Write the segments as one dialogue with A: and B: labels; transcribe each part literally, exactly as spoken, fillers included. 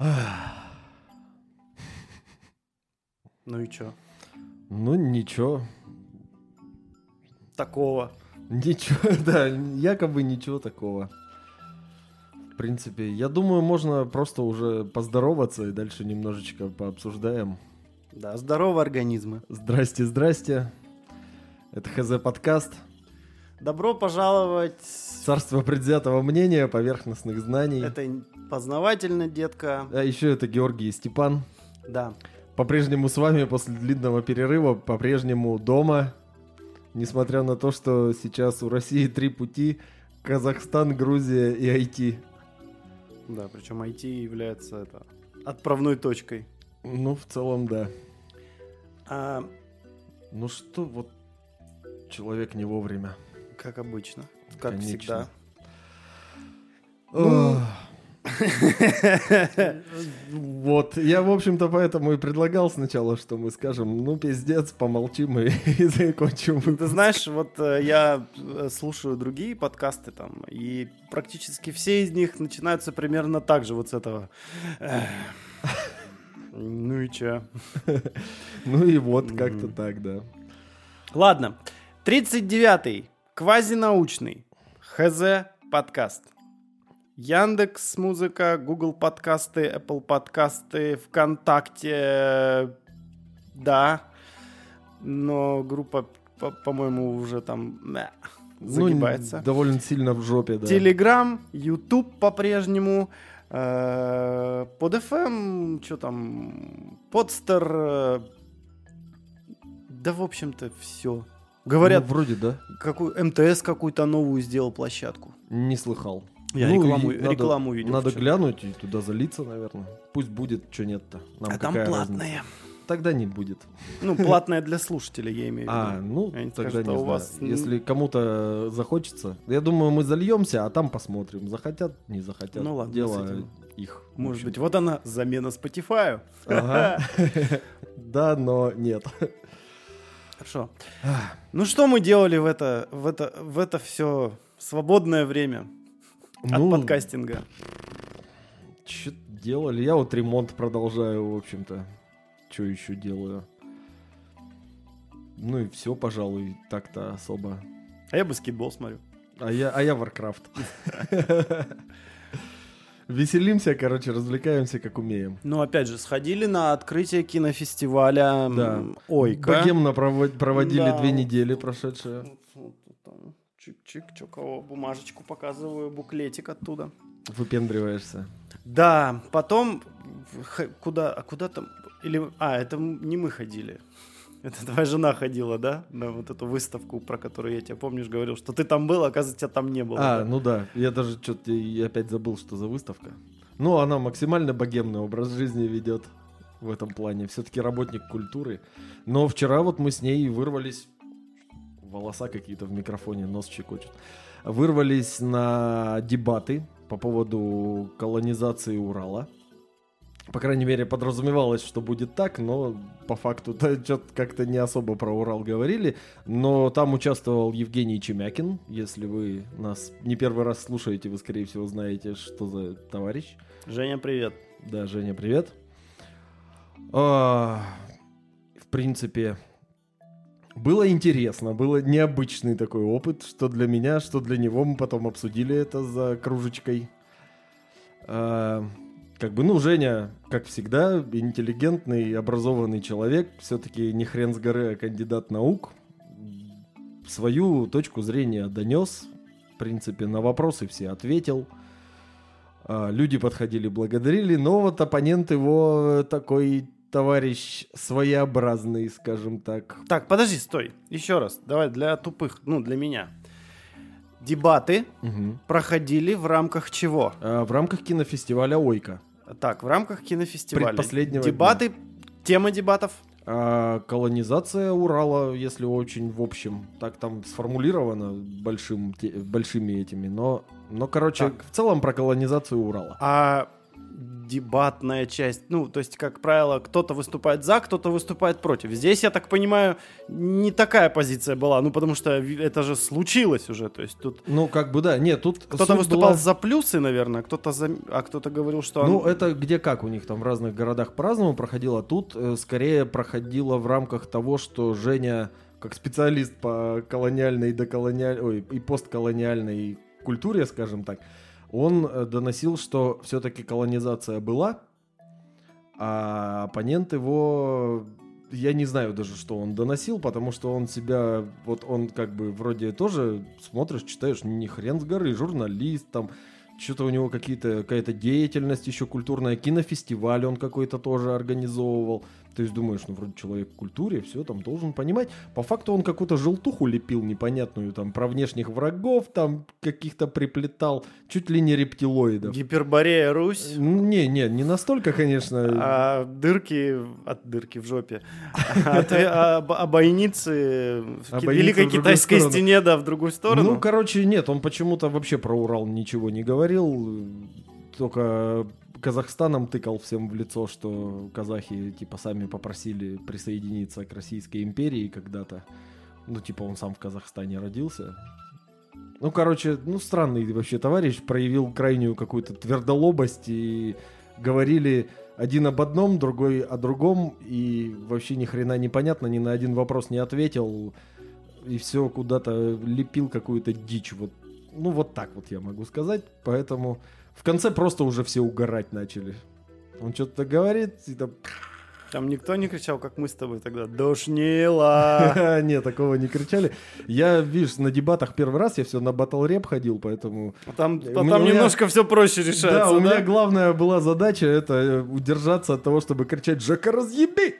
A: Ну и чё?
B: Ну, ничего.
A: Такого.
B: Ничего, да, якобы ничего такого. В принципе, я думаю, можно просто уже поздороваться и дальше немножечко пообсуждаем.
A: Да, здорово, организмы.
B: Здрасте, здрасте. Это ХЗ подкаст.
A: Добро пожаловать.
B: Царство предвзятого мнения, поверхностных знаний.
A: Это познавательно, детка.
B: А еще это Георгий и Степан.
A: Да.
B: По-прежнему с вами после длинного перерыва, по-прежнему дома. Несмотря на то, что сейчас у России три пути: Казахстан, Грузия и ай ти.
A: Да, причем ай ти является это, отправной точкой.
B: Ну, в целом, да.
A: А,
B: Ну что, вот человек не вовремя.
A: как обычно. Как
B: Конечно.
A: всегда.
B: Ну... Вот, я, в общем-то, поэтому и предлагал сначала, что мы скажем, ну, пиздец, помолчим и, и закончим выпуск.
A: Ты знаешь, вот э, я э, слушаю другие подкасты там, и практически все из них начинаются примерно так же, вот с этого. Эх. Ну и чё?
B: Ну и вот, как-то так, да.
A: Ладно, тридцать девятый, квазинаучный, ХЗ подкаст. Яндекс Музыка, Google подкасты, Apple подкасты, ВКонтакте, да, но группа, по- по-моему, уже там э, загибается.
B: Ну, довольно сильно в жопе, да.
A: Телеграм, Ютуб по-прежнему, э, под эф эм, что там, Подстер, э, да, в общем-то, все. Говорят,
B: Ну, вроде, да.
A: какую, эм тэ эс какую-то новую сделал площадку.
B: Не слыхал.
A: Я
B: Ну,
A: рекламу,
B: и надо-
A: рекламу видел.
B: Надо
A: вчера.
B: глянуть и туда залиться, наверное. Пусть будет, что нет-то. Нам
A: А там
B: какая
A: платная.
B: разница? Тогда не будет.
A: Ну, платная для слушателей, я имею в виду.
B: А, ну,
A: Они
B: тогда
A: скажут,
B: не
A: а у
B: знаю.
A: вас, ну-
B: Если кому-то захочется, я думаю, мы зальемся, а там посмотрим. Захотят, не захотят.
A: Ну ладно,
B: Дело
A: с этим.
B: их.
A: Может
B: в
A: быть,
B: общем.
A: вот она, замена Spotify.
B: Ага. Да, но нет.
A: Хорошо. Ну, что мы делали в это, в это, в это все свободное время от
B: Ну,
A: подкастинга?
B: что делали? Я вот ремонт продолжаю, в общем-то. Что еще делаю? Ну и все, пожалуй, так-то особо.
A: А я баскетбол смотрю.
B: А я, а я Warcraft. Веселимся, короче, развлекаемся, как умеем.
A: Ну, опять же, сходили на открытие кинофестиваля
B: Да.
A: м, Ойка.
B: Богемно прово- проводили
A: Да.
B: две недели прошедшие.
A: Вот, вот, вот там, чик-чик, чё кого, бумажечку показываю, буклетик оттуда.
B: Выпендриваешься.
A: Да, потом х- куда, а куда там, или, а, это м- не мы ходили, это твоя жена ходила, да, на вот эту выставку, про которую я тебе, помнишь, говорил, что ты там был, а оказывается, тебя там не было.
B: А,
A: да?
B: ну да, я даже что-то и опять забыл, что за выставка. Ну, она максимально богемный образ жизни ведет в этом плане. Все-таки работник культуры. Но вчера вот мы с ней вырвались... Волоса какие-то в микрофоне, нос щекочет. Вырвались на дебаты по поводу колонизации Урала. По крайней мере, подразумевалось, что будет так, но по факту-то что-то как-то не особо про Урал говорили. Но там участвовал Евгений Чемякин. Если вы нас не первый раз слушаете, вы, скорее всего, знаете, что за товарищ.
A: Женя, привет.
B: Да, Женя, привет. А, в принципе, было интересно, было необычный такой опыт, что для меня, что для него. Мы потом обсудили это за кружечкой. А, как бы, ну, Женя, как всегда, интеллигентный, образованный человек, все-таки не хрен с горы, а кандидат наук. Свою точку зрения донес, в принципе, на вопросы все ответил. А, люди подходили, благодарили, но вот оппонент его такой товарищ своеобразный, скажем так.
A: Так, подожди, стой, еще раз, давай для тупых, ну, для меня. Дебаты
B: Мгм.
A: проходили в рамках чего?
B: А, в рамках кинофестиваля «Ойка».
A: Так, в рамках кинофестиваля.
B: Предпоследнего
A: Дебаты, тема дебатов.
B: А, колонизация Урала, если очень в общем, так там сформулировано большим, те- большими этими, но, но короче,
A: Так.
B: в целом про колонизацию Урала.
A: А дебатная часть. Ну, то есть, как правило, кто-то выступает за, кто-то выступает против. Здесь, я так понимаю, не такая позиция была, ну, потому что это же случилось уже, то есть тут...
B: Ну, как бы, да, нет, тут...
A: Кто-то выступал
B: была...
A: за плюсы, наверное, кто-то за... а кто-то говорил, что...
B: Ну,
A: он...
B: это где как у них там в разных городах по-разному проходило. Тут э, скорее проходило в рамках того, что Женя, как специалист по колониальной и доколониальной, ой, и постколониальной культуре, скажем так, он э, доносил, что все-таки колонизация была, а оппонент его... Я не знаю даже, что он доносил, потому что он себя, вот он как бы вроде тоже смотришь, читаешь, ни хрен с горы, журналист там, что-то у него какие-то, какая-то деятельность еще культурная, кинофестиваль он какой-то тоже организовывал. То есть думаешь, ну вроде человек в культуре, все там должен понимать. По факту он какую-то желтуху лепил непонятную там про внешних врагов, там каких-то приплетал, чуть ли не рептилоидов.
A: Гиперборея Русь.
B: Не, не, не настолько, конечно.
A: А дырки, от дырки в жопе, а бойницы в Великой Китайской стене, да, в другую сторону.
B: Ну, короче, нет, он почему-то вообще про Урал ничего не говорил, только... Казахстаном тыкал всем в лицо, что казахи типа сами попросили присоединиться к Российской империи когда-то. Ну, типа он сам в Казахстане родился. Ну, короче, ну, странный вообще товарищ, проявил крайнюю какую-то твердолобость и говорили один об одном, другой о другом, и вообще ни хрена непонятно, ни на один вопрос не ответил, и все куда-то лепил какую-то дичь. Вот, ну, вот так вот я могу сказать, поэтому... В конце просто уже все угорать начали. Он что-то говорит, и там...
A: Там никто не кричал, как мы с тобой тогда. Душнило!
B: Нет, такого не кричали. Я, видишь, на дебатах первый раз, я все на батл-рэп ходил, поэтому...
A: Там немножко все проще решается, да?
B: Да, у меня главная была задача, это удержаться от того, чтобы кричать «Жека, разъеби!»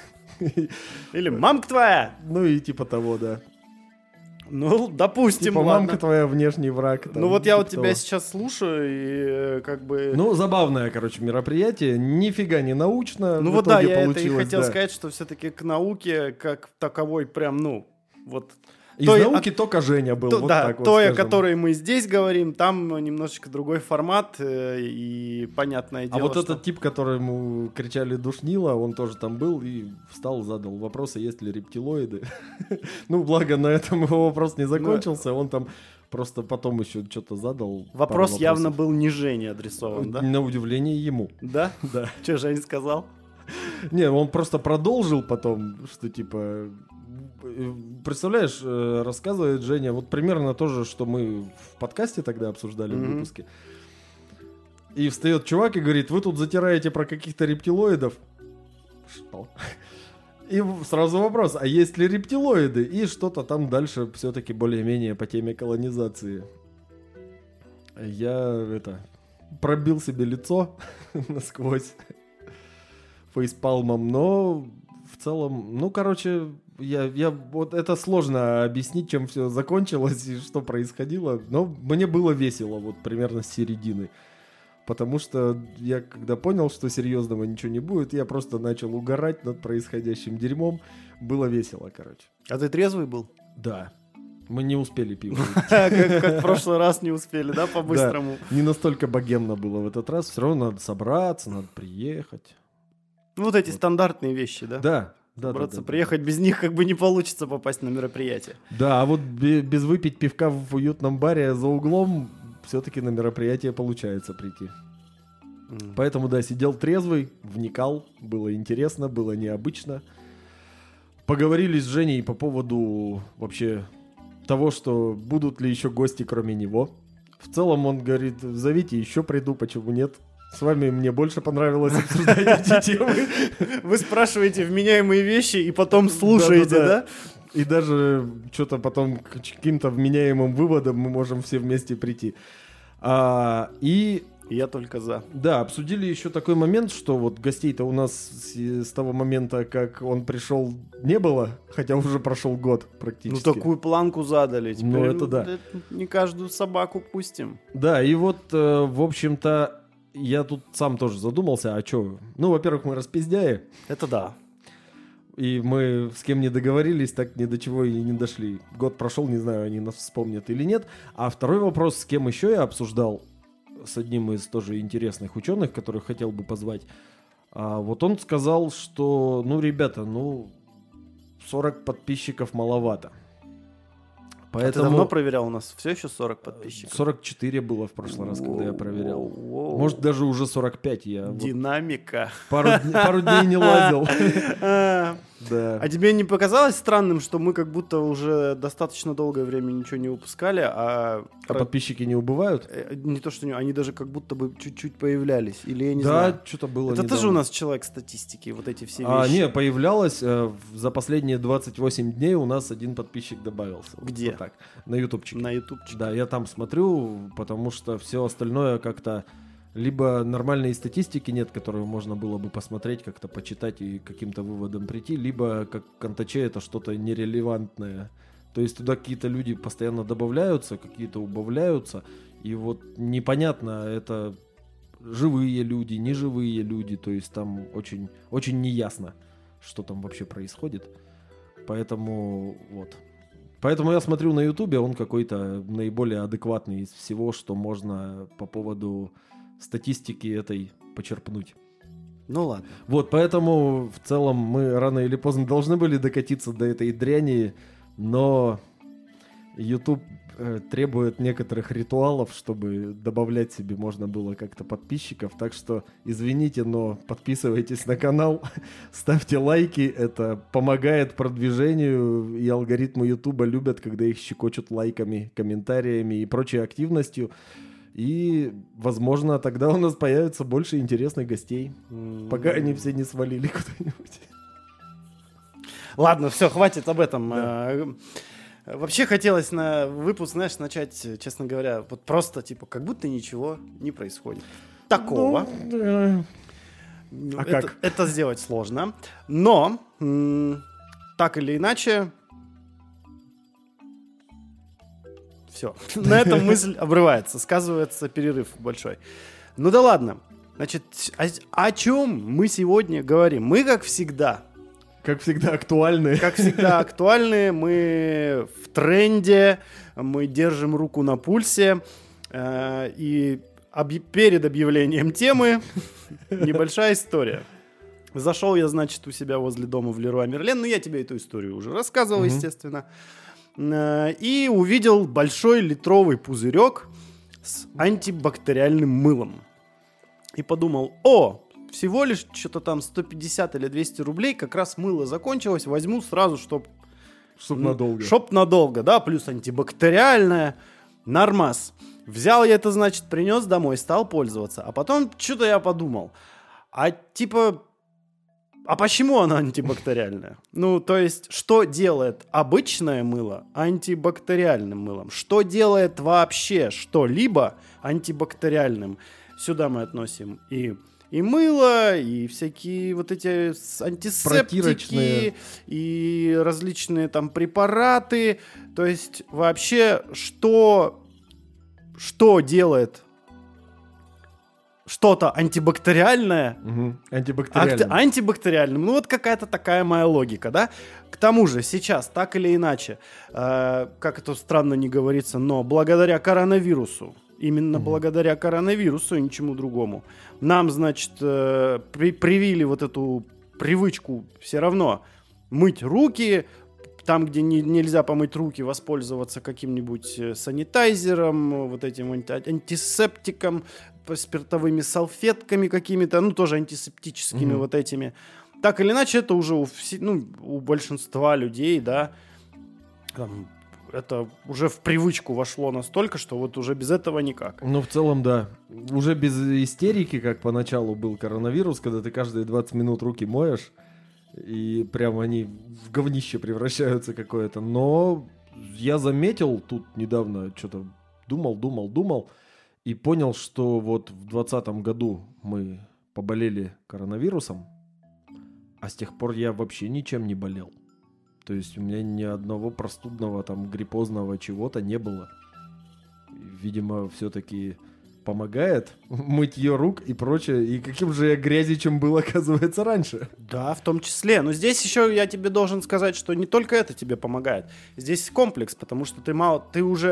A: Или «Мамка твоя!»
B: Ну и типа того, да.
A: Ну, допустим,
B: типа,
A: ладно.
B: мамка твоя внешний враг. Там,
A: ну вот я
B: типа
A: вот тебя
B: того.
A: сейчас слушаю и как бы...
B: Ну, забавное, короче, мероприятие. Нифига не научно.
A: Ну
B: в
A: вот да,
B: итоге
A: я
B: получилось,
A: это и хотел
B: да.
A: сказать, что все-таки к науке как таковой прям, ну, вот...
B: Из
A: той,
B: науки
A: от...
B: только Женя был.
A: То,
B: вот
A: да,
B: так вот,
A: той, о
B: скажем.
A: которой мы здесь говорим, там немножечко другой формат, э, и понятное дело,
B: А вот
A: что...
B: этот тип, которому кричали «Душнило», он тоже там был и встал, задал вопросы, есть ли рептилоиды. Ну, благо, на этом его вопрос не закончился, он там просто потом еще что-то задал.
A: Вопрос явно был не Жене адресован, да?
B: На удивление ему.
A: Да?
B: Да.
A: Что Жень сказал?
B: Не, он просто продолжил потом, что типа... Представляешь, рассказывает Женя, вот примерно то же, что мы в подкасте тогда обсуждали mm-hmm. в выпуске. И встает чувак и говорит, вы тут затираете про каких-то рептилоидов. Что? И сразу вопрос, а есть ли рептилоиды? И что-то там дальше все-таки более-менее по теме колонизации. Я это пробил себе лицо насквозь фейспалмом, но в целом, ну, короче, я, я, вот это сложно объяснить, чем все закончилось и что происходило, но мне было весело, вот примерно с середины. Потому что я, когда понял, что серьезного ничего не будет, я просто начал угорать над происходящим дерьмом. Было весело, короче.
A: А ты трезвый был?
B: Да. Мы не успели пиво.
A: Как в прошлый раз не успели, да, по-быстрому?
B: Не настолько богемно было в этот раз. Все равно надо собраться, надо приехать.
A: Ну, вот эти стандартные вещи, да?
B: Да. Да,
A: собраться,
B: да, да,
A: приехать, да. Без них как бы не получится попасть на мероприятие.
B: Да, а вот без выпить пивка в уютном баре за углом все-таки на мероприятие получается прийти. Mm. Поэтому, да, сидел трезвый, вникал, было интересно, было необычно. Поговорили с Женей по поводу вообще того, что будут ли еще гости кроме него. В целом он говорит, зовите, еще приду, почему нет. С вами мне больше понравилось обсуждать эти темы.
A: Вы спрашиваете вменяемые вещи и потом слушаете, да?
B: И даже что-то потом к каким-то вменяемым выводам мы можем все вместе прийти. А, и...
A: Я только за.
B: Да, обсудили еще такой момент, что вот гостей-то у нас с, с того момента, как он пришел, не было, хотя уже прошел год практически.
A: Ну, такую планку задали. Теперь
B: ну, это да.
A: Не каждую собаку пустим.
B: Да, и вот, э, в общем-то, я тут сам тоже задумался, а что? Ну, во-первых, мы распиздяи.
A: Это да.
B: И мы с кем не договорились, так ни до чего и не дошли. Год прошел, не знаю, они нас вспомнят или нет. А второй вопрос, с кем еще я обсуждал, с одним из тоже интересных ученых, которых хотел бы позвать. А вот он сказал, что, ну, ребята, ну, сорок подписчиков маловато. Поэтому...
A: А ты давно проверял? У нас все еще сорок подписчиков?
B: сорок четыре было в прошлый раз, когда я проверял.
A: Воу-воу.
B: Может, даже уже сорок пять. Я
A: Динамика.
B: Вот пару, пару дней не лазил.
A: Да. А тебе не показалось странным, что мы как будто уже достаточно долгое время ничего не выпускали, а...
B: А подписчики не убывают?
A: Не то, что не... Они даже как будто бы чуть-чуть появлялись. Или я не
B: да,
A: знаю.
B: Да, что-то было
A: Это
B: недавно.
A: ты же у нас человек статистики, вот эти все
B: а,
A: вещи.
B: Не, появлялось. Э, за последние двадцать восемь дней у нас один подписчик добавился.
A: Где?
B: Вот так. На ютубчике.
A: На ютубчике.
B: Да, я там смотрю, потому что все остальное как-то... Либо нормальной статистики нет, которую можно было бы посмотреть, как-то почитать и к каким-то выводам прийти, либо как в Контаче это что-то нерелевантное. То есть туда какие-то люди постоянно добавляются, какие-то убавляются, и вот непонятно, это живые люди, неживые люди, то есть там очень, очень неясно, что там вообще происходит. Поэтому вот. Поэтому я смотрю на Ютубе, он какой-то наиболее адекватный из всего, что можно по поводу статистики этой почерпнуть.
A: Ну ладно.
B: Вот, поэтому в целом мы рано или поздно должны были докатиться до этой дряни, но YouTube э, требует некоторых ритуалов, чтобы добавлять себе можно было как-то подписчиков, так что извините, но подписывайтесь на канал, ставьте лайки, это помогает продвижению, и алгоритмы YouTube любят, когда их щекочут лайками, комментариями и прочей активностью. И, возможно, тогда у нас появится больше интересных гостей, mm-hmm. пока они все не свалили куда-нибудь.
A: Ладно, все, хватит об этом.
B: Да.
A: Вообще хотелось на выпуск, знаешь, начать, честно говоря, вот просто, типа, как будто ничего не происходит. Такого.
B: Ну, да. А
A: это,
B: как?
A: Это сделать сложно. Но, м- так или иначе... Все. На этом мысль обрывается. Сказывается перерыв большой. Ну да ладно. Значит, о, о чем мы сегодня говорим? Мы, как всегда...
B: Как всегда актуальные.
A: Как всегда актуальные. Мы в тренде. Мы держим руку на пульсе. Э, и объ- перед объявлением темы небольшая история. Зашел я, значит, у себя возле дома в Леруа Мерлен. Ну, я тебе эту историю уже рассказывал, mm-hmm. естественно. И увидел большой литровый пузырек с антибактериальным мылом. И подумал, о, всего лишь что-то там сто пятьдесят или двести рублей, как раз мыло закончилось, возьму сразу, чтоб...
B: Чтоб надолго.
A: Чтоб надолго, да, плюс антибактериальное, нормас. Взял я это, значит, принес домой, стал пользоваться. А потом что-то я подумал, а типа... А почему она антибактериальная? Ну, то есть, что делает обычное мыло антибактериальным мылом? Что делает вообще что-либо антибактериальным? Сюда мы относим и, и мыло, и всякие вот эти антисептики, и различные там препараты. То есть, вообще, что, что делает что-то антибактериальное,
B: угу. антибактериальным.
A: Акт- антибактериальным. Ну, вот какая-то такая моя логика, да? К тому же, сейчас, так или иначе, э, как это странно не говорится, но благодаря коронавирусу, именно угу. благодаря коронавирусу и ничему другому, нам, значит, э, при- привили вот эту привычку все равно мыть руки, там, где не, нельзя помыть руки, воспользоваться каким-нибудь санитайзером, вот этим анти- антисептиком, спиртовыми салфетками какими-то, ну, тоже антисептическими mm-hmm. вот этими. Так или иначе, это уже у, вси- ну, у большинства людей, да, там, это уже в привычку вошло настолько, что вот уже без этого никак.
B: Ну, в целом, да. Уже без истерики, как поначалу был коронавирус, когда ты каждые двадцать минут руки моешь, и прям они в говнище превращаются какое-то. Но я заметил тут недавно, что-то думал, думал, думал, и понял, что вот в двадцатом году мы поболели коронавирусом, а с тех пор я вообще ничем не болел. То есть у меня ни одного простудного, там, гриппозного чего-то не было. Видимо, все-таки помогает мытье рук и прочее. И каким же я грязи, чем был, оказывается, раньше.
A: Да, в том числе. Но здесь еще я тебе должен сказать, что не только это тебе помогает. Здесь комплекс, потому что ты мало, ты уже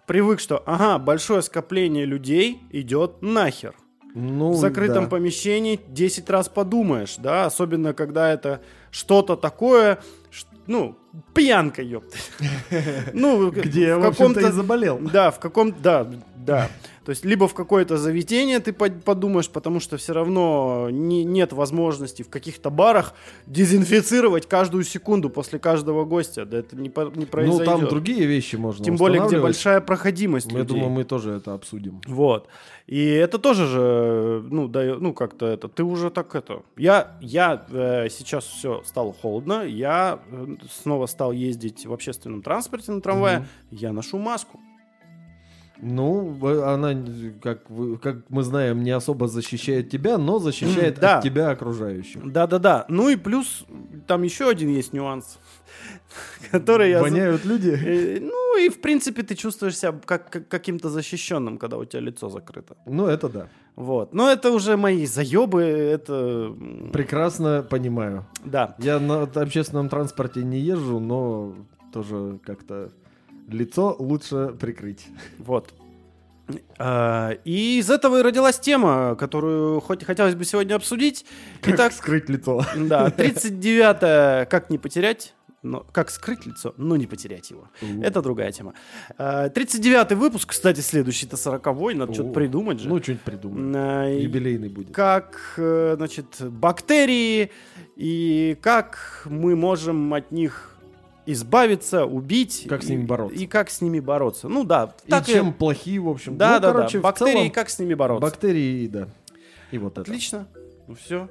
A: привык, что, ага, большое скопление людей идет нахер.
B: Ну,
A: В закрытом
B: да.
A: помещении десять раз подумаешь, да, особенно когда это что-то такое, ш- ну, пьянка, ёпта. Ну,
B: Где я, в общем-то, и заболел.
A: Да, в каком-то, да, да. То есть, либо в какое-то заведение ты под- подумаешь, потому что все равно не- нет возможности в каких-то барах дезинфицировать каждую секунду после каждого гостя. Да это не, по- не
B: Ну,
A: произойдет.
B: там другие вещи можно
A: Тем более, где
B: устанавливать.
A: большая проходимость
B: Я
A: людей.
B: думаю, мы тоже это обсудим.
A: Вот. И это тоже же, ну, дает, ну, как-то это, ты уже так это... Я, я э, сейчас все стало холодно, я э, снова стал ездить в общественном транспорте на трамвае,
B: Мгм.
A: я ношу маску.
B: Ну, в- она, как, вы- как мы знаем, не особо защищает тебя, но защищает
A: Да.
B: от тебя окружающих.
A: Да-да-да. Ну и плюс, там еще один есть нюанс, который я... за-
B: Воняют люди.
A: Э, Ну и, в принципе, ты чувствуешь себя как, как- каким-то защищенным, когда у тебя лицо закрыто.
B: Ну, это да.
A: Вот. Но это уже мои заебы, это... м,
B: Прекрасно понимаю.
A: Да.
B: Я на общественном транспорте не езжу, но тоже как-то лицо лучше прикрыть.
A: Вот. А, И из этого и родилась тема, которую хоть хотелось бы сегодня обсудить.
B: Как
A: Итак,
B: скрыть лицо.
A: да, тридцать девятое «Как не потерять», но как скрыть лицо, но не потерять его. Это другая тема. А, тридцать девятый выпуск, кстати, следующий-то сороковой, надо что-то
B: О,
A: придумать же.
B: Ну, что-нибудь придумаем.
A: А, и
B: Юбилейный будет.
A: Как, э, значит, бактерии и как мы можем от них избавиться, убить.
B: Как с
A: и-
B: ними бороться.
A: И как с ними бороться. Ну да,
B: И
A: так и-
B: чем плохие, в общем.
A: Да,
B: ну,
A: да,
B: короче,
A: да.
B: в
A: Бактерии,
B: целом,
A: как с ними бороться.
B: Бактерии, да. И вот это.
A: Отлично. Ну все.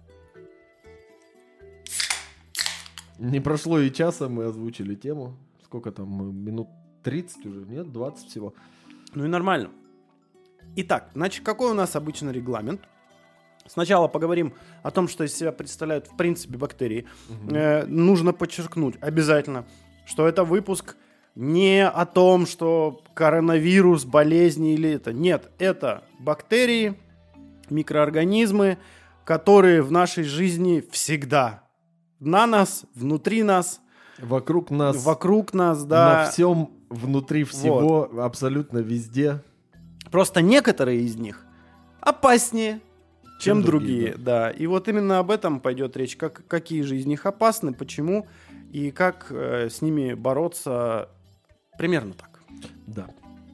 B: Не прошло и часа, мы озвучили тему. Сколько там? мы Минут тридцать уже? Нет, двадцать всего.
A: Ну и нормально. Итак, значит, какой у нас обычно регламент? Сначала поговорим о том, что из себя представляют в принципе бактерии. Э, нужно подчеркнуть обязательно, что это выпуск не о том, что коронавирус, болезни или это. Нет, это бактерии, микроорганизмы, которые в нашей жизни всегда. На нас, внутри нас,
B: Вокруг нас,
A: вокруг нас, да.
B: на всем, внутри всего, абсолютно везде.
A: Просто некоторые из них опаснее, чем,
B: Чем
A: другие.
B: другие,
A: Да. И вот именно об этом пойдет речь. Как, какие же из них опасны, почему и как э, с ними бороться. Примерно так.
B: Да.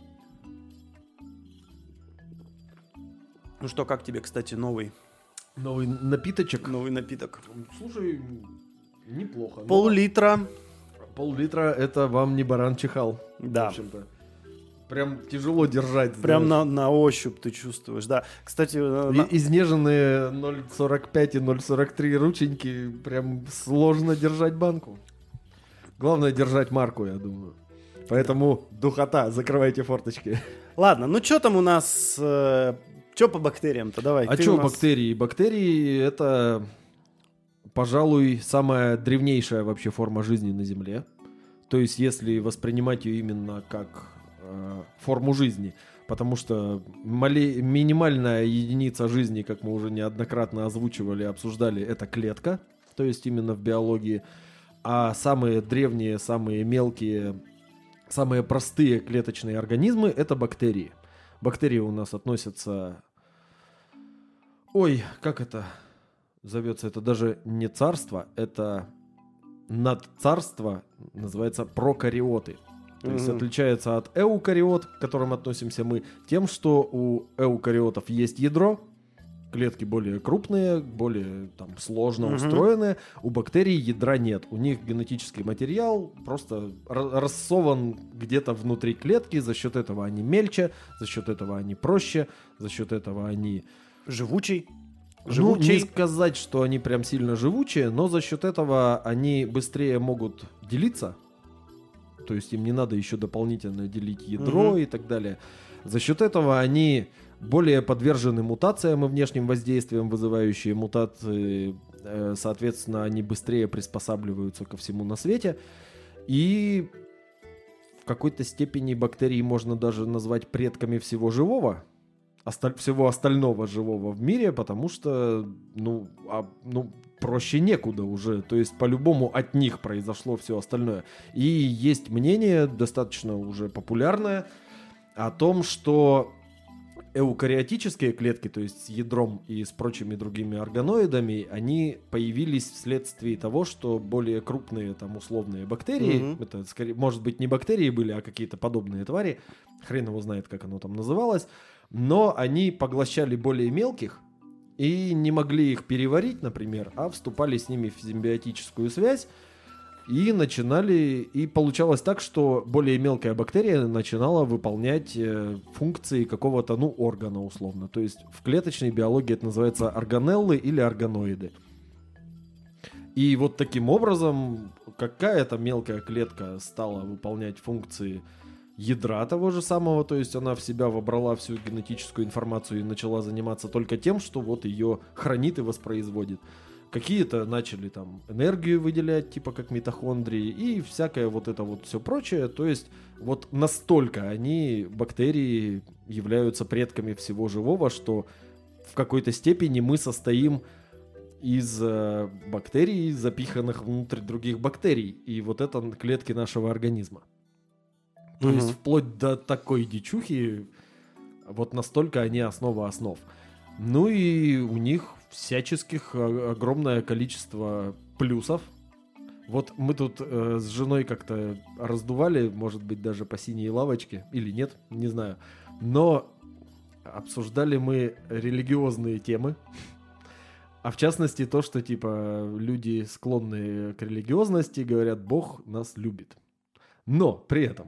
A: Ну что, как тебе, кстати, новый,
B: Новый напиточек.
A: новый напиток?
B: Слушай, неплохо. но
A: Пол-литра.
B: Пол-литра это вам не баран чихал.
A: Да.
B: В общем-то. Прям тяжело держать.
A: Прям
B: знаешь.
A: на, на ощупь ты чувствуешь. Да. Кстати, э,
B: И-
A: на-
B: Изнеженные ноль сорок пять и ноль сорок три рученьки, прям сложно держать банку. Главное держать марку, я думаю. Поэтому духота, закрывайте форточки.
A: ладно, ну что там у нас... что по бактериям-то? Давай.
B: А
A: ты
B: что
A: у нас-
B: бактерии? Бактерии это, пожалуй, самая древнейшая вообще форма жизни на Земле. То есть, если воспринимать ее именно как э, форму жизни, потому что мале- минимальная единица жизни, как мы уже неоднократно озвучивали, обсуждали, это клетка, то есть именно в биологии. А самые древние, самые мелкие, самые простые клеточные организмы — это бактерии. Бактерии у нас относятся... Ой, как это зовется? Это даже не царство, это надцарство, называется прокариоты. То есть
A: Мгм.
B: отличается от эукариот, к которым относимся мы, тем, что у эукариотов есть ядро, клетки более крупные, более там, сложно
A: Мгм.
B: устроенные. У бактерий ядра нет. У них генетический материал просто ра- рассован где-то внутри клетки. За счет этого они мельче, за счет этого они проще, за счет этого они...
A: Живучий.
B: Ну,
A: Живучий.
B: не сказать, что они прям сильно живучие, но за счет этого они быстрее могут делиться. То есть им не надо еще дополнительно делить ядро
A: Мгм.
B: и так далее. За счет этого они более подвержены мутациям и внешним воздействиям, вызывающие мутации. Э, Соответственно, они быстрее приспосабливаются ко всему на свете. И в какой-то степени бактерии можно даже назвать предками всего живого. Осталь- всего остального живого в мире, потому что, ну, а, ну, проще некуда уже. То есть, по-любому от них произошло все остальное. И есть мнение, достаточно уже популярное, о том, что эукариотические клетки, то есть с ядром и с прочими другими органоидами, они появились вследствие того, что более крупные там условные бактерии, mm-hmm. это скорее, может быть, не бактерии были, а какие-то подобные твари, хрен его знает, как оно там называлось, но они поглощали более мелких и не могли их переварить, например, а вступали с ними в симбиотическую связь, и начинали, и получалось так, что более мелкая бактерия начинала выполнять э, функции какого-то, ну, органа условно. То есть в клеточной биологии это называется органеллы или органоиды. И вот таким образом какая-то мелкая клетка стала выполнять функции ядра того же самого, то есть она в себя вобрала всю генетическую информацию и начала заниматься только тем, что вот ее хранит и воспроизводит. Какие-то начали там энергию выделять, типа как митохондрии, и всякое вот это вот все прочее. То есть вот настолько они, бактерии, являются предками всего живого, что в какой-то степени мы состоим из э, бактерий, запиханных внутрь других бактерий. И вот это клетки нашего организма. То угу. есть вплоть до такой дичухи, вот настолько они основа основ. Ну и у них всяческих огромное количество плюсов. Вот мы тут э, с женой как-то раздували, может быть, даже по синей лавочке, или нет, не знаю. Но обсуждали мы религиозные темы. А в частности то, что типа люди, склонные к религиозности, говорят, Бог нас любит. Но при этом...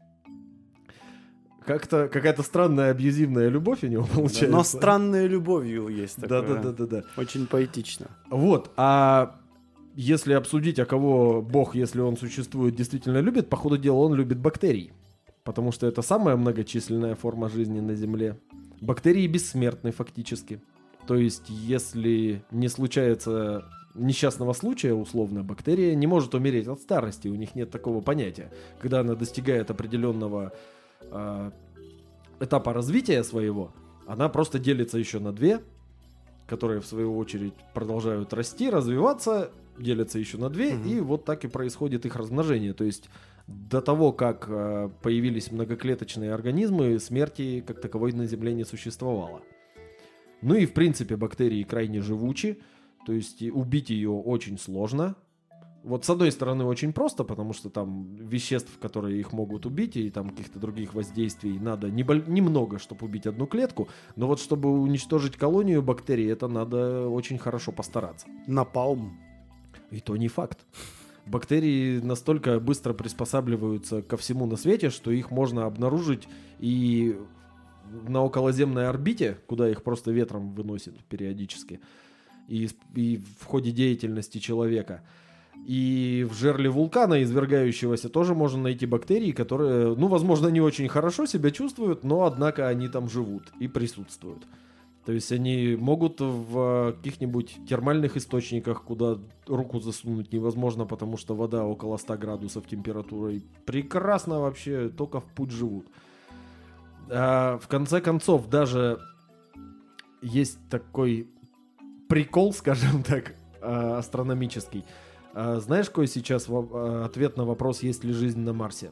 B: Как-то какая-то странная абьюзивная любовь у него получается.
A: Но странной любовью есть такое.
B: Да-да-да-да.
A: Очень поэтично.
B: Вот, а если обсудить, а кого Бог, если он существует, действительно любит, по ходу дела он любит бактерий. Потому что это самая многочисленная форма жизни на Земле. Бактерии бессмертны фактически. То есть, если не случается несчастного случая, условно, бактерия не может умереть от старости. У них нет такого понятия. Когда она достигает определенного этапа развития своего, она просто делится еще на две, которые в свою очередь продолжают расти, развиваться, делятся еще на две, угу. и вот так и происходит их размножение. То есть до того, как появились многоклеточные организмы, смерти как таковой на Земле не существовало. Ну и в принципе бактерии крайне живучи, то есть убить ее очень сложно. Вот с одной стороны очень просто, потому что там веществ, которые их могут убить, и там каких-то других воздействий надо небо- немного, чтобы убить одну клетку, но вот чтобы уничтожить колонию бактерий, это надо очень хорошо постараться.
A: Напалм.
B: И то не факт. Бактерии настолько быстро приспосабливаются ко всему на свете, что их можно обнаружить и на околоземной орбите, куда их просто ветром выносит периодически, и, и в ходе деятельности человека. И в жерле вулкана, извергающегося, тоже можно найти бактерии, которые, ну, возможно, не очень хорошо себя чувствуют, но, однако, они там живут и присутствуют. То есть они могут в каких-нибудь термальных источниках, куда руку засунуть невозможно, потому что вода около ста градусов температурой, прекрасно вообще только в путь живут. А в конце концов, даже есть такой прикол, скажем так, астрономический. А знаешь, какой сейчас ответ на вопрос, есть ли жизнь на Марсе?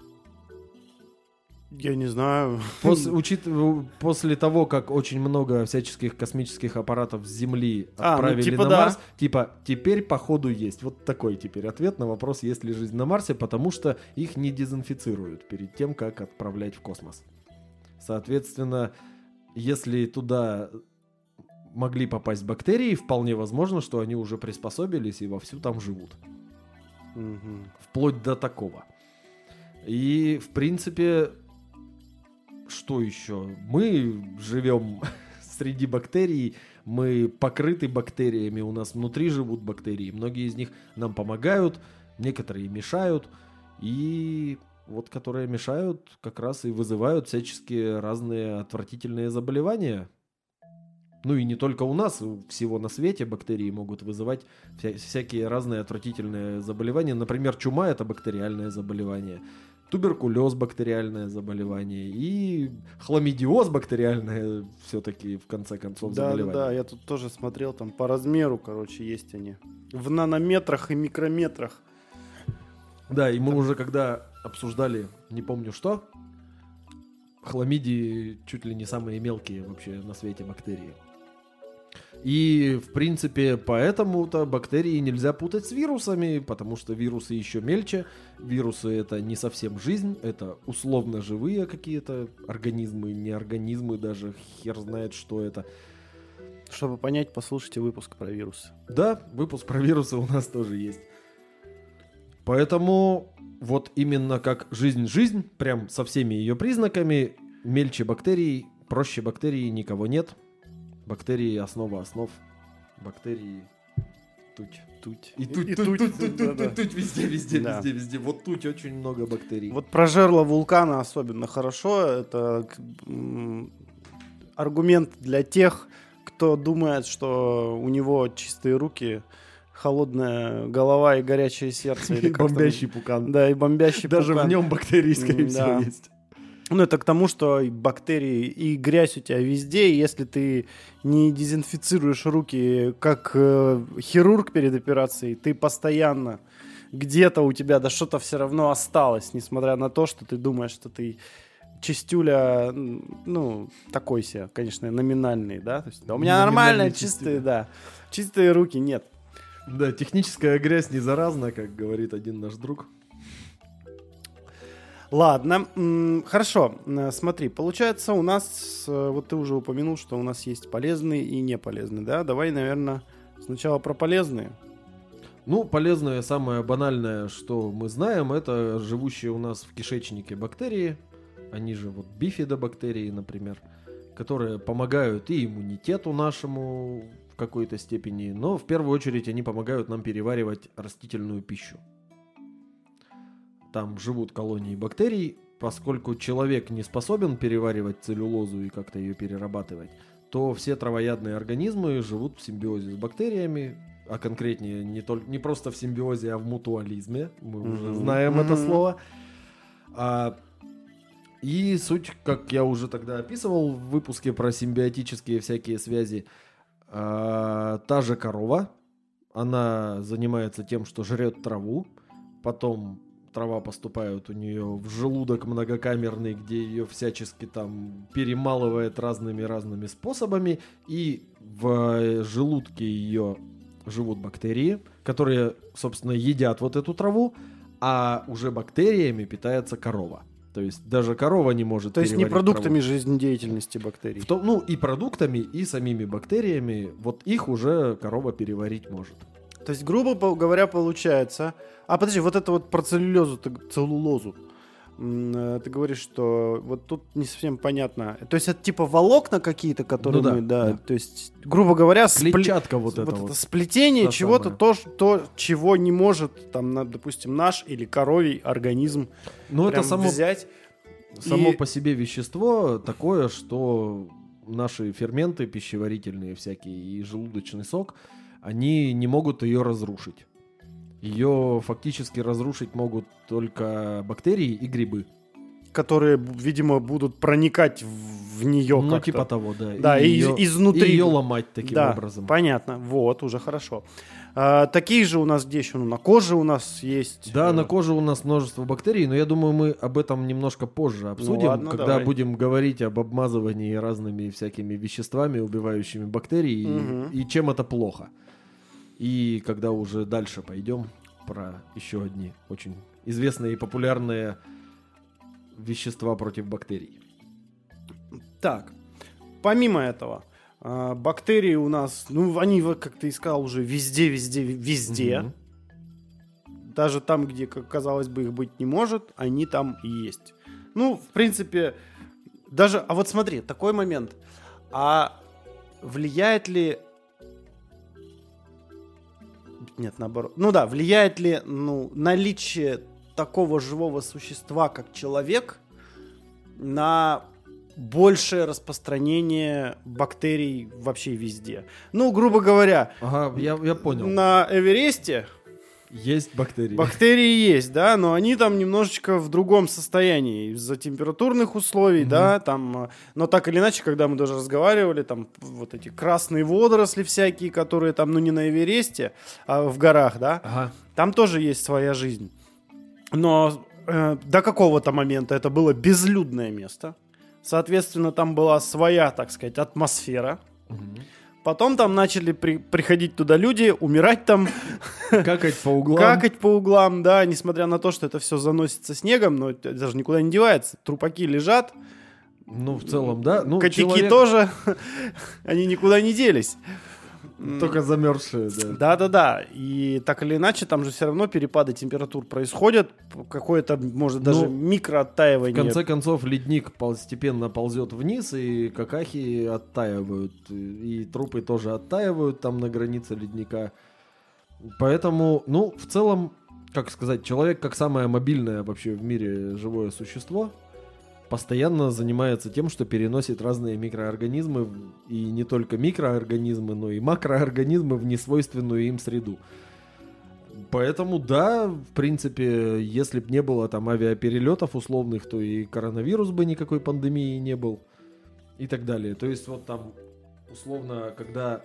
A: Я не знаю.
B: После, учит, после того, как очень много всяческих космических аппаратов с Земли отправили а, ну, типа на да. Марс, типа, теперь походу есть. Вот такой теперь ответ на вопрос, есть ли жизнь на Марсе, потому что их не дезинфицируют перед тем, как отправлять в космос. Соответственно, если туда могли попасть бактерии, вполне возможно, что они уже приспособились и вовсю там живут.
A: Угу.
B: Вплоть до такого. И, в принципе, что еще? Мы живем среди бактерий, мы покрыты бактериями, у нас внутри живут бактерии. Многие из них нам помогают, некоторые мешают. И вот которые мешают, как раз и вызывают всяческие разные отвратительные заболевания. Ну и не только у нас, всего на свете бактерии могут вызывать вся- всякие разные отвратительные заболевания. Например, чума – это бактериальное заболевание, туберкулез – бактериальное заболевание, и хламидиоз – бактериальное все-таки, в конце концов,
A: да,
B: заболевание.
A: Да, да, я тут тоже смотрел, там по размеру, короче, есть они. В нанометрах и микрометрах.
B: Да, и мы там уже когда обсуждали, не помню что, хламидии чуть ли не самые мелкие вообще на свете бактерии. И, в принципе, поэтому-то бактерии нельзя путать с вирусами, потому что вирусы еще мельче. Вирусы — это не совсем жизнь, это условно живые какие-то организмы, не организмы, даже хер знает, что это.
A: Чтобы понять, послушайте выпуск про вирусы.
B: Да, выпуск про вирусы у нас тоже есть. Поэтому вот именно как жизнь-жизнь, прям со всеми ее признаками, мельче бактерий, проще бактерий никого нет. Бактерии — основа основ. Бактерии — туть.
A: Туть.
B: И туть,
A: И
B: туть,
A: туть,
B: туть, туть,
A: да,
B: туть,
A: да.
B: туть, туть, везде, везде,
A: Да.
B: везде, везде. Вот туть очень много бактерий.
A: Вот про жерло вулкана особенно хорошо. Это м, аргумент для тех, кто думает, что у него чистые руки, холодная голова и горячее сердце. Или
B: И
A: как там-
B: бомбящий пукан.
A: Да, и бомбящий
B: Даже
A: пукан.
B: в нем бактерии, скорее
A: М,
B: всего,
A: да.
B: есть.
A: Ну, это к тому, что и бактерии и грязь у тебя везде, и если ты не дезинфицируешь руки как э, хирург перед операцией, ты постоянно где-то у тебя да что-то все равно осталось, несмотря на то, что ты думаешь, что ты чистюля, м, ну, такой себе, конечно, номинальный, да? То есть, да, у меня
B: Номинальный
A: нормальные,
B: чистюля.
A: чистые, да, чистые руки, нет.
B: Да, техническая грязь не заразна, как говорит один наш друг.
A: Ладно, м, хорошо, М, смотри, получается у нас, э, вот ты уже упомянул, что у нас есть полезные и неполезные, да? Давай, наверное, сначала про полезные.
B: Ну, полезное, самое банальное, что мы знаем, это живущие у нас в кишечнике бактерии, они же вот бифидобактерии, например, которые помогают и иммунитету нашему в какой-то степени, но в первую очередь они помогают нам переваривать растительную пищу. Там живут колонии бактерий, поскольку человек не способен переваривать целлюлозу и как-то ее перерабатывать, то все травоядные организмы живут в симбиозе с бактериями, а конкретнее не, только, не просто в симбиозе, а в мутуализме. Мы
A: Мгм.
B: уже знаем это
A: Мгм.
B: слово. А, и суть, как я уже тогда описывал в выпуске про симбиотические всякие связи, а, та же корова, она занимается тем, что жрет траву, потом трава поступает у нее в желудок многокамерный, где ее всячески там перемалывает разными-разными способами, и в желудке ее живут бактерии, которые, собственно, едят вот эту траву, а уже бактериями питается корова. То есть даже корова не может
A: То есть не
B: переварить
A: продуктами
B: траву.
A: жизнедеятельности бактерий.
B: В том- ну и продуктами, и самими бактериями, вот их уже корова переварить может.
A: То есть, грубо по- говоря, получается... А, подожди, вот это вот про целлюлозу, ты, целлулозу. М, э, Ты говоришь, что вот тут не совсем понятно. То есть это типа волокна какие-то, которые
B: Ну да,
A: мы, да,
B: да.
A: то есть, грубо говоря, спли-
B: Клетчатка вот это вот.
A: сплетение
B: та
A: чего-то,
B: самая.
A: то, ш- то, чего не может, там, на- допустим, наш или коровий организм
B: Но
A: прям
B: это само,
A: взять.
B: само
A: и-
B: по себе вещество такое, что наши ферменты пищеварительные всякие и желудочный сок, они не могут ее разрушить. Ее фактически разрушить могут только бактерии и грибы.
A: которые, б- видимо, будут проникать в, в нее
B: Ну,
A: как-то.
B: типа того, да.
A: Да, и из-
B: её-
A: изнутри.
B: И ее ломать таким
A: Да,
B: образом.
A: понятно. Вот, уже хорошо. А, такие же у нас где еще? Ну, на коже у нас есть.
B: Да,
A: э,
B: на коже у нас множество бактерий, но я думаю, мы об этом немножко позже обсудим,
A: ладно,
B: когда
A: давай.
B: будем говорить об обмазывании разными всякими веществами, убивающими бактерии, и-
A: Мгм.
B: и, чем это плохо. И когда уже дальше пойдем про еще одни очень известные и популярные вещества против бактерий.
A: Так, помимо этого, а, бактерии у нас, ну, они, вот, как ты и сказал, уже везде, везде, везде.
B: Мгм.
A: Даже там, где, как казалось бы, их быть не может, они там и есть. Ну, в принципе, даже... А вот смотри, такой момент. А влияет ли... Нет, наоборот. Ну да, влияет ли ну, наличие такого живого существа, как человек, на большее распространение бактерий вообще везде? Ну, грубо говоря,
B: Ага, я, я понял.
A: на Эвересте
B: Есть бактерии.
A: бактерии есть, да, но они там немножечко в другом состоянии из-за температурных условий,
B: Мгм.
A: да, там, э, но так или иначе, когда мы даже разговаривали, там вот эти красные водоросли всякие, которые там, ну не на Эвересте, а в горах, да,
B: Ага.
A: там тоже есть своя жизнь. Но э, до какого-то момента это было безлюдное место Соответственно, там была своя, так сказать, атмосфера.
B: Угу.
A: Потом там начали при- приходить туда люди, умирать там.
B: Какать по углам.
A: Какать по углам, да, несмотря на то, что это все заносится снегом, но это даже никуда не девается. Трупаки лежат.
B: Ну, в целом, да. Ну,
A: котики
B: человек...
A: тоже, они никуда не делись.
B: Только замерзшие, да.
A: Да-да-да. И так или иначе, там же все равно перепады температур происходят. Какое-то, может, даже
B: Ну,
A: микрооттаивание.
B: В конце концов, ледник постепенно ползет вниз, и какахи оттаивают. И трупы тоже оттаивают там на границе ледника. Поэтому, ну, в целом, как сказать, человек, как самое мобильное вообще в мире живое существо, постоянно занимается тем, что переносит разные микроорганизмы, и не только микроорганизмы, но и макроорганизмы в несвойственную им среду. Поэтому, да, в принципе, если бы не было там авиаперелетов условных, то и коронавирус бы никакой пандемии не был, и так далее. То есть вот там, условно, когда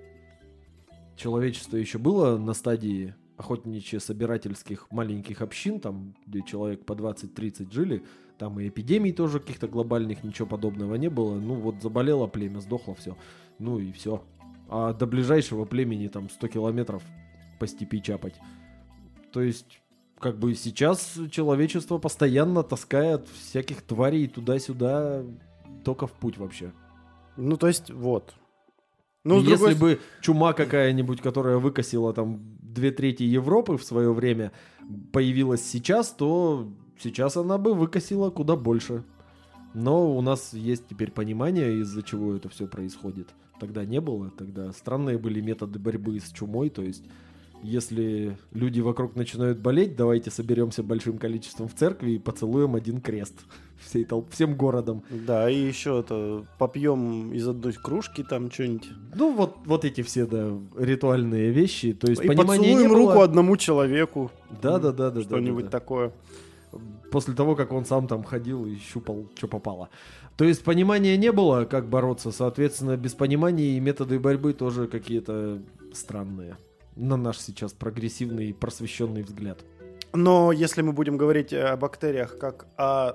B: человечество еще было на стадии охотничьи-собирательских маленьких общин, там, где человек по двадцать-тридцать жили, там и эпидемий тоже каких-то глобальных, ничего подобного не было. Ну вот заболело племя, сдохло все. Ну и все. А до ближайшего племени там сто километров по степи чапать. То есть, как бы сейчас человечество постоянно таскает всяких тварей туда-сюда, только в путь вообще.
A: Ну, то есть, вот. Ну,
B: Если
A: другой...
B: бы чума какая-нибудь, которая выкосила там две трети Европы в свое время, появилась сейчас, то сейчас она бы выкосила куда больше. Но у нас есть теперь понимание, из-за чего это все происходит. Тогда не было, тогда странные были методы борьбы с чумой, то есть если люди вокруг начинают болеть, давайте соберемся большим количеством в церкви и поцелуем один крест всей толп... всем городом.
A: Да, и еще это попьем из одной кружки там что-нибудь.
B: Ну вот, вот эти все, да, ритуальные вещи. То есть
A: И
B: понимания
A: поцелуем
B: не было.
A: руку одному человеку.
B: Да, да, да, да.
A: Что-нибудь
B: да, да.
A: такое.
B: После того, как он сам там ходил и щупал, что попало. То есть понимания не было, как бороться. Соответственно, без понимания и методы борьбы тоже какие-то странные. На наш сейчас прогрессивный и просвещенный взгляд.
A: Но если мы будем говорить о бактериях как о...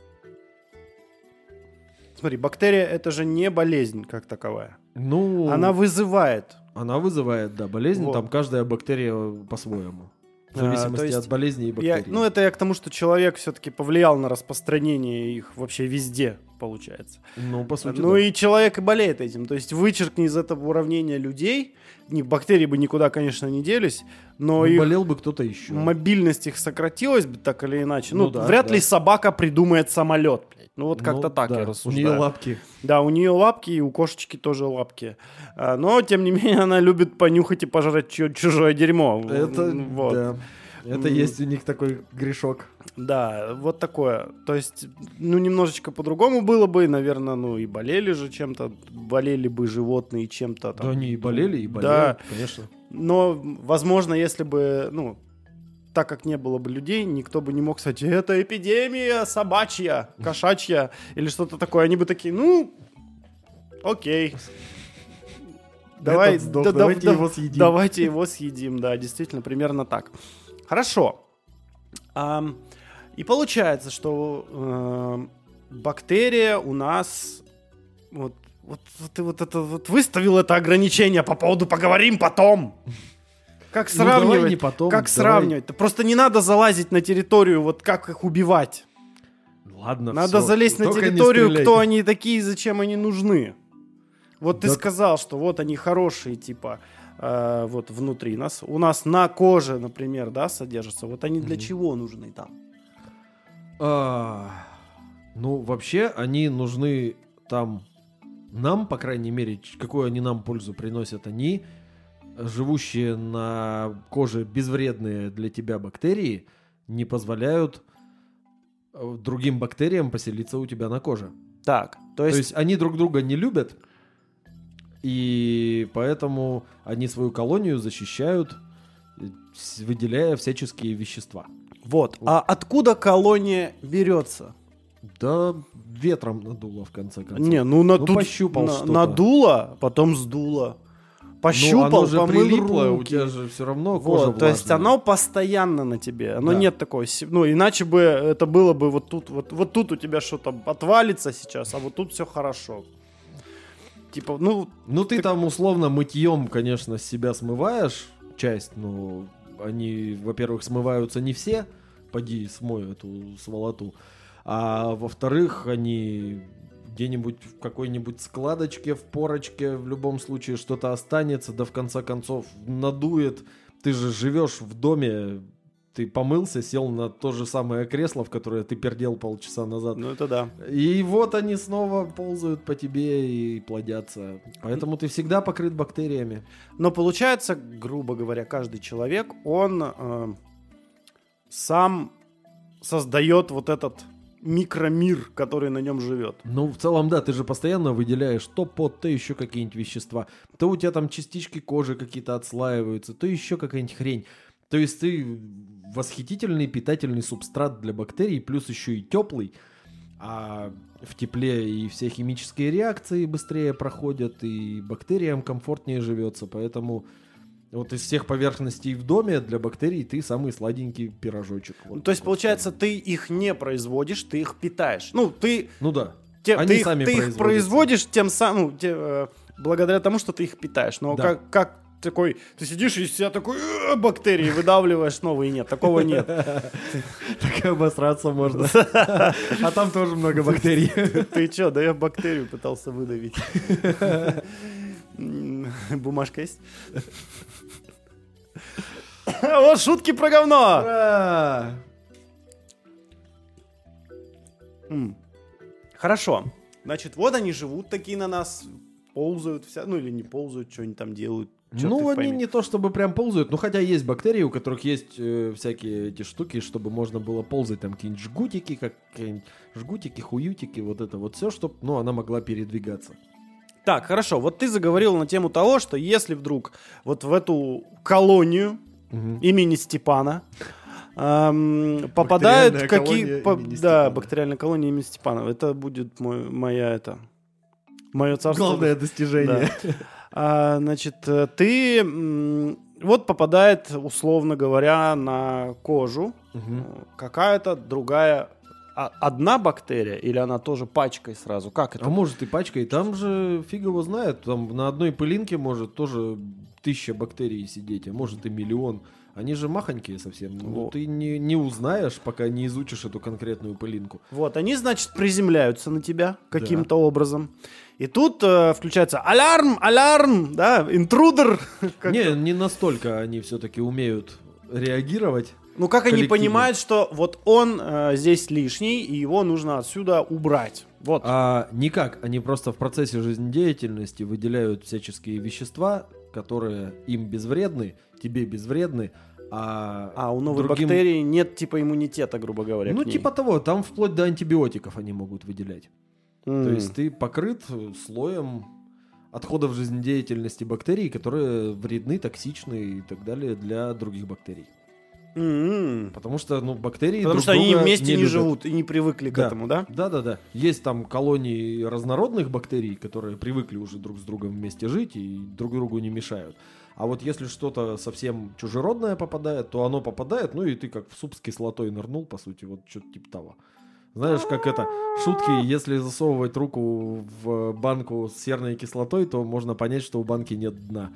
A: Смотри, бактерия — это же не болезнь как таковая.
B: Ну,
A: Она вызывает.
B: Она вызывает, да, болезнь.
A: Вот.
B: Там каждая бактерия по-своему. В зависимости
A: А, то есть
B: от болезни и
A: Я,
B: бактерий.
A: ну, это я к тому, что человек все-таки повлиял на распространение их вообще везде, получается.
B: Ну, по сути,
A: Ну
B: да.
A: и человек и болеет этим. То есть вычеркни из этого уравнения людей, ни- бактерии бы никуда, конечно, не делись, но
B: Ну,
A: их
B: болел бы кто-то еще.
A: мобильность их сократилась бы так или иначе. Ну,
B: Ну да,
A: вряд
B: да.
A: ли собака придумает самолет, блядь. Ну вот как-то
B: Ну,
A: так
B: да,
A: я
B: у
A: рассуждаю.
B: нее лапки.
A: Да, у нее лапки, и у кошечки тоже лапки. А, но, тем не менее, она любит понюхать и пожрать чу- чужое дерьмо.
B: Это,
A: вот.
B: да. Это
A: М.
B: есть у них такой грешок.
A: Да, вот такое. То есть, ну, немножечко по-другому было бы, наверное, ну, и болели же чем-то, болели бы животные чем-то. Там.
B: Да они и болели, и
A: Да.
B: болели, конечно.
A: Но, возможно, если бы, ну, так как не было бы людей, никто бы не мог сказать, это эпидемия собачья, кошачья или что-то такое. Они бы такие, ну, окей. Давай,
B: Этот сдох,
A: да- да-
B: давайте
A: да-
B: его съедим.
A: Давайте его съедим, да, действительно, примерно так. Хорошо. Ам, и получается, что эм, бактерия у нас... Вот, вот, вот ты вот это вот выставил это ограничение по поводу «поговорим потом». Как
B: Ну, давай
A: сравнивать?
B: не потом,
A: как
B: давай.
A: сравнивать? Просто не надо залазить на территорию, вот как их убивать.
B: Ладно,
A: Надо
B: всё.
A: залезть на
B: Только не
A: территорию,
B: стреляй.
A: кто они такие и зачем они нужны. Вот ты
B: Да.
A: сказал, что вот они хорошие, типа, э, вот внутри нас. У нас на коже, например, да, содержатся. Вот они для
B: Мгм.
A: чего нужны там?
B: А, ну, вообще, они нужны там нам, по крайней мере, ч- какую они нам пользу приносят. Они, живущие на коже безвредные для тебя бактерии, не позволяют э, другим бактериям поселиться у тебя на коже.
A: Так, то
B: То
A: есть,
B: есть они друг друга не любят, и поэтому они свою колонию защищают, э, с- выделяя всяческие вещества.
A: вот. А откуда колония берется?
B: Да ветром надуло, в конце концов.
A: Не, ну, наду...
B: пощупал
A: на-
B: что-то.
A: надуло, потом сдуло. пощупал,
B: ну, оно же
A: помыл
B: прилипло,
A: руки.
B: у тебя же все равно
A: Вот,
B: кожа влажная.
A: то есть оно постоянно на тебе. Оно
B: Да.
A: нет такой... Ну, иначе бы это было бы вот тут, вот, вот тут у тебя что-то отвалится сейчас, а вот тут все хорошо. Типа, ну...
B: Ну, ты
A: так-
B: там условно мытьем, конечно, с себя смываешь часть, но они, во-первых, смываются не все, поди смой эту сволоту, а во-вторых, они где-нибудь в какой-нибудь складочке, в порочке в любом случае что-то останется, да в конце концов надует. Ты же живешь в доме, ты помылся, сел на то же самое кресло, в которое ты пердел полчаса назад.
A: Ну, это да.
B: И вот они снова ползают по тебе и плодятся. Поэтому ты всегда покрыт бактериями.
A: Но получается, грубо говоря, каждый человек, он э, сам создает вот этот микромир, который на нем живет.
B: Ну, в целом, да, ты же постоянно выделяешь то пот, то еще какие-нибудь вещества. То у тебя там частички кожи какие-то отслаиваются, то еще какая-нибудь хрень. То есть ты восхитительный питательный субстрат для бактерий, плюс еще и теплый. А в тепле и все химические реакции быстрее проходят, и бактериям комфортнее живется. Поэтому вот из всех поверхностей в доме для бактерий ты самый сладенький пирожочек. Вот
A: Ну, то есть,
B: так вот
A: получается,
B: скажем.
A: ты их не производишь, ты их питаешь. Ну, ты,
B: Ну да.
A: те-
B: Они
A: ты, их-
B: сами
A: ты их
B: производятся.
A: производишь тем самым, ну, те, э, благодаря тому, что ты их питаешь. Но
B: Да.
A: как, как такой, ты сидишь и из себя такой «Э, бактерии выдавливаешь новые, нет, такого нет.
B: Так обосраться можно. А там тоже много бактерий.
A: Ты чё, да я бактерию пытался выдавить. М, Бумажка есть? Вот шутки про говно!
B: Ура!
A: М. Хорошо. Значит, вот они живут такие на нас, ползают вся, ну или не ползают, что они там делают. Чё
B: Ну,
A: ты
B: они
A: пойми.
B: не то чтобы прям ползают, ну хотя есть бактерии, у которых есть э, всякие эти штуки, чтобы можно было ползать, там какие-нибудь жгутики, как какие-нибудь жгутики, хуютики, вот это вот все, чтобы, ну, она могла передвигаться.
A: Так, хорошо. Вот ты заговорил на тему того, что если вдруг вот в эту колонию имени Степана эм, попадают
B: Бактериальная
A: какие...
B: колония
A: по-
B: имени
A: да,
B: Степана.
A: бактериальная колония имени Степанова. Это будет мой, моя это... Мое царство.
B: Главное достижение.
A: Да. А, значит, э, ты м, вот попадает, условно говоря, на кожу
B: Мгм.
A: э, какая-то другая, а- одна бактерия или она тоже пачкой сразу? Как это?
B: А может и пачкой, там же фиг его знает, там на одной пылинке может тоже тысяча бактерий сидеть, а может и миллион. Они же махонькие совсем. Ну,
A: Вот.
B: ты не, не узнаешь, пока не изучишь эту конкретную пылинку.
A: Вот, они, значит, приземляются на тебя каким-то образом. И тут э, включается алярм, алярм, да, интрудер. Как-
B: Не, не настолько они все-таки умеют реагировать.
A: Ну, как они
B: коллективно.
A: понимают, что вот он э, здесь лишний, и его нужно отсюда убрать. Вот.
B: А никак, они просто в процессе жизнедеятельности выделяют всяческие вещества, которые им безвредны, тебе безвредны, а,
A: А у новой
B: другим-
A: бактерии нет типа иммунитета, грубо говоря.
B: Ну,
A: к ней.
B: типа того, там вплоть до антибиотиков они могут выделять.
A: М.
B: То есть ты покрыт слоем отходов жизнедеятельности бактерий, которые вредны, токсичны и так далее для других бактерий.
A: М-м.
B: Потому что, ну, бактерии
A: Потому
B: друг
A: что они
B: друга
A: вместе не,
B: любят.
A: живут и не привыкли к
B: Да.
A: этому, да?
B: Да-да-да. Есть там колонии разнородных бактерий, которые привыкли уже друг с другом вместе жить и друг другу не мешают. А вот если что-то совсем чужеродное попадает, то оно попадает, ну и ты как в суп с кислотой нырнул, по сути, вот что-то типа того. Знаешь, как это, шутки, если засовывать руку в банку с серной кислотой, то можно понять, что у банки нет дна.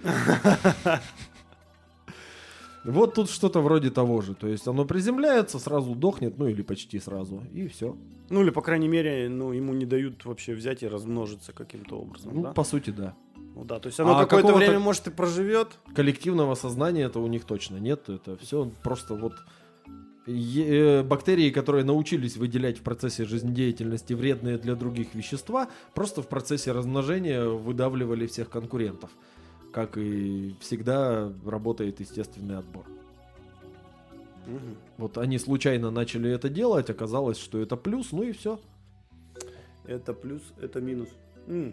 B: Вот тут что-то вроде того же. То есть оно приземляется, сразу дохнет, ну или почти сразу, и все.
A: Ну или, по крайней мере, ну, ему не дают вообще взять и размножиться каким-то образом,
B: Ну,
A: да?
B: по сути, да.
A: Ну да, то есть оно
B: А
A: какое-то
B: какого-то-
A: время, может, и проживет.
B: Коллективного сознания это у них точно нет. Это все просто вот е- э, бактерии, которые научились выделять в процессе жизнедеятельности вредные для других вещества, просто в процессе размножения выдавливали всех конкурентов. Как и всегда работает естественный отбор.
A: Мгм.
B: Вот они случайно начали это делать, оказалось, что это плюс, ну и все.
A: Это плюс, это минус. М.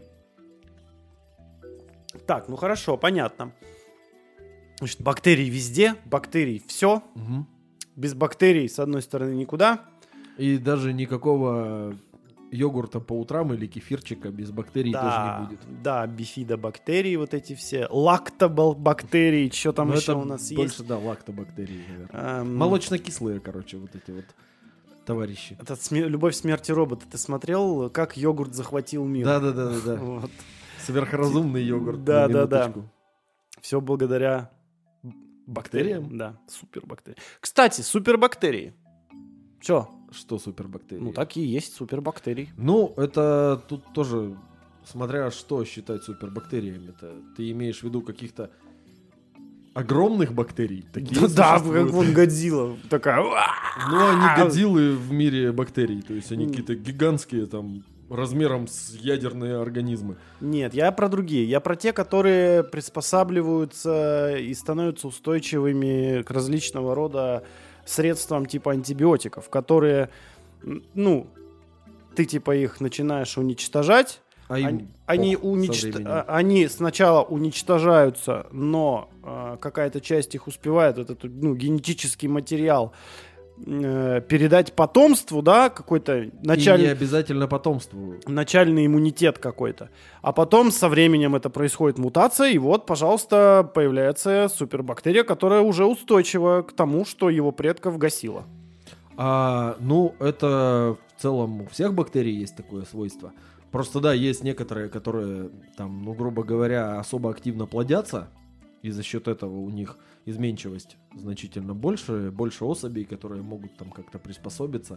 A: Так, ну хорошо, понятно. Значит, бактерии везде, бактерий все. Без бактерий, с одной стороны, никуда.
B: И даже никакого йогурта по утрам или кефирчика без бактерий
A: да,
B: тоже не будет.
A: Да, бифидобактерии вот эти все, лактобактерии, что там
B: Но
A: еще
B: это
A: у нас
B: больше,
A: есть.
B: да, лактобактерии, наверное.
A: Эм,
B: Молочно-кислые, короче, вот эти вот товарищи.
A: Этот сме- «Любовь, смерти робота». Ты смотрел, как йогурт захватил мир?
B: Да-да-да-да.
A: Вот.
B: Сверхразумный йогурт.
A: Да,
B: на
A: да, да.
B: минуточку.
A: Все благодаря бактериям.
B: Бактериям?
A: Да, супербактерии. Кстати, супербактерии. Что?
B: Что супербактерии?
A: Ну, так и есть супербактерии.
B: Ну, это тут тоже, смотря что считать супербактериями-то. Ты имеешь в виду каких-то огромных бактерий? Такие
A: Да, как
B: существуют.
A: вон Годзилла. Такая...
B: Ну, они годзиллы в мире бактерий. То есть они
A: М.
B: какие-то гигантские там размером с ядерные организмы.
A: Нет, я про другие. Я про те, которые приспосабливаются и становятся устойчивыми к различного рода средствам типа антибиотиков, которые, м, ну, ты типа их начинаешь уничтожать,
B: А им
A: они, они,
B: пох со
A: уничт-
B: временем.
A: а- они сначала уничтожаются, но а, какая-то часть их успевает, вот этот, ну, генетический материал, э, передать потомству, да, какой-то
B: И
A: начальный...
B: не обязательно потомству.
A: начальный иммунитет какой-то. А потом со временем это происходит мутация, и вот, пожалуйста, появляется супербактерия, которая уже устойчива к тому, что его предков гасило.
B: А, ну, это в целом у всех бактерий есть такое свойство. Просто да, есть некоторые, которые там, ну, грубо говоря, особо активно плодятся, и за счет этого у них изменчивость значительно больше, больше особей, которые могут там как-то приспособиться.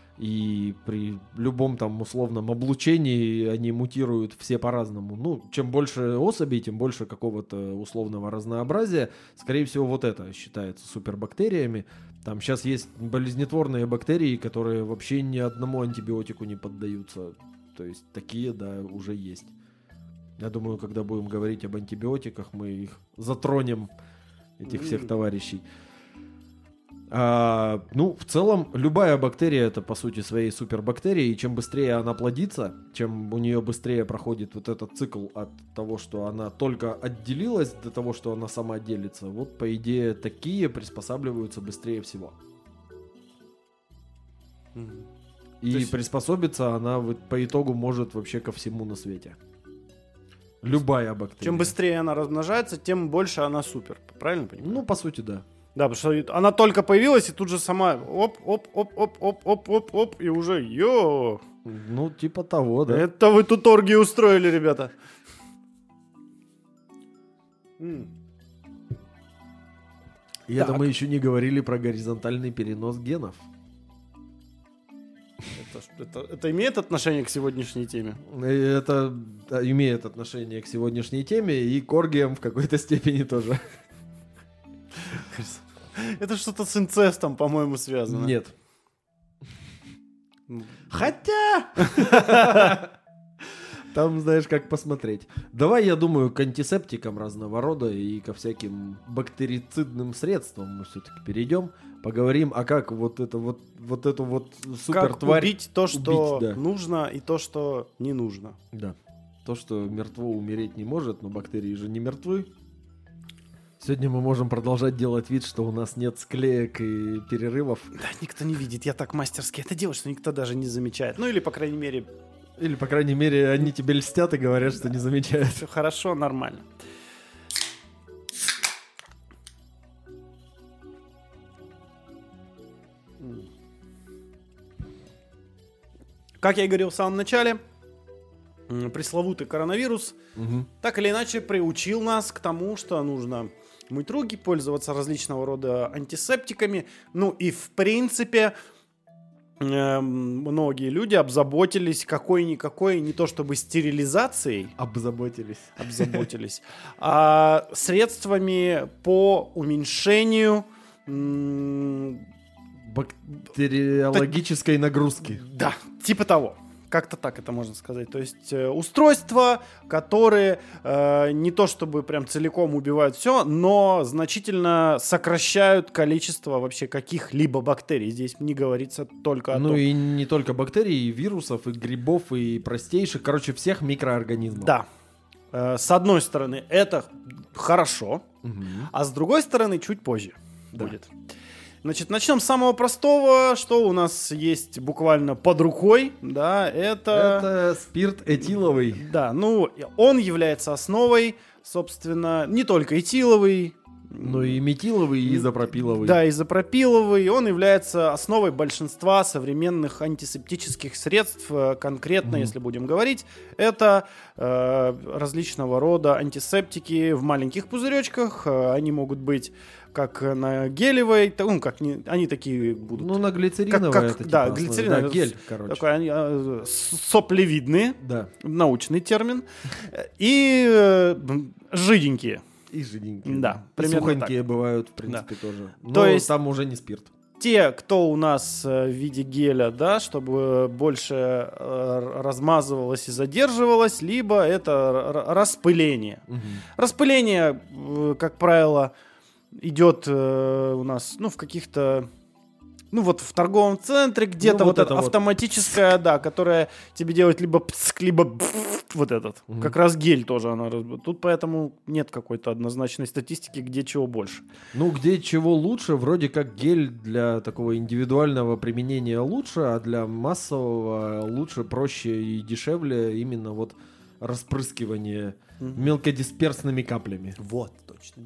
B: И при любом там условном облучении они мутируют все по-разному. Ну, чем больше особей, тем больше какого-то условного разнообразия. Скорее всего, вот это считается супербактериями. Там сейчас есть болезнетворные бактерии, которые вообще ни одному антибиотику не поддаются. То есть такие, да, уже есть. Я думаю, когда будем говорить об антибиотиках, мы их затронем, этих всех товарищей. А, ну, в целом, любая бактерия это, по сути, своей супербактерия, и чем быстрее она плодится, чем у нее быстрее проходит вот этот цикл от того, что она только отделилась, до того, что она сама делится, вот, по идее, такие приспосабливаются быстрее всего. И
A: То есть-
B: приспособиться она вот по итогу может вообще ко всему на свете. Любая бактерия.
A: Чем быстрее она размножается, тем больше она супер. Правильно понимаю?
B: Ну, по сути, да.
A: Да, потому что она только появилась, и тут же сама оп-оп-оп-оп-оп-оп-оп, и уже йо!
B: Ну, типа того, да.
A: Это вы тут оргии устроили, ребята. М.
B: И это
A: Так.
B: мы еще не говорили про горизонтальный перенос генов.
A: Это, ж- это, это имеет отношение к сегодняшней теме?
B: И это да, имеет отношение к сегодняшней теме и к оргиям в какой-то степени тоже.
A: Это что-то с инцестом, по-моему, связано.
B: Нет.
A: М.
B: Хотя... Там, знаешь, как посмотреть. Давай, я думаю, к антисептикам разного рода и ко всяким бактерицидным средствам мы все-таки перейдем. Поговорим, а как вот это вот, вот эту вот
A: Как
B: супертварь...
A: убить то, что
B: убить, да.
A: нужно, и то, что не нужно.
B: Да. То, что мертво умереть не может, но бактерии же не мертвы. Сегодня мы можем продолжать делать вид, что у нас нет склеек и перерывов.
A: Да, никто не видит, я так мастерски это делаю, что никто даже не замечает. Ну или, по крайней мере,
B: Или, по крайней мере, они тебе льстят и говорят, что не замечают.
A: все хорошо, нормально. Как я и говорил в самом начале, м, пресловутый коронавирус
B: Мгм.
A: так или иначе приучил нас к тому, что нужно мыть руки, пользоваться различного рода антисептиками. Ну и в принципе эм, многие люди обзаботились какой-никакой, не то чтобы стерилизацией,
B: Обзаботились.
A: обзаботились, а средствами по уменьшению м,
B: Бактериологической нагрузки.
A: да, типа того. Как-то так это можно сказать. То есть э, устройства, которые э, не то чтобы прям целиком убивают все, но значительно сокращают количество вообще каких-либо бактерий. Здесь не говорится только о
B: Ну
A: том.
B: и не только бактерий, и вирусов, и грибов, и простейших, короче, всех микроорганизмов.
A: Да. Э, с одной стороны, это хорошо,
B: Мгм.
A: а с другой стороны, чуть позже
B: Да.
A: будет. Значит, начнем с самого простого, что у нас есть буквально под рукой, да, это...
B: Это спирт этиловый.
A: Да, ну, он является основой, собственно, не только этиловый,
B: Ну и метиловый, и изопропиловый.
A: Да, изопропиловый. Он является основой большинства современных антисептических средств. Конкретно, mm-hmm. если будем говорить, это э, различного рода антисептики в маленьких пузыречках. Они могут быть как на гелевой, ну, как не, они такие будут.
B: Ну, на глицериновой.
A: Как, как,
B: это,
A: да,
B: типа,
A: глицериновый.
B: Да, гель, короче.
A: Такой, они, э, соплевидные,
B: да.
A: научный термин. И э, жиденькие.
B: И жиденькие.
A: Да,
B: и сухонькие
A: так.
B: бывают, в принципе, да. тоже. Но
A: То есть
B: там уже не спирт.
A: Те, кто у нас в виде геля, да, чтобы больше э, размазывалось и задерживалось, либо это р- распыление.
B: Угу.
A: Распыление, э, как правило, идет э, у нас, ну, в каких-то... Ну вот в торговом центре где-то ну, вот, вот это автоматическое, вот. Да, которое тебе делает либо пск, либо пфф, вот этот. Угу. Как раз гель тоже она. Тут поэтому нет какой-то однозначной статистики, где чего больше.
B: Ну, где чего лучше, вроде как гель для такого индивидуального применения лучше, а для массового лучше, проще и дешевле именно вот распрыскивание угу. мелкодисперсными каплями.
A: Вот, точно.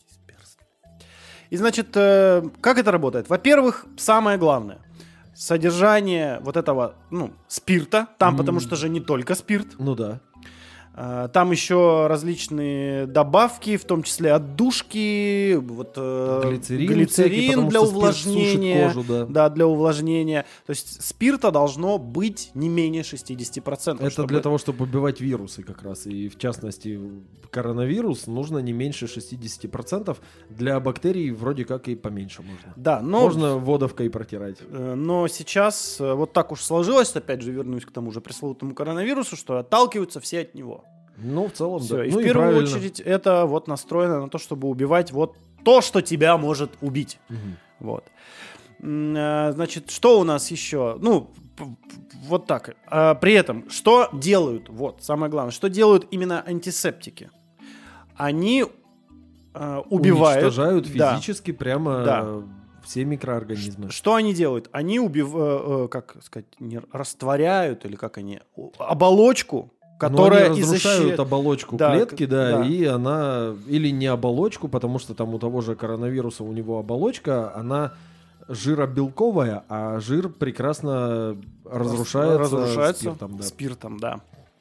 A: И, значит, э, как это работает? Во-первых, самое главное, содержание вот этого, ну, спирта, там, mm. потому что же не только спирт.
B: Ну да.
A: Э, там еще различные добавки, в том числе отдушки, вот, э, глицерин, глицерин всякий, для увлажнения. Кожу, да. да, для увлажнения. То есть спирта должно быть не менее шестьдесят процентов.
B: Это чтобы... для того, чтобы убивать вирусы как раз. И в частности, коронавирус нужно не меньше шестьдесят процентов. Для бактерий вроде как и поменьше можно.
A: Да, но...
B: Можно водовкой протирать.
A: Но сейчас вот так уж сложилось, опять же вернусь к тому же пресловутому коронавирусу, что отталкиваются все от него.
B: Ну, в целом,
A: Всё.
B: да.
A: И
B: ну,
A: в
B: и
A: первую
B: правильно.
A: очередь это вот настроено на то, чтобы убивать вот то, что тебя может убить.
B: Угу.
A: Вот. Значит, что у нас еще? Ну, вот так. При этом, что делают? Вот, самое главное. Что делают именно антисептики? Они убивают...
B: Уничтожают физически
A: да.
B: прямо...
A: Да.
B: Все микроорганизмы.
A: Что они делают? Они убивают, как сказать, не растворяют, или как они, оболочку, которая
B: они разрушают
A: защищает...
B: оболочку
A: да,
B: клетки, да,
A: да,
B: и она, или не оболочку, потому что там у того же коронавируса у него оболочка, она жиробелковая, а жир прекрасно разрушается,
A: разрушается
B: спиртом. Да.
A: спиртом, да.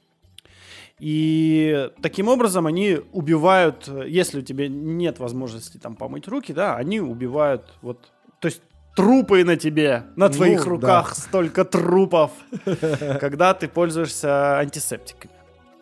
A: И таким образом они убивают, если у тебя нет возможности там помыть руки, да, они убивают вот, то есть трупы на тебе, на твоих ну, руках да. столько трупов, когда ты пользуешься антисептиками.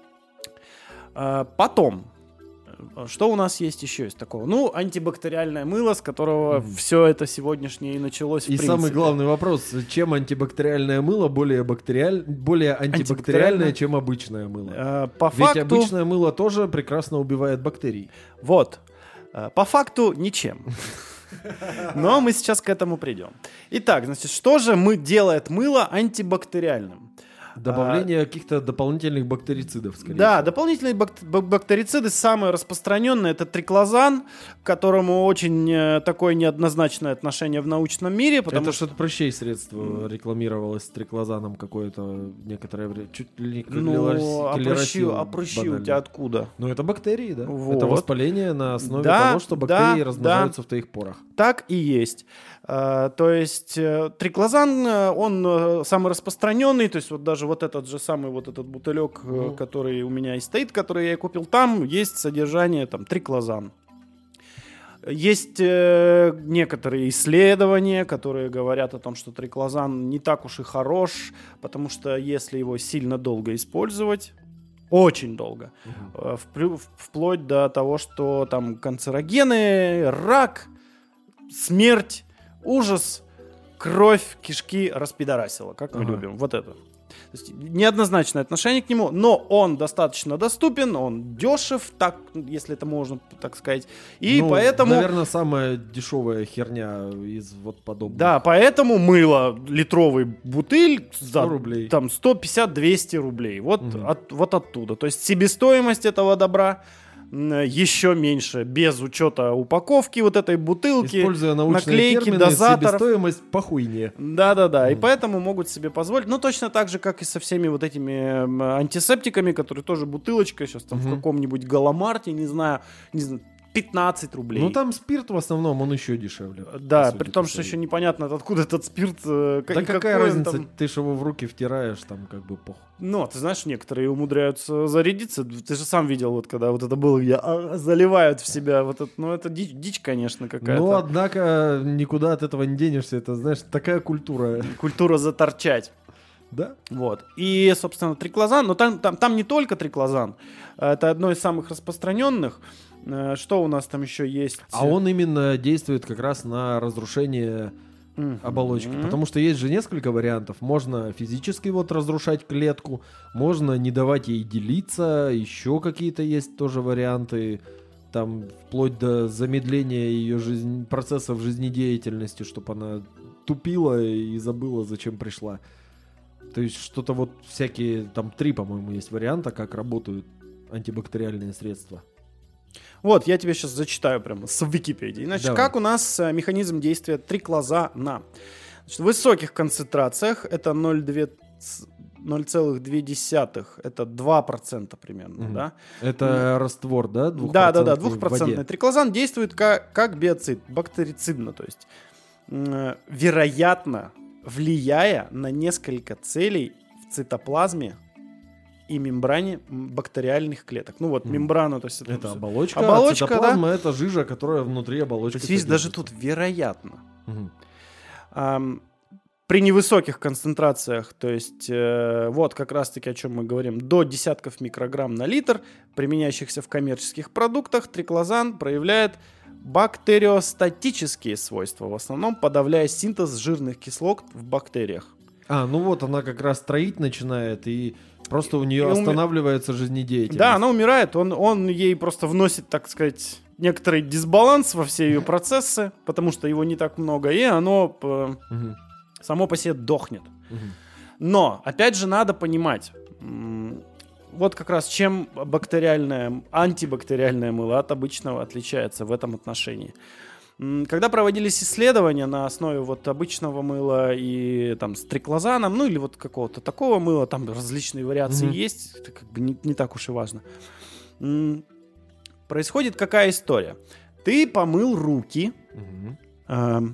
A: Потом, что у нас есть еще из такого? Ну, антибактериальное мыло, с которого mm-hmm. все это сегодняшнее и началось.
B: И
A: в
B: самый главный вопрос, чем антибактериальное мыло более, бактериаль... более антибактериальное, чем обычное мыло?
A: А, по
B: Ведь
A: факту...
B: обычное мыло тоже прекрасно убивает бактерий.
A: Вот. По факту ничем. Но мы сейчас к этому придем. Итак, значит, что же мы делает мыло антибактериальным?
B: Добавление а, каких-то дополнительных бактерицидов, скорее
A: Да,
B: всего.
A: дополнительные бак- бактерициды самые распространенные. Это триклозан, к которому очень э, такое неоднозначное отношение в научном мире. Потому
B: это
A: что
B: от прыщей средство рекламировалось с триклозаном какое-то некоторое время. Чуть ли
A: ну, а прыщи, а прыщи у тебя откуда?
B: Ну, это бактерии, да.
A: Вот.
B: Это воспаление на основе
A: да,
B: того, что бактерии
A: да,
B: размножаются
A: да.
B: в твоих порах.
A: Так и есть. Uh, то есть uh, триклозан, uh, он uh, самый распространенный, то есть вот даже вот этот же самый вот этот бутылек, uh, mm. который у меня и стоит, который я и купил, там есть содержание там триклозан. Есть uh, некоторые исследования, которые говорят о том, что триклозан не так уж и хорош, потому что если его сильно долго использовать, очень долго, uh-huh. uh, вплю- вплоть до того, что там канцерогены, рак, смерть, ужас, кровь, кишки распидорасила, как мы ага. любим. Вот это. То есть неоднозначное отношение к нему, но он достаточно доступен, он дешев, так, если это можно так сказать. И
B: ну,
A: поэтому...
B: наверное, самая дешевая херня из вот подобных.
A: Да, поэтому мыло, литровый бутыль за
B: рублей.
A: Там сто пятьдесят - двести рублей. Вот,
B: угу.
A: от, вот оттуда. То есть себестоимость этого добра еще меньше, без учета упаковки вот этой бутылки,
B: используя научные
A: наклейки,
B: термины,
A: дозаторов.
B: себестоимость похуйнее.
A: Да-да-да,
B: Mm.
A: и поэтому могут себе позволить, ну, точно так же, как и со всеми вот этими антисептиками, которые тоже бутылочка сейчас там mm-hmm. в каком-нибудь Галамарте, не знаю, не знаю, пятнадцать рублей.
B: Ну, там спирт в основном, он еще дешевле.
A: Да, при том, что еще непонятно, откуда этот спирт.
B: Да какая разница, там... ты же его в руки втираешь, там как бы похуй.
A: Ну, ты знаешь, некоторые умудряются зарядиться. Ты же сам видел, вот когда вот это было, где заливают в себя вот это, ну, это дичь, дичь, конечно, какая-то.
B: Ну, однако, никуда от этого не денешься, это, знаешь, такая культура.
A: Культура заторчать.
B: Да.
A: Вот. И, собственно, триклозан, но там, там, там не только триклозан, это одно из самых распространенных. Что у нас там еще есть?
B: А он именно действует как раз на разрушение mm-hmm. оболочки. Mm-hmm. Потому что есть же несколько вариантов. Можно физически вот разрушать клетку, можно не давать ей делиться, еще какие-то есть тоже варианты. Там вплоть до замедления ее жизнь, процессов жизнедеятельности, чтобы она тупила и забыла, зачем пришла. То есть что-то вот всякие, там три, по-моему, есть варианта, как работают антибактериальные средства.
A: Вот, я тебе сейчас зачитаю прямо с Википедии. Значит, Давай. Как у нас механизм действия триклозана? Значит, в высоких концентрациях это ноль целых две десятых, это два процента примерно, угу. да?
B: Это mm. раствор, да?
A: Да, да, да, двухпроцентный триклозан действует как, как биоцид, бактерицидно, то есть э, вероятно, влияя на несколько целей в цитоплазме и мембране бактериальных клеток. Ну вот, mm. мембрана, то есть...
B: Это, это оболочка,
A: оболочка,
B: а цитоплазма
A: да?
B: Это жижа, которая внутри оболочки.
A: То есть, видишь, даже тут вероятно.
B: Mm-hmm.
A: Um, при невысоких концентрациях, то есть, э, вот как раз-таки о чем мы говорим, до десятков микрограмм на литр, применяющихся в коммерческих продуктах, триклозан проявляет бактериостатические свойства, в основном подавляя синтез жирных кислот в бактериях.
B: А, ну вот она как раз троить начинает, и просто у нее и останавливается уми... жизнедеятельность.
A: Да, она умирает, он, он ей просто вносит, так сказать, некоторый дисбаланс во все ее процессы, потому что его не так много, и оно по... угу. само по себе дохнет. Угу. Но, опять же, надо понимать, вот как раз чем бактериальное, антибактериальное мыло от обычного отличается в этом отношении. Когда проводились исследования на основе вот обычного мыла и там с триклозаном, ну или вот какого-то такого мыла, там различные вариации mm-hmm. есть, это как бы не, не так уж и важно. М- происходит какая история? Ты помыл руки, mm-hmm. э-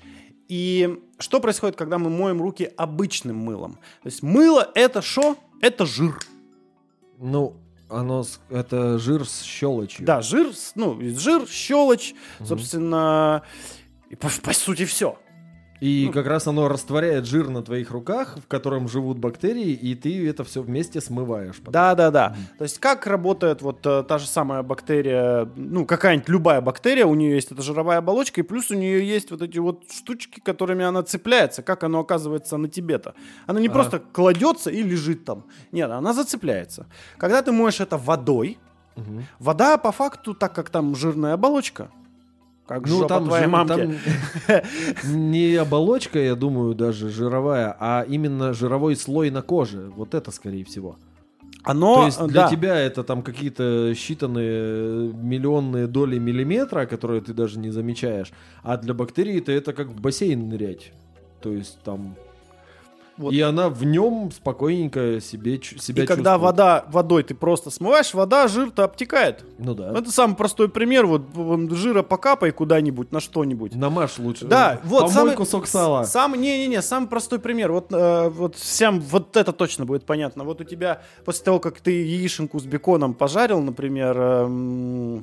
A: и что происходит, когда мы моем руки обычным мылом? То есть мыло это что? Это жир.
B: Ну... Оно, это жир с щелочью.
A: Да, жир, ну, жир, щелочь, угу. собственно, и по, по сути все.
B: И
A: ну,
B: как раз оно растворяет жир на твоих руках, в котором живут бактерии, и ты это все вместе смываешь. Потом.
A: Да, да, да.
B: Mm.
A: То есть как работает вот э, та же самая бактерия, ну, какая-нибудь любая бактерия, у нее есть эта жировая оболочка, и плюс у нее есть вот эти вот штучки, которыми она цепляется, как оно оказывается на тебе-то. Она не а. просто кладется и лежит там. Нет, она зацепляется. Когда ты моешь это водой, угу. вода по факту, так как там жирная оболочка, как ну, жопа там твоей жир, мамки.
B: Там не оболочка, я думаю, даже жировая, а именно жировой слой на коже. Вот это, скорее всего.
A: Оно,
B: То есть для
A: да.
B: тебя это там какие-то считанные миллионные доли миллиметра, которые ты даже не замечаешь. А для бактерии-то это как в бассейн нырять. То есть там... Вот. И она в нем спокойненько себе, себя чувствует.
A: И когда вода, водой ты просто смываешь, вода, жир-то обтекает.
B: Ну да.
A: Это самый простой пример. Вот жира покапай куда-нибудь, на что-нибудь.
B: Намажь лучше.
A: Да, вот.
B: Помой
A: самый,
B: кусок сала.
A: Сам, не-не-не, самый простой пример. Вот, э, вот всем вот это точно будет понятно. Вот у тебя после того, как ты яишенку с беконом пожарил, например... Э,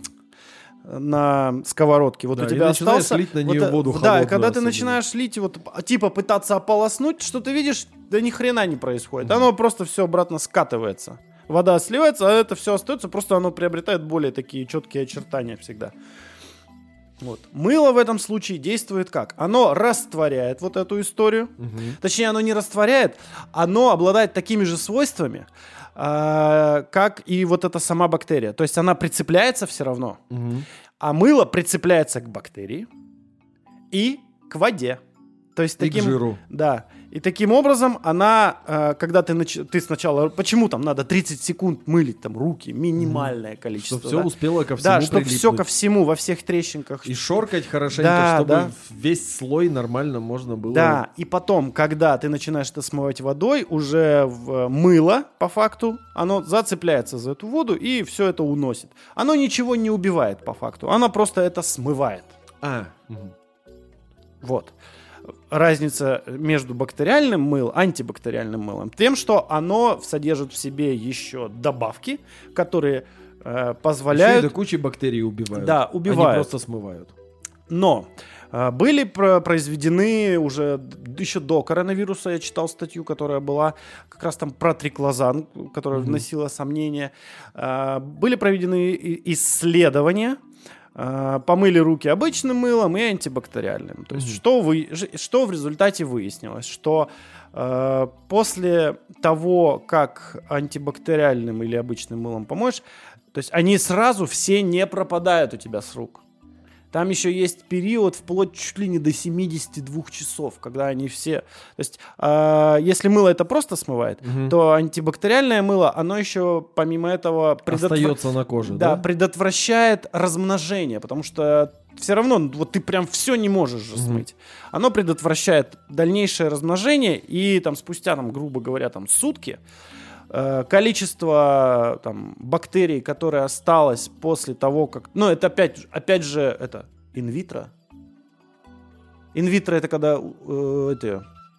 A: на сковородке. Вот
B: да,
A: у тебя остался...
B: лить на нее
A: вот,
B: воду
A: да,
B: холодную.
A: и когда ты
B: особенно.
A: начинаешь лить, вот, типа пытаться ополоснуть, что ты видишь, да ни хрена не происходит. Mm-hmm. Оно просто все обратно скатывается. Вода сливается, а это все остается, просто оно приобретает более такие четкие очертания всегда. Вот. Мыло в этом случае действует как? Оно растворяет вот эту историю. Mm-hmm. Точнее, оно не растворяет, оно обладает такими же свойствами, как и вот эта сама бактерия. То есть она прицепляется все равно, угу. а мыло прицепляется к бактерии и к воде. То есть
B: И к
A: таким,
B: жиру.
A: да. И таким образом она, э, когда ты, нач... ты сначала, почему там надо тридцать секунд мылить там руки, минимальное количество.
B: Чтобы все
A: да?
B: успело ко всему
A: Да, чтобы
B: прилипнуть.
A: все ко всему, во всех трещинках.
B: И шоркать хорошенько,
A: Да,
B: чтобы
A: да.
B: весь слой нормально можно было.
A: Да, и потом, когда ты начинаешь это смывать водой, уже в мыло, по факту, оно зацепляется за эту воду и все это уносит. Оно ничего не убивает, по факту, оно просто это смывает.
B: А, угу.
A: Вот. Разница между бактериальным мылом, антибактериальным мылом, тем, что оно содержит в себе еще добавки, которые э, позволяют...
B: Еще и до кучи бактерий убивают.
A: Да, убивают.
B: Они просто смывают.
A: Но э, были про- произведены уже д- еще до коронавируса, я читал статью, которая была как раз там про триклозан, которая
B: Мгм.
A: вносила сомнения. Э, были проведены и- исследования, э, помыли руки обычным мылом и антибактериальным. То есть
B: Мгм.
A: что, вы, ж- что в результате выяснилось? Что э, после того, как антибактериальным или обычным мылом помоешь, то есть они сразу все не пропадают у тебя с рук. Там еще есть период вплоть чуть ли не до семидесяти двух часов, когда они все... То есть, э, если мыло это просто смывает,
B: Мгм.
A: то антибактериальное мыло, оно еще помимо этого предотвра-
B: Остается на коже,
A: да,
B: да?
A: предотвращает размножение, потому что все равно ну, вот ты прям все не можешь же
B: Мгм.
A: смыть. Оно предотвращает дальнейшее размножение, и там спустя, там, грубо говоря, там, сутки э, количество там, бактерий, которое осталось после того, как... Ну, это опять, опять же, это инвитро. Инвитро — это когда э, это,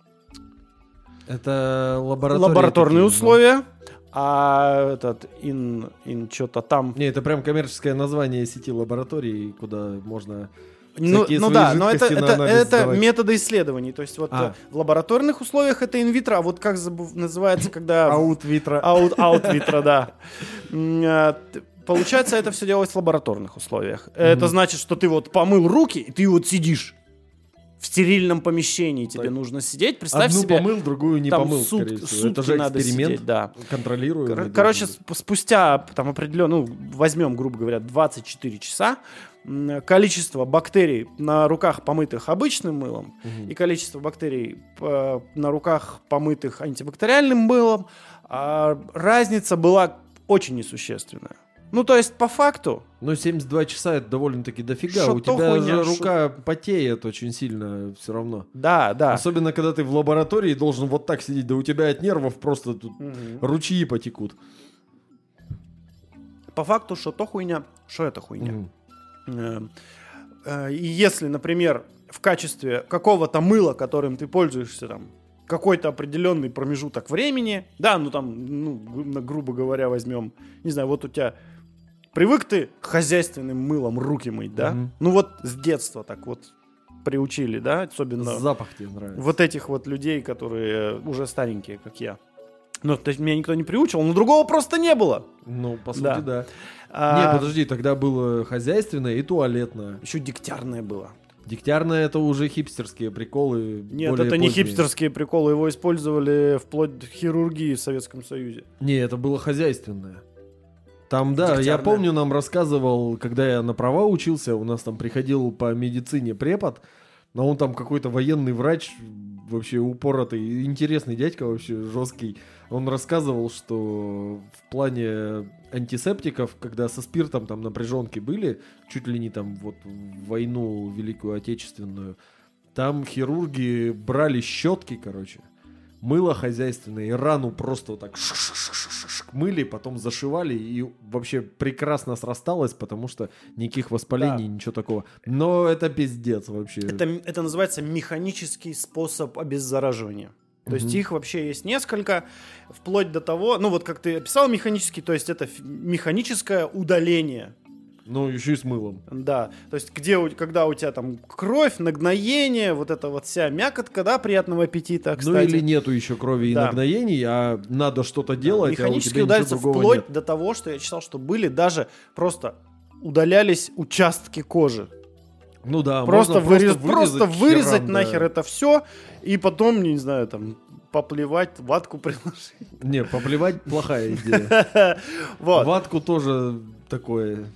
B: Это лаборатория.
A: лабораторные
B: такие,
A: условия, а этот ин, ин что-то там...
B: да? Не, это прям коммерческое название сети лабораторий, куда можно...
A: Ну,
B: всякие
A: ну
B: свои
A: да, но это,
B: жидкости на
A: это,
B: анализ
A: это
B: сдавать.
A: методы исследований. То есть вот
B: А.
A: э, в лабораторных условиях это инвитро, а вот как забыв- называется, когда...
B: Аутвитро.
A: Аут, аутвитро, да. М, а, т- Получается, это все делалось в лабораторных условиях. Это значит, что ты вот помыл руки, и ты вот сидишь в стерильном помещении. Тебе
B: Так.
A: нужно сидеть. Представь
B: Одну
A: себе,
B: помыл, другую не
A: там
B: помыл,
A: сут-
B: скорее всего.
A: сутки
B: Это же
A: надо
B: эксперимент
A: сидеть, да.
B: контролируемый.
A: Кор- Короче,
B: должен быть.
A: сп- спустя там определенно, ну, возьмем, грубо говоря, двадцать четыре часа, м, количество бактерий на руках, помытых обычным мылом,
B: Мгм.
A: и количество бактерий п- на руках, помытых антибактериальным мылом, а, разница была очень несущественная. Ну, то есть, по факту,
B: Ну, семьдесят два часа это довольно-таки дофига.
A: Шо
B: У
A: то
B: тебя
A: хуйня,
B: же
A: шо-
B: рука потеет очень сильно все равно.
A: да, да.
B: Особенно, когда ты в лаборатории должен вот так сидеть, да у тебя от нервов просто тут
A: Мгм.
B: ручьи потекут.
A: По факту, что то хуйня, что это хуйня.
B: Мгм.
A: Э, э, И если, например, в качестве какого-то мыла, которым ты пользуешься, там, какой-то определенный промежуток времени, да, ну там, ну, гру- грубо говоря, возьмем, не знаю, вот у тебя привык ты хозяйственным мылом руки мыть, да?
B: Мгм.
A: Ну вот с детства так вот приучили, да, особенно
B: Запах тебе нравится.
A: вот этих вот людей, которые уже старенькие, как я. Ну, то есть меня никто не приучил, но другого просто не было.
B: Ну, по сути,
A: Да.
B: да.
A: А,
B: Не, подожди, тогда было хозяйственное и туалетное.
A: Еще дегтярное было.
B: Дегтярное это уже хипстерские приколы.
A: Нет,
B: более
A: это не
B: поздние.
A: хипстерские приколы, его использовали вплоть до хирургии в Советском Союзе.
B: Не, это было хозяйственное. Там, да, я
A: Дегтярное.
B: помню, нам рассказывал, когда я на права учился, у нас там приходил по медицине препод, но он там какой-то военный врач, вообще упоротый, интересный дядька вообще, жесткий. Он рассказывал, что в плане антисептиков, когда со спиртом там напряженки были, чуть ли не там вот в войну Великую Отечественную, там хирурги брали щетки, короче, мыло хозяйственное, и рану просто вот так шик-шик-шик-шик мыли, потом зашивали, и вообще прекрасно срасталось, потому что никаких воспалений,
A: Да.
B: ничего такого. Но это пиздец вообще.
A: Это, это называется механический способ обеззараживания. То есть
B: Мгм.
A: их вообще есть несколько, вплоть до того, ну вот как ты описал механический, то есть это ф- механическое удаление.
B: Ну, еще и с мылом.
A: Да, то есть где, у- когда у тебя там кровь, нагноение, вот эта вот вся мякотка, да, приятного аппетита, кстати.
B: Ну или нету еще крови и
A: Да.
B: нагноений, а надо что-то делать,
A: Механически
B: а у тебя
A: удариться
B: ничего другого
A: вплоть
B: нет.
A: до того, что я читал, что были даже просто удалялись участки кожи.
B: Ну да,
A: Просто,
B: можно
A: вырез- просто вырезать
B: херам, да.
A: нахер это все, и потом, не знаю, там, поплевать, ватку приложить.
B: Не, поплевать плохая идея.
A: Вот.
B: Ватку тоже такое.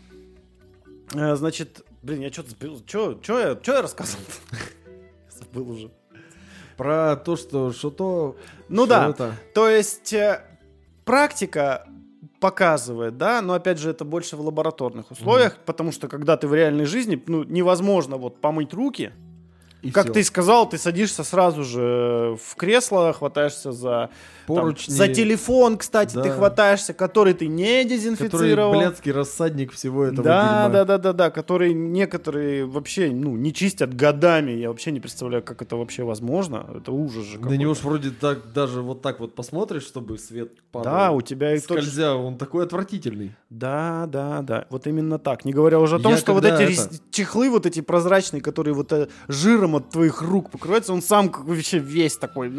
A: Э, Значит, блин, я что-то сбил. Что я, чё я рассказывал? Забыл уже.
B: Про то, что что-то...
A: Ну
B: что
A: да,
B: это...
A: то есть э, практика показывает, да, но опять же это больше в лабораторных условиях, mm. потому что когда ты в реальной жизни, ну, невозможно вот помыть руки. И как все. Ты сказал, ты садишься сразу же в кресло, хватаешься за, там, за телефон, кстати, да. ты хватаешься, который ты не дезинфицировал.
B: Который блядский рассадник всего этого
A: да,
B: дерьма.
A: Да, да, да, да, который некоторые вообще ну, не чистят годами. Я вообще не представляю, как это вообще возможно. Это ужас же какой-то.
B: На него ж вроде так, даже вот так вот посмотришь, чтобы свет падал.
A: Да, у тебя и
B: скользя, тот... он такой отвратительный.
A: Да, да, да, вот именно так. Не говоря уже о том, Я что вот эти это... чехлы, вот эти прозрачные, которые вот жиром от твоих рук покрывается, он сам вообще весь такой.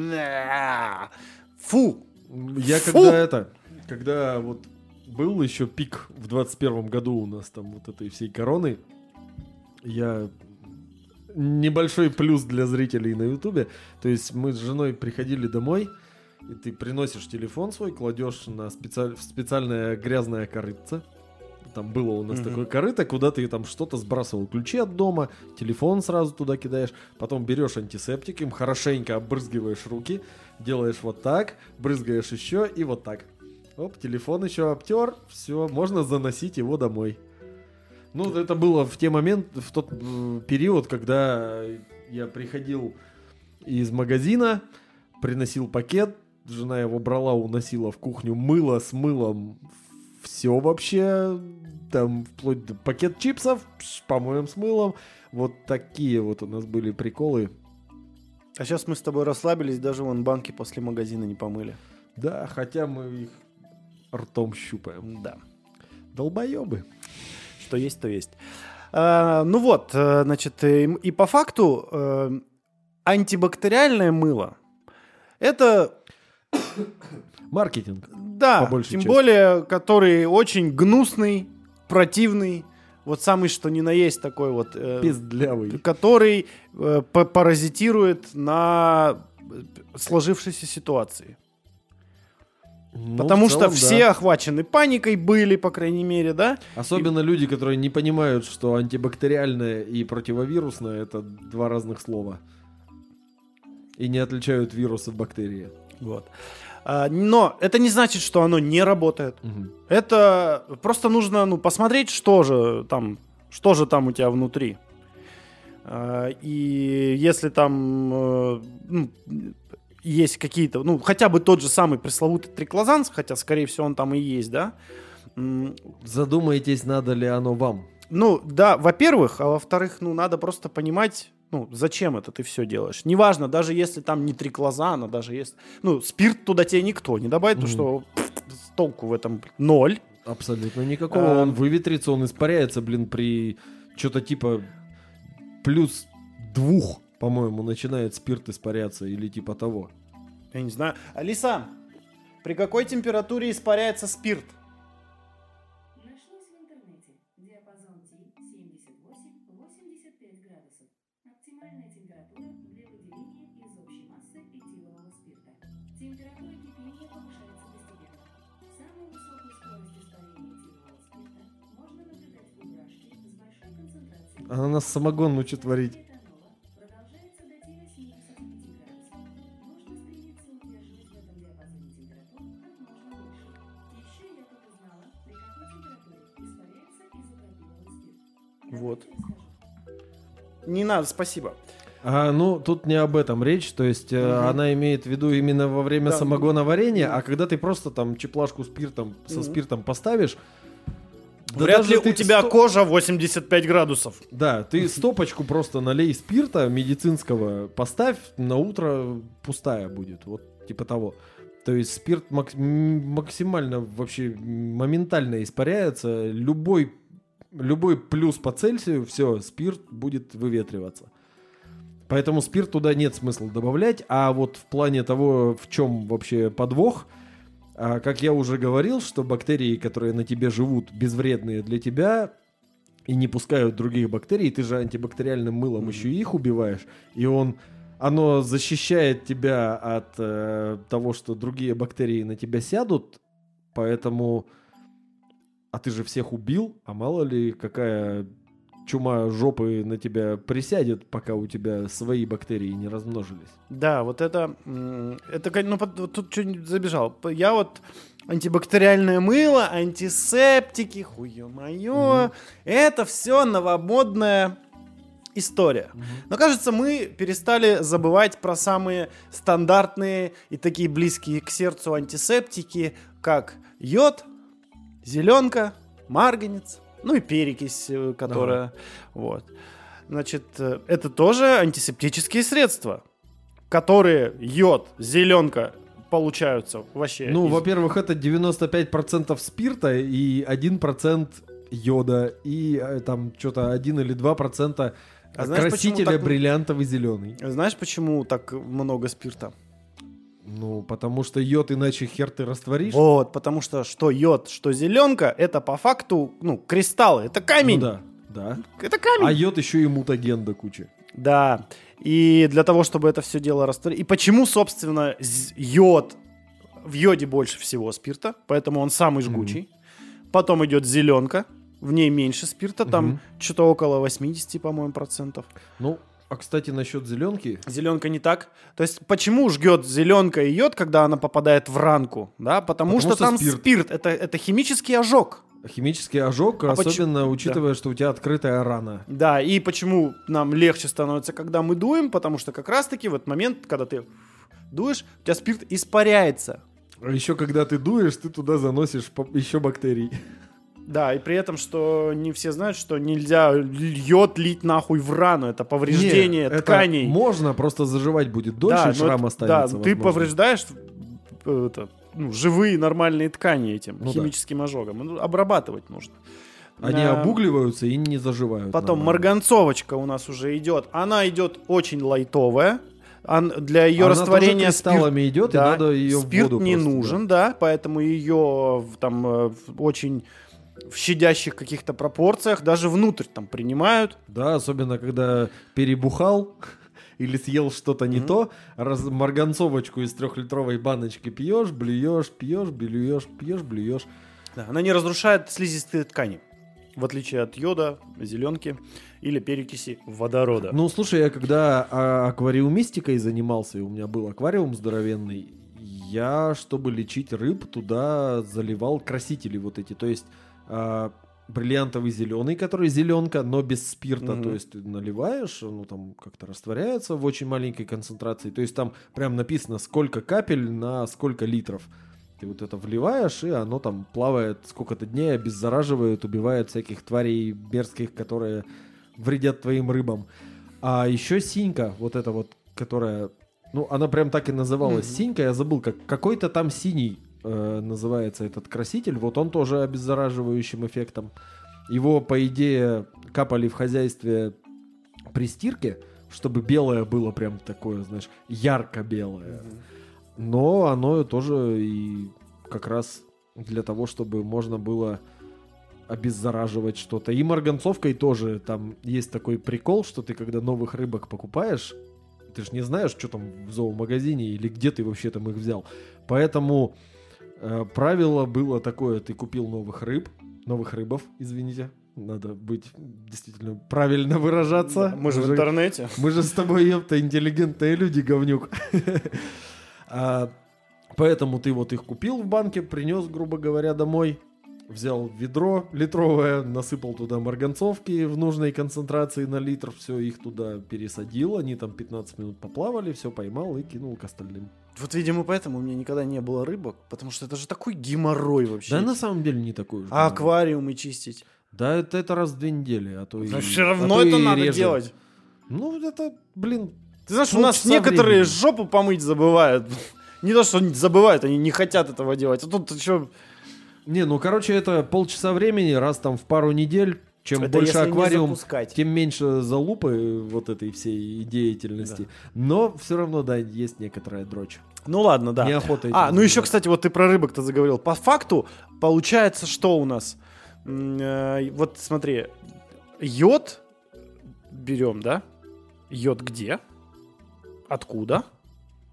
A: Фу!
B: Я Фу! когда это, когда вот был еще пик в двадцать первом году у нас там вот этой всей короны, я небольшой плюс для зрителей на Ютубе, то есть мы с женой приходили домой, и ты приносишь телефон свой, кладешь на специаль... в специальное грязное корытце. Там было у нас mm-hmm. такое корыто, куда ты там что-то сбрасывал. Ключи от дома, телефон сразу туда кидаешь. Потом берешь антисептик, им хорошенько обрызгиваешь руки. Делаешь вот так, брызгаешь еще и вот так. Оп, телефон еще обтер. Все, можно заносить его домой. Ну, это было в те моменты, в тот э, период, когда я приходил из магазина, приносил пакет. Жена его брала, уносила в кухню, мыло с мылом. Все вообще, там, вплоть до пакет чипсов, помоем с мылом. Вот такие вот у нас были приколы.
A: А сейчас мы с тобой расслабились, даже вон банки после магазина не помыли.
B: Да, хотя мы их ртом щупаем.
A: Да.
B: Долбоебы.
A: Что есть, то есть. А, ну вот, значит, и, и по факту э, антибактериальное мыло это...
B: Маркетинг.
A: Да, тем части. Более, который очень гнусный, противный, вот самый что ни на есть такой вот, э,
B: пиздлявый,
A: который э, паразитирует на сложившейся ситуации. Ну, Потому целом, что все да. охвачены паникой были, по крайней мере, да?
B: Особенно и... люди, которые не понимают, что антибактериальное и противовирусное — это два разных слова. И не отличают вирус от бактерии.
A: Вот. Но это не значит, что оно не работает. Угу. Это просто нужно ну, посмотреть, что же там, что же там у тебя внутри. И если там ну, есть какие-то, ну, хотя бы тот же самый пресловутый триклозан, хотя, скорее всего, он там и есть, да?
B: Задумайтесь, надо ли оно вам.
A: Ну, да, во-первых, а во-вторых, ну, надо просто понимать, ну, зачем это ты все делаешь. Неважно, даже если там не триклозан, а даже если... Ну, спирт туда тебе никто не добавит, mm-hmm. потому что пфф, толку в этом ноль.
B: Абсолютно никакого. А... Он выветрится, он испаряется, блин, при что-то типа плюс двух, по-моему, начинает спирт испаряться или типа того.
A: Я не знаю. Алиса, при какой температуре испаряется спирт?
B: Она нас самогон учит варить.
A: Вот. Не надо, спасибо.
B: А, ну, тут не об этом речь, то есть угу. э, она имеет в виду именно во время да. самогоноварения, а когда ты просто там чеплашку спиртом, со угу. спиртом поставишь,
A: да вряд ли у тебя сто... кожа восемьдесят пять градусов.
B: Да, ты стопочку просто налей спирта медицинского, поставь, на утро пустая будет, вот типа того. То есть спирт мак- максимально вообще моментально испаряется, любой, любой плюс по Цельсию, все, спирт будет выветриваться. Поэтому спирт туда нет смысла добавлять, а вот в плане того, в чем вообще подвох, а, как я уже говорил, что бактерии, которые на тебе живут, безвредные для тебя и не пускают других бактерий, ты же антибактериальным мылом mm-hmm. еще и их убиваешь, и он, оно защищает тебя от э, того, что другие бактерии на тебя сядут, поэтому... А ты же всех убил, а мало ли какая чума жопы на тебя присядет, пока у тебя свои бактерии не размножились.
A: Да, вот это... это ну, вот тут что-нибудь забежал. Я вот... Антибактериальное мыло, антисептики, хуё-моё. Mm-hmm. Это все новомодная история. Mm-hmm. Но, кажется, мы перестали забывать про самые стандартные и такие близкие к сердцу антисептики, как йод, зеленка, марганец, ну и перекись, которая... Ага. Вот. Значит, это тоже антисептические средства, которые йод, зеленка получаются вообще.
B: Ну,
A: из...
B: во-первых, это девяносто пять процентов спирта и один процент йода, и там что-то один или два процента а красителя так... бриллиантовый зеленый.
A: Знаешь, почему так много спирта?
B: Ну, потому что йод иначе хер ты растворишь.
A: Вот, потому что что йод, что зеленка, это по факту, ну, кристаллы, это камень.
B: Ну да, да.
A: Это камень.
B: А йод еще и мутаген до кучи.
A: Да, и для того, чтобы это все дело растворить. И почему, собственно, йод, в йоде больше всего спирта, поэтому он самый жгучий. Mm-hmm. Потом идет зеленка, в ней меньше спирта, там mm-hmm. что-то около восемьдесят, по-моему, процентов.
B: Ну, а, кстати, насчет зеленки.
A: Зеленка не так. То есть, почему жгет зеленка и йод, когда она попадает в ранку? Да, потому, потому что, что там спирт, спирт это, это химический ожог.
B: Химический ожог, а особенно
A: почему?
B: учитывая,
A: да.
B: что у тебя открытая рана.
A: Да, и почему нам легче становится, когда мы дуем, потому что как раз-таки в этот момент, когда ты дуешь, у тебя спирт испаряется.
B: А еще когда ты дуешь, ты туда заносишь еще бактерий.
A: Да, и при этом, что не все знают, что нельзя йод лить нахуй в рану, это повреждение
B: Нет,
A: тканей.
B: Это можно, просто заживать будет дольше, да, шрам останется.
A: Да,
B: возможно.
A: Ты повреждаешь это, ну, живые нормальные ткани этим ну, химическим
B: да.
A: ожогом. Ну, обрабатывать нужно.
B: Они а... обугливаются и не заживают.
A: Потом
B: нормально.
A: марганцовочка у нас уже идет. Она идет очень лайтовая. Для ее
B: она
A: растворения
B: тоже кристаллами
A: спирт,
B: идет,
A: да,
B: и надо ее
A: спирт
B: в воду
A: не
B: просто,
A: нужен,
B: да.
A: да, поэтому ее там очень в щадящих каких-то пропорциях даже внутрь там принимают.
B: Да, особенно когда перебухал или съел что-то не mm-hmm. то, раз марганцовочку из трехлитровой баночки пьешь, блюешь, пьешь, блюешь, пьешь, блюешь.
A: Да, она не разрушает слизистые ткани, в отличие от йода, зеленки или перекиси водорода.
B: Ну, слушай, я когда а, аквариумистикой занимался, и у меня был аквариум здоровенный, я, чтобы лечить рыб, туда заливал красители вот эти, то есть а, бриллиантовый зеленый, который зеленка, но без спирта, mm-hmm. то есть ты наливаешь, ну там как-то растворяется в очень маленькой концентрации, то есть там прям написано, сколько капель на сколько литров. Ты вот это вливаешь, и оно там плавает сколько-то дней, обеззараживает, убивает всяких тварей мерзких, которые вредят твоим рыбам. А еще синька, вот эта вот, которая, ну, она прям так и называлась, mm-hmm. синька, я забыл, как какой-то там синий э, называется этот краситель, вот он тоже обеззараживающим эффектом. Его, по идее, капали в хозяйстве при стирке, чтобы белое было прям такое, знаешь, ярко-белое. Mm-hmm. Но оно тоже и как раз для того, чтобы можно было обеззараживать что-то. И марганцовкой тоже там есть такой прикол, что ты когда новых рыбок покупаешь, ты же не знаешь, что там в зоомагазине или где ты вообще там их взял. Поэтому э, правило было такое, ты купил новых рыб, новых рыбов, извините, надо быть действительно правильно выражаться.
A: Да, мы же в интернете.
B: Мы же с тобой, ёпта, интеллигентные люди, говнюк. А, поэтому ты вот их купил в банке, принес, грубо говоря, домой, взял ведро литровое, насыпал туда марганцовки в нужной концентрации на литр, все, их туда пересадил, они там пятнадцать минут поплавали, все поймал и кинул к остальным.
A: Вот, видимо, поэтому у меня никогда не было рыбок, потому что это же такой геморрой вообще.
B: Да, на самом деле не такой уж.
A: А аквариумы чистить?
B: Да, это, это раз в две недели, а то и...
A: Но все равно а это надо реже. Делать.
B: Ну, это, блин...
A: Ты знаешь, у нас некоторые времени. Жопу помыть забывают. Не то, что они забывают, они не хотят этого делать. А тут что...
B: Не, ну, короче, это полчаса времени, раз там в пару недель. Чем это больше аквариум, тем меньше залупы вот этой всей деятельности. Да. Но все равно, да, есть некоторая дрочь.
A: Ну ладно, да.
B: Неохота этим
A: А, ну
B: заниматься.
A: еще, кстати, вот ты про рыбок-то заговорил. По факту, получается, что у нас? М-м- вот смотри, йод берем, да? Йод где? Откуда?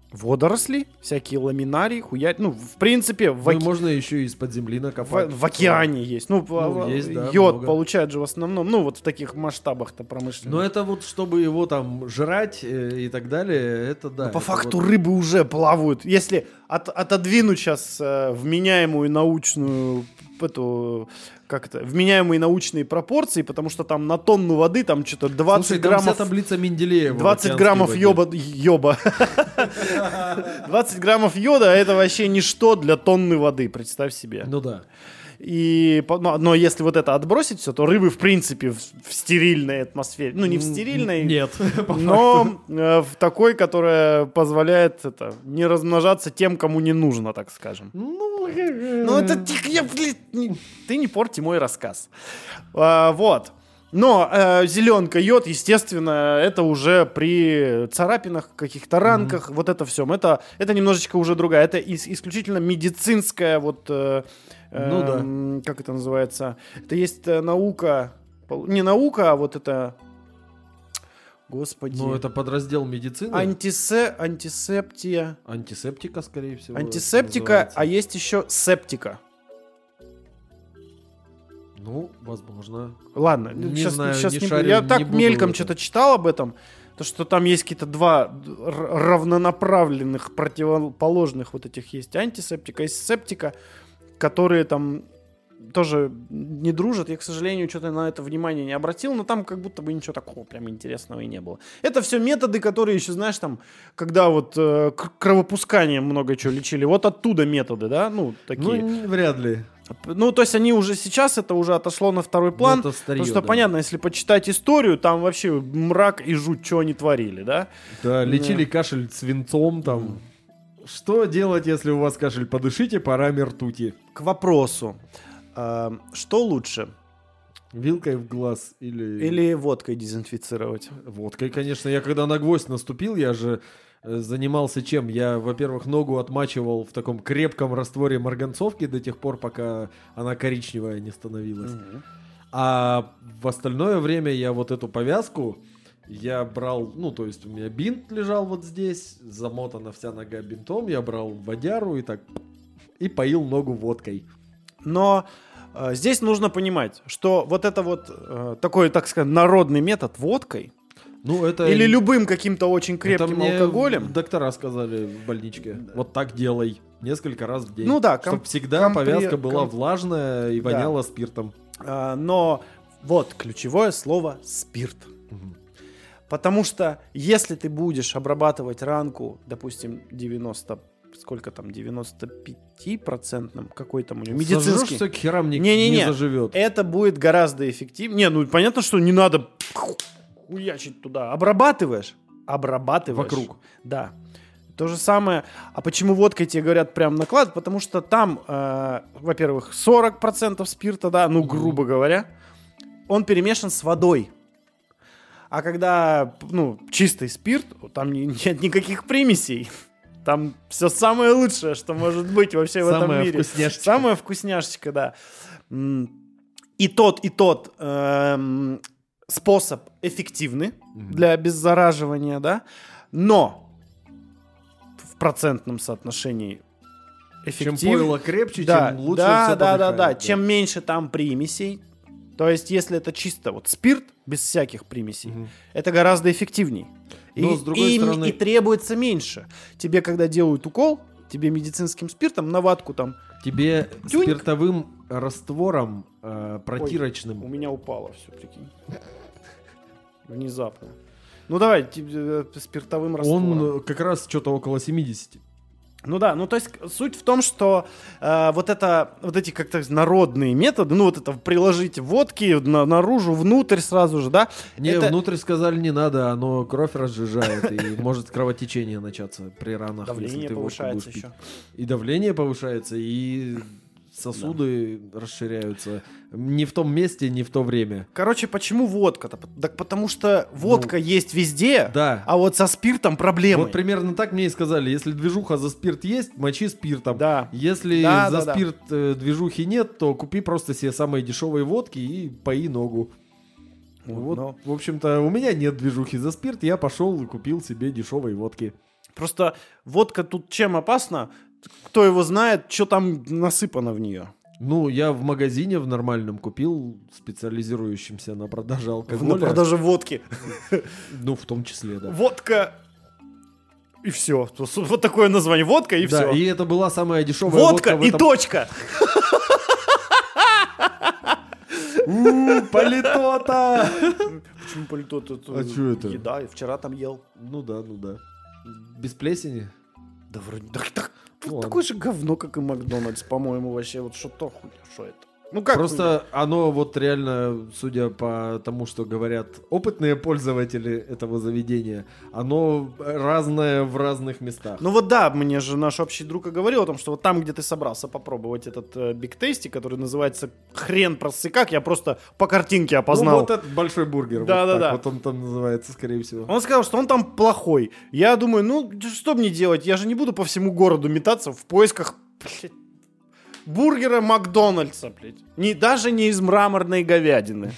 A: Водоросли, всякие ламинарии, хуярь. Ну, в принципе, в,
B: Ну, и
A: оке-
B: можно еще из-под земли
A: в,
B: накопать.
A: в океане есть. Ну,
B: Ну,
A: в-
B: есть, да,
A: йод
B: много.
A: получают же в основном, ну, вот в таких масштабах-то промышленных.
B: Но это вот, чтобы его там жрать э, и так далее, это да.
A: Но по
B: это
A: факту
B: вот-
A: рыбы уже плавают. Если от- отодвинуть сейчас э, вменяемую научную эту, как это, вменяемые научные пропорции, потому что там на тонну воды там что-то двадцать
B: Слушай, там вся
A: граммов...
B: таблица Менделеева. в
A: двадцать
B: океанской
A: граммов
B: воде.
A: йоба, йоба. двадцать граммов йода это вообще ничто для тонны воды, представь себе.
B: Ну да.
A: И, по- но, но если вот это отбросить все, то рыбы в принципе в, в стерильной атмосфере, ну не в стерильной,
B: Нет. по
A: но э, в такой, которая позволяет это, не размножаться тем, кому не нужно, так скажем.
B: Ну,
A: Ну это тихо, я, блин, не- ты не порти мой рассказ. А, вот. Но э, зеленка, йод, естественно, это уже при царапинах, каких-то ранках, вот это все. Это, это немножечко уже другая. Это ис- исключительно медицинская, вот, э, э,
B: Ну да.
A: м, как это называется? Это есть э, наука, пол- не наука, а вот это, господи,
B: Ну, это подраздел медицины.
A: антисе, антисептия,
B: Антисептика, скорее всего. это
A: антисептика,
B: называется.
A: а есть еще септика.
B: Ну, возможно.
A: Ладно,
B: Не
A: сейчас,
B: знаю,
A: сейчас
B: не
A: не,
B: шарю,
A: я
B: не
A: так
B: буду
A: мельком
B: в этом.
A: что-то читал об этом, то что там есть какие-то два р- равнонаправленных, противоположных вот этих есть антисептика и септика, которые там тоже не дружат. Я, к сожалению, что-то на это внимание не обратил, но там как будто бы ничего такого прям интересного и не было. Это все методы, которые еще, знаешь, там, когда вот э, к- кровопусканием много чего лечили, вот оттуда методы, да, ну,
B: Ну,
A: такие.
B: н- вряд ли.
A: Ну, то есть они уже сейчас, это уже отошло на второй план.
B: Ну, это старье,
A: Потому что,
B: да.
A: понятно, если почитать историю, там вообще мрак и жуть, что они творили, да?
B: Да, лечили кашель свинцом там. Что делать, если у вас кашель? Подышите парами ртути.
A: К вопросу. А, что лучше?
B: Вилкой в глаз или...
A: Или водкой дезинфицировать?
B: Водкой, конечно. Я когда на гвоздь наступил, я же э, занимался чем? Я, во-первых, ногу отмачивал в таком крепком растворе марганцовки до тех пор, пока она коричневая не становилась. А в остальное время я вот эту повязку, я брал, ну, то есть у меня бинт лежал вот здесь, замотана вся нога бинтом, я брал водяру и так, и поил ногу водкой.
A: Но э, здесь нужно понимать, что вот это вот э, такой, так сказать, народный метод водкой
B: Ну, это...
A: или любым каким-то очень
B: это
A: крепким
B: мне
A: алкоголем.
B: доктора сказали в больничке. Вот так делай. Несколько раз в день.
A: Ну да,
B: Чтоб
A: ком-
B: всегда
A: компре-
B: повязка была
A: ком-
B: влажная и
A: Да.
B: воняла спиртом.
A: А, но вот ключевое слово спирт. Потому что если ты будешь обрабатывать ранку, допустим, девяносто, сколько там, девяносто пять процентным, какой там у него, медицинский,
B: Сожжёшься, к херам не,
A: Не-не-не.
B: не заживет.
A: это будет гораздо эффективнее. Не, ну понятно, что не надо хуячить туда. Обрабатываешь? Обрабатываешь.
B: Вокруг.
A: Да. То же самое. А почему водкой тебе говорят прям наклад? Потому что там, э, во-первых, сорок процентов спирта, да, ну, грубо говоря, он перемешан с водой. А когда, ну, чистый спирт, там не- нет никаких примесей. Там все самое лучшее, что может быть вообще в этом
B: Самая
A: мире.
B: вкусняшечка.
A: Самая вкусняшечка, да. М, И тот, и тот эм, способ эффективны для обеззараживания, да, но в процентном соотношении
B: Чем
A: эффектив-
B: пойло крепче,
A: да,
B: чем лучше
A: да,
B: все
A: да, да,
B: подыхает,
A: да. Чем меньше там примесей, то есть если это чисто вот спирт без всяких примесей,
B: Мгм.
A: это гораздо эффективней. И,
B: Но, с другой
A: и-
B: стороны-
A: и требуется меньше. Тебе, когда делают укол, тебе медицинским спиртом на ватку там,
B: Тебе
A: Тюньк.
B: спиртовым раствором э, протирочным.
A: у меня упало все, прикинь. Внезапно. Ну давай, тебе, э, спиртовым раствором.
B: Он э, как раз что-то около семидесяти.
A: Ну да, ну то есть суть в том, что э, вот это, вот эти как-то народные методы, ну вот это приложить водки на- наружу, внутрь сразу же, да?
B: Не,
A: это
B: внутрь сказали не надо, оно кровь разжижает и может кровотечение начаться при ранах. если
A: давление
B: ты водку
A: повышается
B: будешь пить.
A: еще.
B: И давление повышается, и сосуды расширяются. Не в том месте, не в то время.
A: Короче, почему водка-то? Так потому что водка есть везде,
B: Ну, Да.
A: а вот со спиртом проблемы.
B: Вот примерно так мне и сказали. Если движуха за спирт есть, мочи спиртом.
A: Да.
B: Если
A: Да,
B: за
A: да, да.
B: спирт э, движухи нет, то купи просто себе самые дешевые водки и пои ногу.
A: Вот,
B: Вот,
A: но-
B: в общем-то, у меня нет движухи за спирт, я пошел и купил себе дешевые водки.
A: Просто водка тут чем опасна? Кто его знает, что там насыпано в нее.
B: Ну, я в магазине в нормальном купил, специализирующемся на продаже алкоголя.
A: На продаже водки.
B: Ну, в том числе, да.
A: Водка и все. Вот такое название. Водка и
B: да,
A: все.
B: И это была самая дешевая
A: водка.
B: водка.
A: И
B: этом...
A: точка.
B: У, палито-то!
A: Почему палито-то?
B: А что это?
A: Еда. Вчера там ел.
B: Ну да, ну да. Без плесени?
A: Да вроде... Так, так,
B: Ну,
A: такое же говно, как и Макдональдс, по-моему, вообще. Вот что-то хуйня. Что это? Ну как?
B: Просто оно вот реально, судя по тому, что говорят опытные пользователи этого заведения, оно разное в разных местах.
A: Ну вот да, мне же наш общий друг и говорил о том, что вот там, где ты собрался попробовать этот э, Big Tasty, который называется хрен просто как, я просто по картинке опознал.
B: Ну вот этот большой бургер.
A: Да,
B: вот
A: да,
B: так
A: да.
B: Вот он там называется, скорее всего.
A: Он сказал, что он там плохой. Я думаю, ну что мне делать? Я же не буду по всему городу метаться в поисках, блядь, бургера Макдональдса, блядь. Не, даже не из мраморной говядины.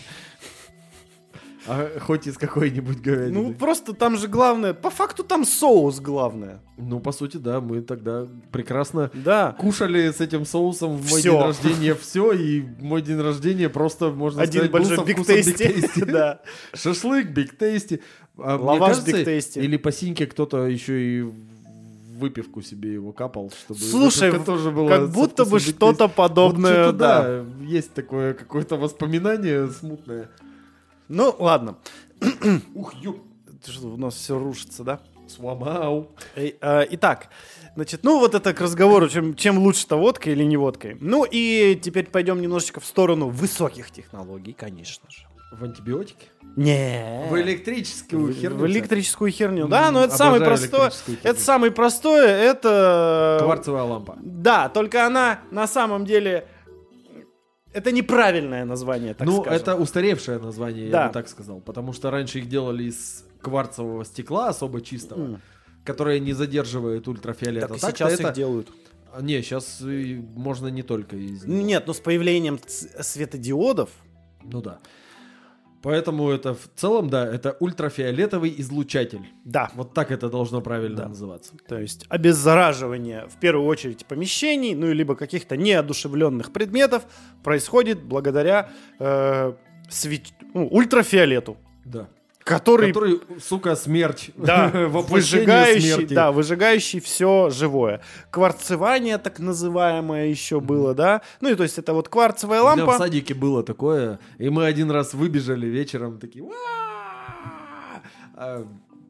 B: А хоть из какой-нибудь говядины.
A: Ну, просто там же главное... По факту там соус главное.
B: Ну, по сути, да, мы тогда прекрасно
A: Да.
B: кушали с этим соусом в мой
A: Всё.
B: день рождения все, и мой день рождения просто, можно
A: Один
B: сказать, был
A: большой
B: со
A: Big
B: вкусом
A: Tasty.
B: Big Tasty.
A: Да.
B: Шашлык, Big Tasty. А мне
A: Лаваш
B: кажется,
A: Big Tasty.
B: Или по синьке кто-то еще и выпивку себе его капал, чтобы
A: Слушай,
B: выпивка тоже была
A: как
B: со
A: будто бы
B: вкусом Big
A: что-то
B: Tasty.
A: подобное,
B: Вот что-то,
A: да.
B: да, есть такое какое-то воспоминание смутное.
A: Ну, ладно.
B: Ух, ё,
A: Это что, у нас все рушится, да?
B: сломал.
A: Эй, э, Итак, значит, ну вот это к разговору, чем, чем лучше-то водка или не водкой. Ну и теперь пойдем немножечко в сторону высоких технологий, конечно же.
B: В антибиотике?
A: Не.
B: В электрическую
A: В,
B: херню?
A: в электрическую херню.
B: М,
A: Да, но это
B: обожаю
A: самое простое.
B: электрическую херню.
A: Это самое простое, это...
B: Кварцевая лампа.
A: Да, только она на самом деле... Это неправильное название, так
B: ну,
A: скажем.
B: это устаревшее название,
A: Да.
B: я бы так сказал. Потому что раньше их делали из кварцевого стекла особо чистого,
A: М.
B: которое не задерживает ультрафиолет.
A: Так
B: А
A: и
B: так-то
A: сейчас
B: это...
A: их делают.
B: А, Не, сейчас можно не только из него.
A: Нет, но с появлением ц- светодиодов...
B: Ну да. Поэтому это в целом, да, это ультрафиолетовый излучатель.
A: Да.
B: Вот так это должно правильно
A: Да.
B: называться.
A: То есть обеззараживание, в первую очередь, помещений, ну, либо каких-то неодушевленных предметов происходит благодаря э, свет- ну, ультрафиолету,
B: Да.
A: который,
B: Который, сука, смерть.
A: да,
B: Воплощение
A: выжигающий,
B: смерти.
A: да, выжигающий все живое. Кварцевание, так называемое, еще было, да. Ну, и то есть это вот кварцевая
B: У меня в
A: лампа.
B: садике было такое, и мы один раз выбежали вечером, такие... «Уа!» А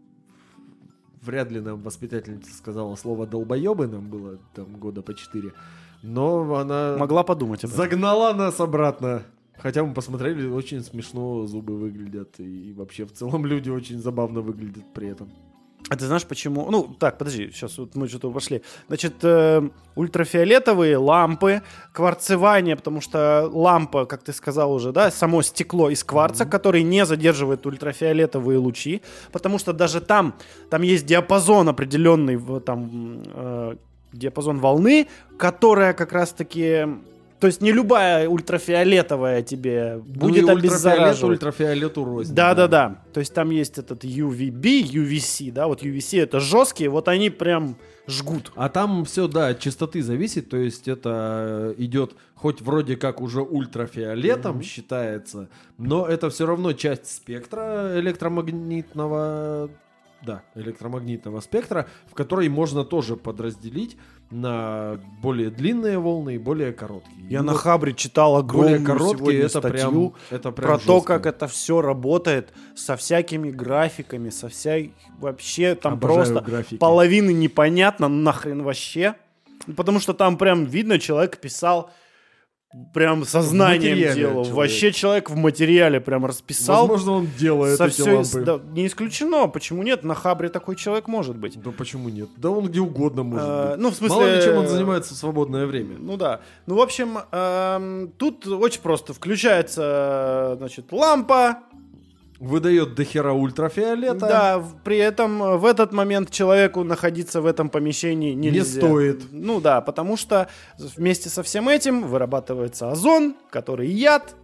B: вряд ли нам воспитательница сказала слово «долбоебы», нам было там года по четыре, но она
A: Могла подумать об этом.
B: загнала нас обратно. Хотя мы посмотрели, очень смешно зубы выглядят, и вообще в целом люди очень забавно выглядят при этом.
A: А ты знаешь, почему? Ну, так, подожди, сейчас вот мы что-то пошли. Значит, э, ультрафиолетовые лампы, кварцевание, потому что лампа, как ты сказал уже, да, само стекло из кварца, mm-hmm. который не задерживает ультрафиолетовые лучи, потому что даже там, там есть диапазон определенный, в- там, э, диапазон волны, которая как раз-таки... То есть не любая ультрафиолетовая тебе будет
B: ну, и ультрафиолет,
A: обеззараживать.
B: ультрафиолету рознь.
A: Да, да, да. То есть там есть этот ю ви би, ю ви си, да, вот ю ви си это жесткие, вот они прям жгут.
B: А там все, да, от частоты зависит, то есть это идет хоть вроде как уже ультрафиолетом mm-hmm. считается, но это все равно часть спектра электромагнитного, да, электромагнитного спектра, в который можно тоже подразделить на более длинные волны и более короткие.
A: Я
B: и
A: на
B: вот
A: Хабре читал огромную
B: более короткие
A: сегодня
B: это
A: статью
B: прям, это прям
A: про то,
B: жестко.
A: как это все работает со всякими графиками, со всякой вообще там
B: Обожаю
A: просто
B: графики.
A: половины непонятно нахрен вообще, потому что там прям видно, человек писал прям сознанием
B: материале
A: делал,
B: человек.
A: вообще человек в материале прям расписал.
B: Возможно, он делает
A: со
B: эти
A: всё-
B: лампы.
A: да, не исключено, почему нет, на Хабре такой человек может быть.
B: Да почему нет? Да он где угодно может
A: Э,
B: быть.
A: ну, в смысле...
B: Мало ли чем он занимается в свободное время.
A: Ну да. Ну, в общем, эм, тут очень просто. Включается, значит, лампа.
B: Выдает дохера ультрафиолета.
A: Да, в- при этом э, в этот момент человеку находиться в этом помещении нельзя.
B: Не стоит.
A: Ну да, потому что вместе со всем этим вырабатывается озон, который яд,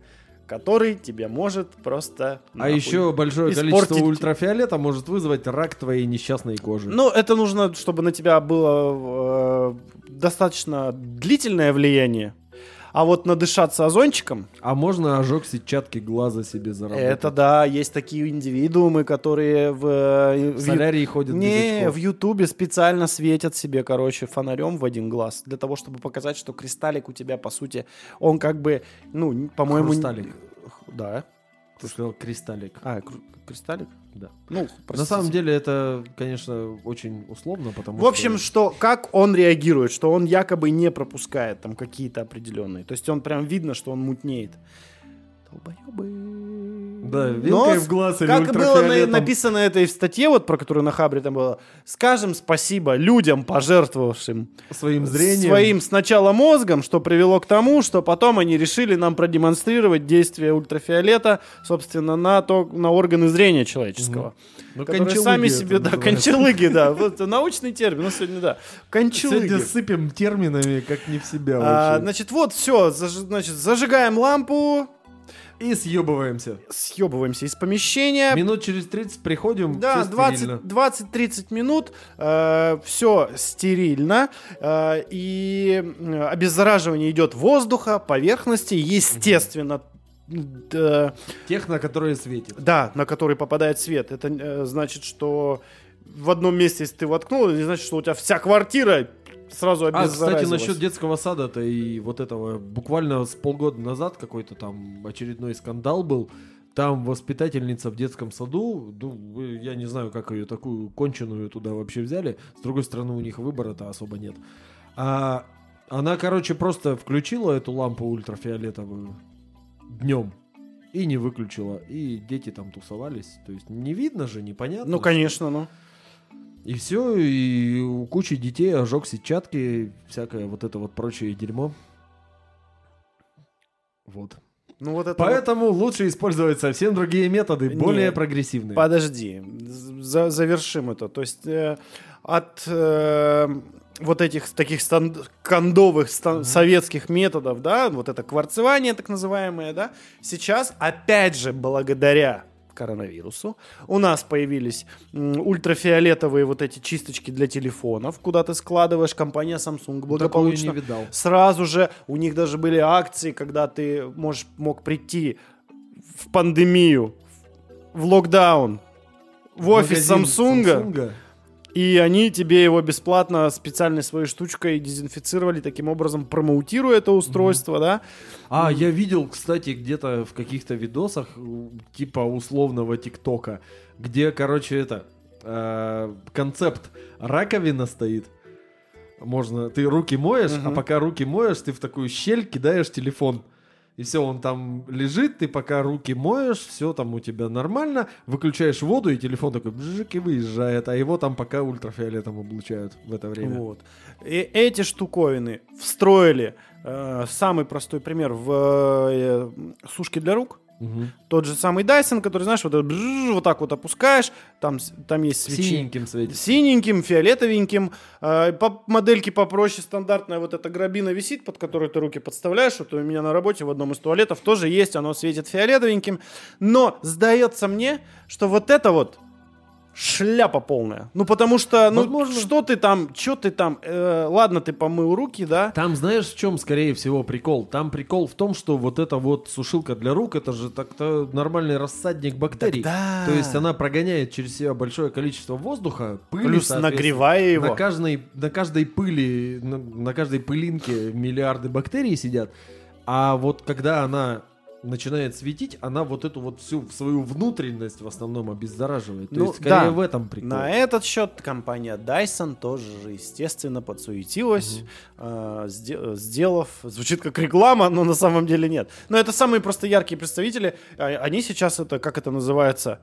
A: который тебе может просто...
B: А
A: нахуй
B: еще большое
A: испортить.
B: количество ультрафиолета может вызвать рак твоей несчастной кожи.
A: Ну, это нужно, чтобы на тебя было э, достаточно длительное влияние. А вот надышаться озончиком...
B: А можно ожог сетчатки глаза себе заработать?
A: Это да, есть такие индивидуумы, которые в...
B: В солярии ходят без
A: Не,
B: очков.
A: в Ютубе специально светят себе, короче, фонарем в один глаз. Для того, чтобы показать, что кристаллик у тебя, по сути, он как бы, ну, по-моему...
B: Хрусталик.
A: Да.
B: Ты сказал кристаллик.
A: А, кру- кристаллик?
B: Да.
A: Ну,
B: На
A: простите.
B: самом деле это, конечно, очень условно, потому
A: В общем,
B: что...
A: что как он реагирует, что он якобы не пропускает там какие-то определенные. То есть он прям видно, что он мутнеет. Долбоёбы.
B: Да,
A: Но
B: вилкой в глаз или
A: как было на-
B: ультрафиолетом.
A: написано этой в статье, вот про которую на Хабре там было, скажем спасибо людям, пожертвовавшим
B: Своим зрением.
A: своим сначала мозгом, что привело к тому, что потом они решили нам продемонстрировать действие ультрафиолета, собственно, на, то, на органы зрения человеческого.
B: Ну,
A: Которые
B: кончалыги
A: сами
B: это
A: себе, да,
B: называется.
A: кончалыги, да, вот научный термин, ну сегодня, да, кончалыги.
B: Сегодня сыпем терминами, как не в себя
A: А,
B: вообще.
A: значит, вот, все, значит, зажигаем лампу,
B: И съебываемся.
A: съебываемся из помещения.
B: Минут через тридцать приходим,
A: Да,
B: всё стерильно.
A: двадцать-тридцать минут, э, все стерильно, э, и э, обеззараживание идет воздуха, поверхности, естественно, э,
B: Тех, на которые светит.
A: да, на который попадает свет. Это э, значит, что в одном месте, если ты воткнул, это не значит, что у тебя вся квартира сразу
B: А,
A: обеззаразилась.
B: кстати, насчет детского сада-то и вот этого, буквально с полгода назад какой-то там очередной скандал был. Там воспитательница в детском саду, ну, я не знаю, как ее такую конченую туда вообще взяли. С другой стороны, у них выбора-то особо нет. А она, короче, просто включила эту лампу ультрафиолетовую днем и не выключила. И дети там тусовались. То есть не видно же, непонятно.
A: Ну, конечно, ну.
B: И все, и у кучи детей ожог сетчатки, всякое вот это вот прочее дерьмо. Вот.
A: Ну, вот это
B: Поэтому лучше использовать совсем другие методы, более
A: Нет,
B: прогрессивные.
A: Подожди, за- завершим это. То есть э, от э, вот этих таких стан- кондовых стан- советских методов, да, вот это кварцевание так называемое, да, сейчас опять же благодаря коронавирусу у нас появились м, ультрафиолетовые вот эти чисточки для телефонов, куда ты складываешь, компания Samsung
B: Такое
A: благополучно.
B: не видал.
A: Сразу же у них даже были акции, когда ты можешь, мог прийти в пандемию, в локдаун, в офис
B: Магазин
A: Samsung,
B: Samsung.
A: и они тебе его бесплатно специальной своей штучкой дезинфицировали, таким образом промоутируя это устройство, да.
B: А, я видел, кстати, где-то в каких-то видосах, у- типа условного ТикТока, где, короче, это, э, концепт раковина стоит. Можно, ты руки моешь, а пока руки моешь, ты в такую щель кидаешь телефон. И все, он там лежит, ты пока руки моешь, все там у тебя нормально, выключаешь воду, и телефон такой бжик и выезжает, а его там пока ультрафиолетом облучают в это время.
A: Вот. И эти штуковины встроили, э, самый простой пример, в э, сушки для рук.
B: Мгм.
A: Тот же самый Dyson, который, знаешь, вот, это бжж, вот так вот опускаешь, там, с- там есть свечи.
B: Синеньким светит.
A: Синеньким, фиолетовеньким. Э, по модельке попроще стандартная вот эта грабина висит, под которую ты руки подставляешь. Вот у меня на работе в одном из туалетов тоже есть, оно светит фиолетовеньким. Но сдается мне, что вот это вот шляпа полная. Ну, потому что, ну,
B: Возможно.
A: что ты там, что ты там, э, ладно, ты помыл руки, да?
B: Там знаешь, в чем, скорее всего, прикол? Там прикол в том, что вот эта вот сушилка для рук, это же так-то нормальный рассадник бактерий.
A: Так да.
B: То есть она прогоняет через себя большое количество воздуха, пыли,
A: Плюс
B: соответственно.
A: нагревая его.
B: На каждой, на каждой пыли, на, на каждой пылинке миллиарды бактерий сидят. А вот когда она начинает светить, она вот эту вот всю свою внутренность в основном обеззараживает. То
A: Ну,
B: есть скорее
A: да.
B: в этом прикол.
A: На этот счет компания Dyson тоже, естественно, подсуетилась, э, сде- сделав... Звучит как реклама, но на самом деле нет. Но это самые просто яркие представители. А, Они сейчас, это как это называется,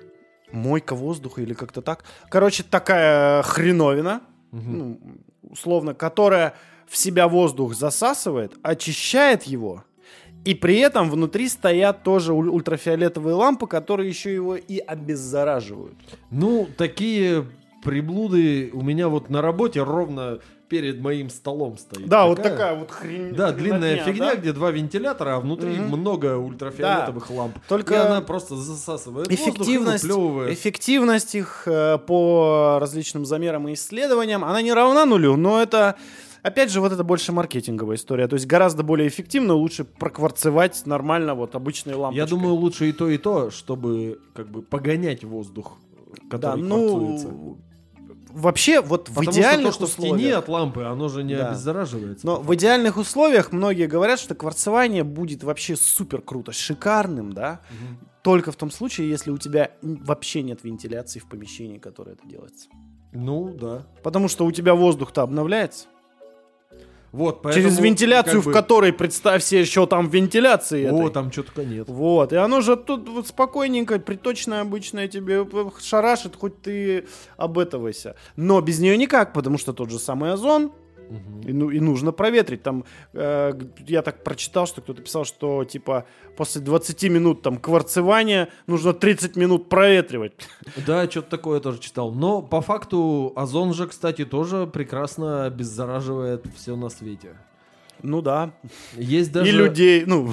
A: мойка воздуха или как-то так. Короче, такая хреновина, ну, условно, которая в себя воздух засасывает, очищает его, и при этом внутри стоят тоже уль- ультрафиолетовые лампы, которые еще его и обеззараживают.
B: Ну, такие приблуды у меня вот на работе ровно перед моим столом стоит.
A: Да,
B: такая,
A: вот такая вот хрень.
B: Да, длинная
A: дня,
B: фигня,
A: да?
B: где два вентилятора, а внутри
A: Мгм.
B: много ультрафиолетовых
A: Да.
B: ламп.
A: Только
B: И она просто засасывает
A: эффективность,
B: воздух и выплевывает.
A: эффективность их э, по различным замерам и исследованиям, она не равна нулю, но это, опять же, вот это больше маркетинговая история. То есть гораздо более эффективно, лучше прокварцевать нормально вот обычной лампочкой.
B: Я думаю, лучше и то, и то, чтобы как бы погонять воздух,
A: да,
B: который кварцуется.
A: ну, вообще вот в
B: Потому
A: идеальных
B: что то, что в
A: условиях...
B: тени от лампы, оно же не
A: Да.
B: обеззараживается.
A: Но в идеальных условиях многие говорят, что кварцевание будет вообще супер круто, шикарным, да,
B: Мгм.
A: только в том случае, если у тебя вообще нет вентиляции в помещении, которое это делается.
B: Ну, да.
A: Потому что у тебя воздух-то обновляется.
B: Вот, поэтому,
A: Через вентиляцию,
B: как бы,
A: в которой, представь себе, еще там вентиляции
B: О,
A: этой.
B: там что-то нет.
A: Вот, и оно же тут вот спокойненько, приточное обычное тебе шарашит, хоть ты обэтывайся. Но без нее никак, потому что тот же самый озон,
B: Мгм.
A: и, ну, и нужно проветрить. Там, э, я так прочитал, что кто-то писал, что типа после двадцати минут там кварцевания нужно тридцать минут проветривать.
B: Да, что-то такое я тоже читал. Но по факту озон же, кстати, тоже прекрасно обеззараживает все на свете.
A: Ну да.
B: Есть даже...
A: И людей, ну...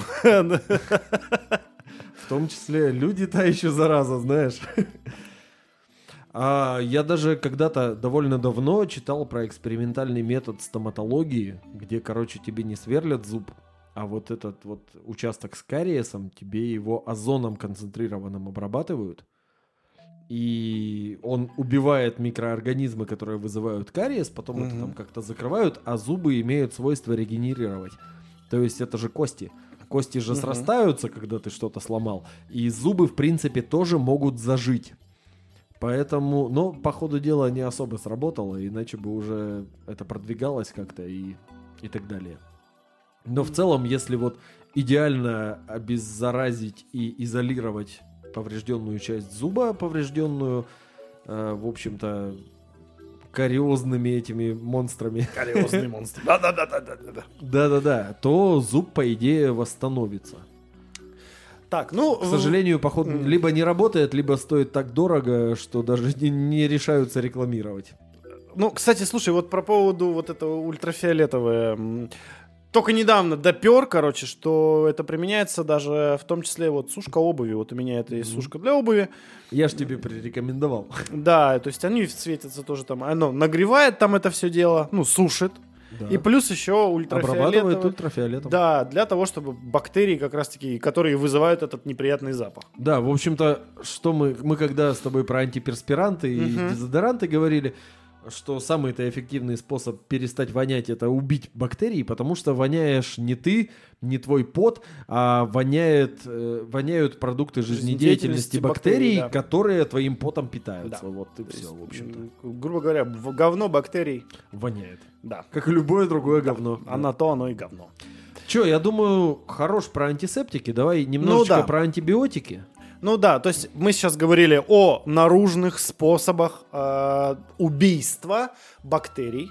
B: В том числе люди та еще зараза, знаешь. А я даже когда-то довольно давно читал про экспериментальный метод стоматологии, где, короче, тебе не сверлят зуб, а вот этот вот участок с кариесом, тебе его озоном концентрированным обрабатывают, и он убивает микроорганизмы, которые вызывают кариес, потом это
A: Мгм.
B: там как-то закрывают, а зубы имеют свойство регенерировать. То есть это же кости. Кости же
A: Мгм.
B: срастаются, когда ты что-то сломал, и зубы, в принципе, тоже могут зажить. Поэтому, но по ходу дела не особо сработало, иначе бы уже это продвигалось как-то и, и так далее. Но в целом, если вот идеально обеззаразить и изолировать поврежденную часть зуба, поврежденную, э, в общем-то, кариозными этими монстрами,
A: Кариозный монстр. Да-да-да-да-да.
B: да-да-да, то зуб, по идее, восстановится.
A: Так, ну...
B: К сожалению, походу,
A: Мгм.
B: либо не работает, либо стоит так дорого, что даже не, не решаются рекламировать.
A: Ну, кстати, слушай, вот про поводу вот этого ультрафиолетового. м, Только недавно допер, короче, что это применяется даже в том числе вот сушка обуви. Вот у меня это есть
B: Мгм.
A: сушка для обуви.
B: Я ж тебе прирекомендовал.
A: Да, то есть они светятся тоже там. Оно нагревает там это все дело, ну, сушит.
B: Да.
A: И плюс еще
B: Обрабатывает
A: ультрафиолетовый.
B: ультрафиолетом.
A: Да, для того, чтобы бактерии как раз-таки, которые вызывают этот неприятный запах.
B: Да, в общем-то, что мы, мы когда с тобой про антиперспиранты и
A: Мгм.
B: дезодоранты говорили, что самый-то эффективный способ перестать вонять — это убить бактерии, потому что воняешь не ты, не твой пот, а воняет, э, воняют продукты жизнедеятельности
A: Жизнедеятельности
B: бактерий,
A: бактерий, да.
B: которые твоим потом питаются.
A: Да.
B: Вот и
A: То
B: все,
A: есть,
B: в общем-то.
A: м, грубо говоря, в- говно бактерий,
B: Воняет.
A: да.
B: Как и любое другое говно.
A: А на то оно и говно.
B: Че, я думаю, хорош про антисептики. Давай немножечко
A: да.
B: про антибиотики.
A: Ну да, то есть мы сейчас говорили о наружных способах э, убийства бактерий.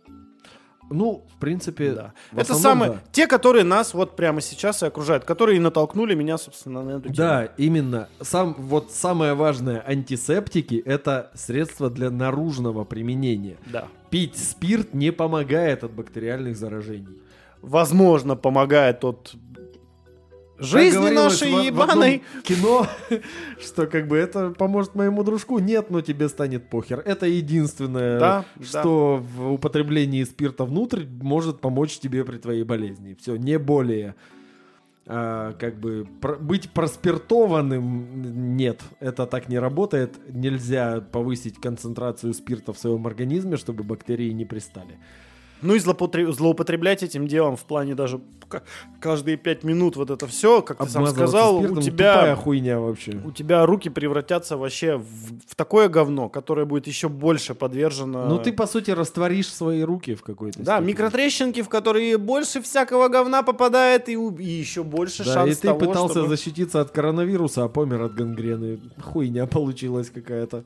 B: Ну, в принципе,
A: Да.
B: в
A: Это
B: основном,
A: самые
B: да.
A: те, которые нас вот прямо сейчас и окружают, которые и натолкнули меня, собственно, на эту тему.
B: Да, именно. Сам, вот самое важное, антисептики — это средства для наружного применения.
A: Да.
B: Пить спирт не помогает от бактериальных заражений.
A: Возможно, помогает от жизни
B: Как говорилось
A: нашей
B: в- в
A: ебаной.
B: одном кино, что как бы это поможет моему дружку. Нет, но тебе станет похер. Это единственное,
A: Да,
B: что в употреблении спирта внутрь может помочь тебе при твоей болезни. Все, не более. А, как бы про- быть проспиртованным нет, это так не работает. Нельзя повысить концентрацию спирта в своем организме, чтобы бактерии не пристали.
A: Ну и злоупотреб- злоупотреблять этим делом в плане даже к- каждые пять минут вот это все, как ты сам
B: Обмазываться
A: сказал,
B: спиртом —
A: у
B: тупая
A: тебя,
B: хуйня вообще.
A: у тебя руки превратятся вообще в, в такое говно, которое будет еще больше подвержено...
B: Ну ты по сути растворишь свои руки в какой-то
A: Да,
B: степени.
A: микротрещинки, в которые больше всякого говна попадает, и, у- и еще больше
B: Да,
A: шанс
B: и ты
A: того,
B: пытался
A: чтобы...
B: защититься от коронавируса, а помер от гангрены. Хуйня получилась какая-то.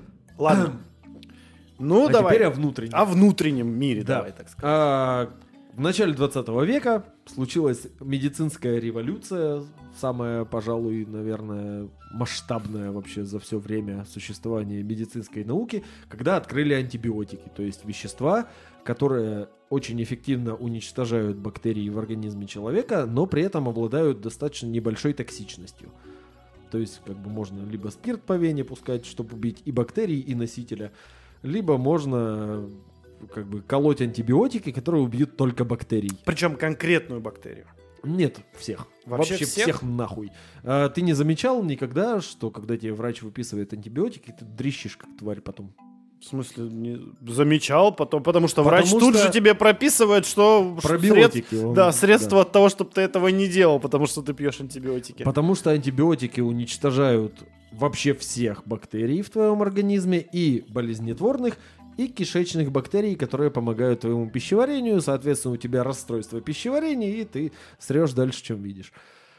A: Ладно. Ну,
B: А
A: давай.
B: теперь о внутреннем.
A: О внутреннем мире,
B: Да.
A: давай так сказать.
B: А, В начале двадцатого века случилась медицинская революция, самая, пожалуй, наверное, масштабная вообще за все время существования медицинской науки, когда открыли антибиотики, то есть вещества, которые очень эффективно уничтожают бактерии в организме человека, но при этом обладают достаточно небольшой токсичностью. То есть, как бы можно либо спирт по вене пускать, чтобы убить и бактерии, и носителя, либо можно как бы колоть антибиотики, которые убьют только бактерий.
A: Причем конкретную бактерию.
B: Нет, всех.
A: Вообще,
B: Вообще всех? всех нахуй. А, ты не замечал никогда, что когда тебе врач выписывает антибиотики, ты дрищешь как тварь потом?
A: В смысле, не замечал потом, потому что
B: потому
A: врач
B: что...
A: тут же тебе прописывает, что
B: пробиотики,
A: сред...
B: он...
A: да, средство
B: да.
A: от того, чтобы ты этого не делал, потому что ты пьешь антибиотики.
B: Потому что антибиотики уничтожают вообще всех бактерий в твоем организме, и болезнетворных, и кишечных бактерий, которые помогают твоему пищеварению. Соответственно, у тебя расстройство пищеварения, и ты срешь дальше, чем видишь.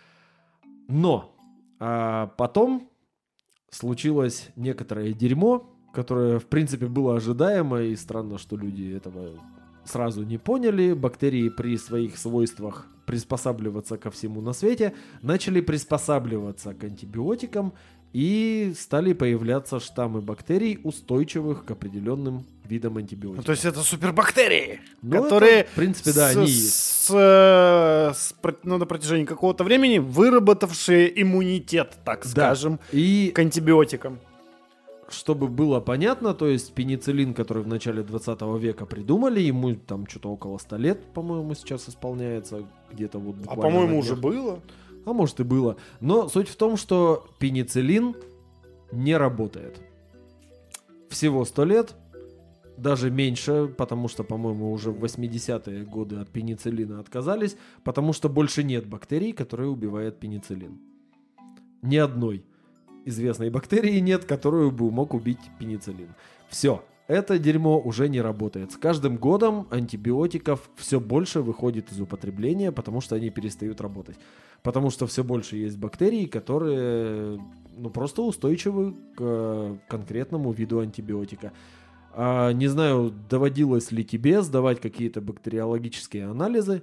B: Но а потом случилось некоторое дерьмо, которое, в принципе, было ожидаемо, и странно, что люди этого сразу не поняли. Бактерии при своих свойствах приспосабливаться ко всему на свете начали приспосабливаться к антибиотикам, и стали появляться штаммы бактерий, устойчивых к определенным видам антибиотиков.
A: Ну, то есть это супербактерии,
B: ну,
A: которые,
B: это, в принципе, да,
A: с,
B: они
A: с, с, с, ну, на протяжении какого-то времени выработавшие иммунитет, так
B: да.
A: скажем,
B: и
A: к антибиотикам.
B: Чтобы было понятно, то есть пенициллин, который в начале двадцатого века придумали, ему там что-то около ста лет, по-моему, сейчас исполняется, где-то вот буквально.
A: А по-моему, уже было.
B: А может и было. Но суть в том, что пенициллин не работает. Всего сто лет, даже меньше, потому что, по-моему, уже в восьмидесятые годы от пенициллина отказались, потому что больше нет бактерий, которые убивают пенициллин. Ни одной известной бактерии нет, которую бы мог убить пенициллин. Все. Это дерьмо уже не работает. С каждым годом антибиотиков все больше выходит из употребления, потому что они перестают работать. Потому что все больше есть бактерий, которые ну, просто устойчивы к конкретному виду антибиотика. А, не знаю, доводилось ли тебе сдавать какие-то бактериологические анализы,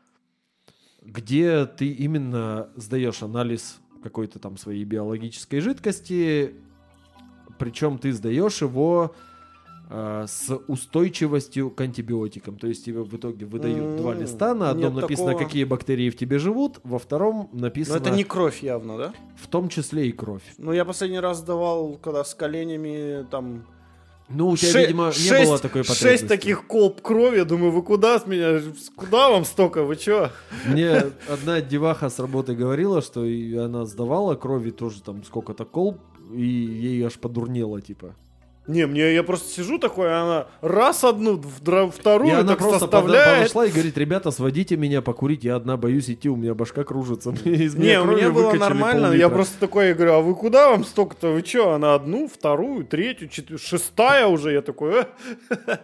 B: где ты именно сдаешь анализ какой-то там своей биологической жидкости, причем ты сдаешь его с устойчивостью к антибиотикам. То есть тебе в итоге выдают mm-hmm. два листа. На одном
A: Нет
B: написано,
A: такого... какие
B: бактерии в тебе живут, во втором написано...
A: Но это не кровь явно, да?
B: В том числе и кровь.
A: Ну, я последний раз сдавал, когда с коленями там...
B: Ну, у тебя,
A: Ше-
B: видимо, не
A: шесть,
B: было такой потребности.
A: Шесть таких колб крови. Думаю, вы куда с меня? Куда вам столько? Вы чё?
B: Мне одна деваха с работы говорила, что она сдавала крови тоже там сколько-то колб, и ей аж подурнело, типа.
A: Не, мне я просто сижу такой, она раз одну, вторую,
B: и она
A: так
B: просто
A: составляет.
B: подошла и говорит: ребята, сводите меня покурить, я одна боюсь идти, у меня башка кружится. Из
A: не,
B: меня
A: у меня было нормально,
B: пол-литра.
A: Я просто такой, я говорю, а вы куда вам столько-то? Вы что, она одну, вторую, третью, четвертую, шестая уже, я такой... А?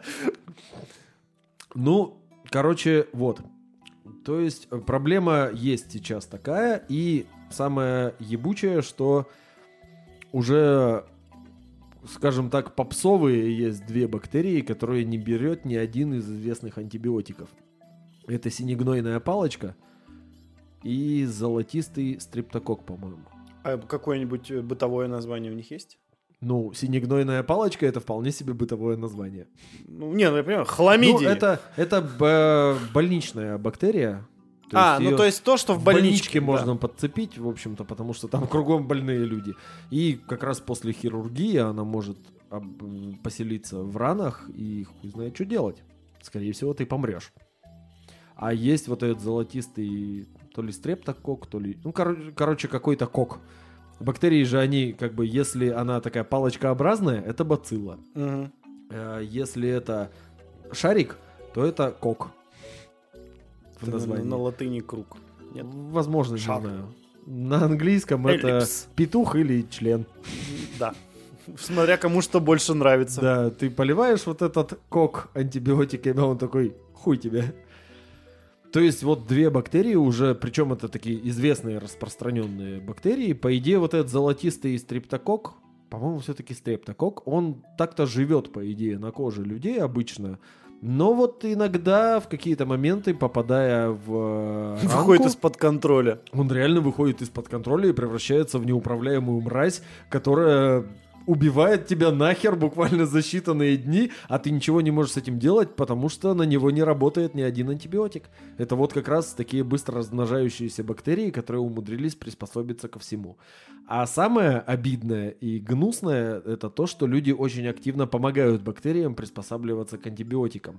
B: Ну, короче, вот. То есть проблема есть сейчас такая, и самое ебучее, что уже... скажем так, попсовые есть две бактерии, которые не берет ни один из известных антибиотиков. Это синегнойная палочка и золотистый стрептокок, по-моему.
A: А какое-нибудь бытовое название у них есть?
B: Ну, синегнойная палочка — это вполне себе бытовое название.
A: Ну, не, ну я понимаю, хламидии.
B: Ну, это, это б- больничная бактерия.
A: То а, ну то есть то, что в,
B: в
A: больничке,
B: больничке
A: да.
B: можно подцепить, в общем-то, потому что там кругом больные люди. И как раз после хирургии она может об- поселиться в ранах, и хуй знает, что делать. Скорее всего, ты помрешь. А есть вот этот золотистый то ли стрептокок, то ли... Ну, кор- короче, какой-то кок. Бактерии же, они, как бы, если она такая палочкообразная, это бацилла.
A: Угу.
B: Если это шарик, то это кок. В названии.
A: На, на латыни круг. Нет?
B: Возможно,
A: Шар.
B: не знаю. На английском
A: Эллипс.
B: Это петух или член.
A: Да. Смотря кому что больше нравится.
B: Да, ты поливаешь вот этот кок антибиотиками, а он такой: хуй тебе. То есть вот две бактерии уже, причем это такие известные распространенные бактерии. По идее, вот этот золотистый стрептокок, по-моему, все-таки стрептокок, он так-то живет, по идее, на коже людей обычно. Но вот иногда в какие-то моменты, попадая в рамку,
A: выходит из-под контроля.
B: Он реально выходит из-под контроля и превращается в неуправляемую мразь, которая убивает тебя нахер буквально за считанные дни, а ты ничего не можешь с этим делать, потому что на него не работает ни один антибиотик. Это вот как раз такие быстро размножающиеся бактерии, которые умудрились приспособиться ко всему. А самое обидное и гнусное — это то, что люди очень активно помогают бактериям приспосабливаться к антибиотикам.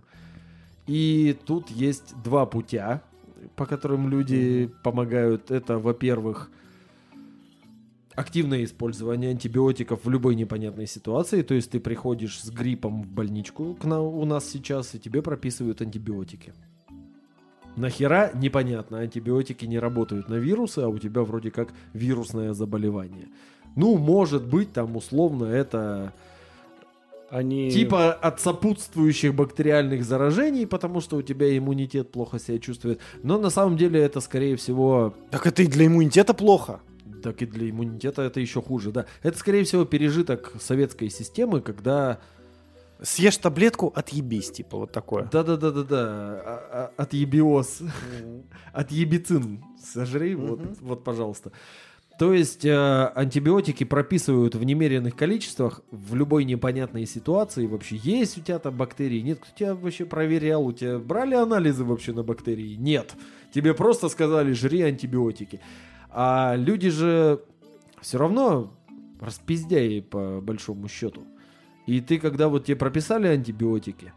B: И тут есть два путя, по которым люди помогают. Это, во-первых, активное использование антибиотиков в любой непонятной ситуации. То есть ты приходишь с гриппом в больничку к нам, у нас сейчас, и тебе прописывают антибиотики. Нахера? Непонятно. Антибиотики не работают на вирусы, а у тебя вроде как вирусное заболевание. Ну, может быть, там условно это
A: Они...
B: типа от сопутствующих бактериальных заражений, потому что у тебя иммунитет плохо себя чувствует. Но на самом деле это, скорее всего...
A: Так это и для иммунитета плохо.
B: Так и для иммунитета это еще хуже, да. Это, скорее всего, пережиток советской системы, когда...
A: Съешь таблетку, отъебись, типа вот такое.
B: Да-да-да-да-да. Отъебиоз. Отъебицин. Сожри, вот, вот, пожалуйста. То есть э, антибиотики прописывают в немеренных количествах в любой непонятной ситуации. Вообще, есть у тебя там бактерии? Нет. Кто тебя вообще проверял? У тебя брали анализы вообще на бактерии? Нет. Тебе просто сказали, жри антибиотики. А люди же все равно распиздяи по большому счету. И ты, когда вот тебе прописали антибиотики,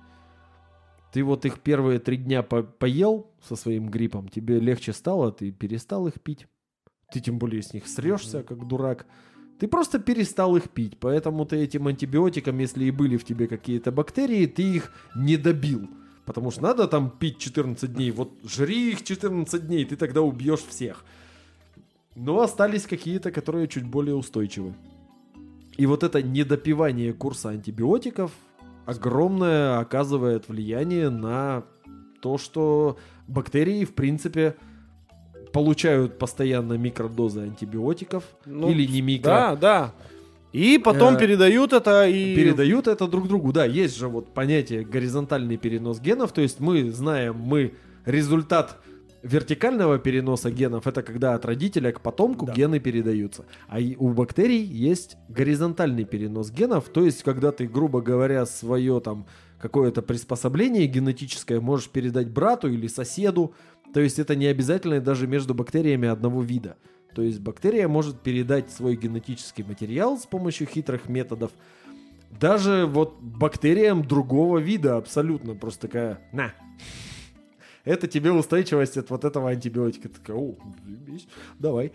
B: ты вот их первые три дня по- поел со своим гриппом, тебе легче стало, ты перестал их пить. Ты тем более с них срешься, как дурак. Ты просто перестал их пить. Поэтому ты этим антибиотиком, если и были в тебе какие-то бактерии, ты их не добил. Потому что надо там пить четырнадцать дней. Вот жри их четырнадцать дней, ты тогда убьешь всех. Но остались какие-то, которые чуть более устойчивы. И вот это недопивание курса антибиотиков огромное оказывает влияние на то, что бактерии, в принципе, получают постоянно микродозы антибиотиков. Ну, или не микро.
A: Да, да. И потом э, передают это и...
B: Передают это друг другу. Да, есть же вот понятие горизонтальный перенос генов. То есть мы знаем, мы результат... вертикального переноса генов — это когда от родителя к потомку, да, гены передаются. А у бактерий есть горизонтальный перенос генов, то есть когда ты, грубо говоря, свое там какое-то приспособление генетическое можешь передать брату или соседу. То есть это не обязательно даже между бактериями одного вида. То есть бактерия может передать свой генетический материал с помощью хитрых методов даже вот бактериям другого вида абсолютно. Просто такая: на, это тебе устойчивость от вот этого антибиотика. Ты такая: о, давай.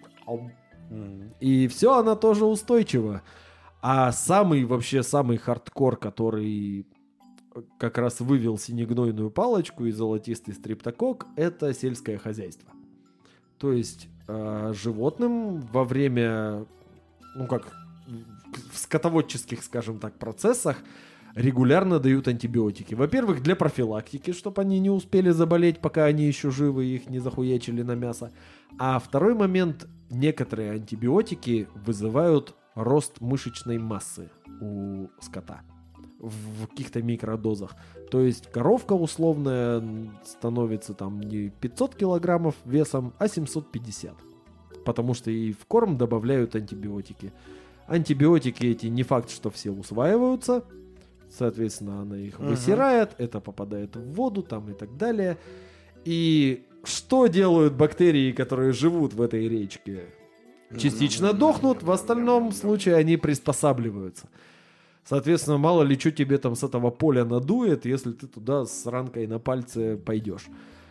B: И все, она тоже устойчива. А самый вообще, самый хардкор, который как раз вывел синегнойную палочку и золотистый стрептокок, это сельское хозяйство. То есть э, животным во время, ну как, в скотоводческих, скажем так, процессах регулярно дают антибиотики. Во-первых, для профилактики, чтобы они не успели заболеть, пока они еще живы, и их не захуячили на мясо. А второй момент, некоторые антибиотики вызывают рост мышечной массы у скота в каких-то микродозах. То есть коровка условная становится там не пятьсот килограммов весом, а семьсот пятьдесят. Потому что и в корм добавляют антибиотики. Антибиотики эти не факт, что все усваиваются. Соответственно, она их uh-huh. высирает, это попадает в воду там и так далее. И что делают бактерии, которые живут в этой речке? Частично дохнут, в остальном случае они приспосабливаются. Соответственно, мало ли что тебе там с этого поля надует, если ты туда с ранкой на пальце пойдешь.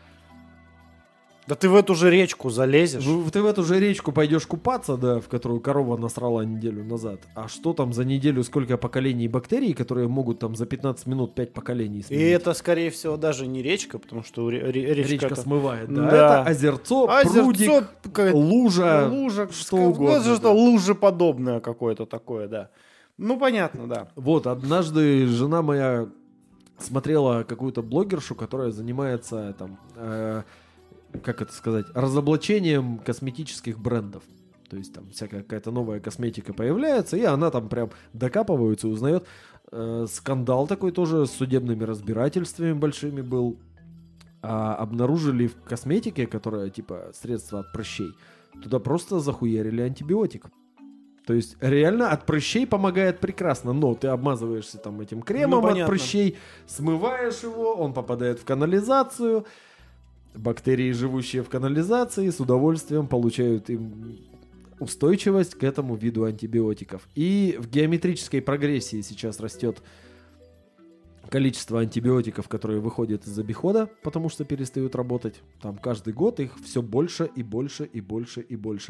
A: Да ты в эту же речку залезешь.
B: Ты в эту же речку пойдешь купаться, да, в которую корова насрала неделю назад. А что там за неделю, сколько поколений бактерий, которые могут там за пятнадцать минут пять поколений сменить?
A: И это, скорее всего, даже не речка, потому что ре- ре- речка,
B: речка
A: это...
B: смывает, да.
A: да.
B: Это озерцо,
A: озерцо
B: прудик, лужа,
A: лужа,
B: что угодно.
A: Ну, что лужеподобное какое-то такое, да. Ну, понятно, да.
B: Вот, однажды жена моя смотрела какую-то блогершу, которая занимается там... Э- как это сказать, разоблачением косметических брендов. То есть там всякая какая-то новая косметика появляется, и она там прям докапывается и узнает. Э, скандал такой тоже с судебными разбирательствами большими был. А, обнаружили в косметике, которая типа средство от прыщей, туда просто захуярили антибиотик. То есть реально от прыщей помогает прекрасно, но ты обмазываешься там этим кремом
A: Ну,
B: от прыщей, смываешь его, он попадает в канализацию, бактерии, живущие в канализации, с удовольствием получают им устойчивость к этому виду антибиотиков. И в геометрической прогрессии сейчас растет количество антибиотиков, которые выходят из обихода, потому что перестают работать. Там каждый год их все больше и больше и больше и больше.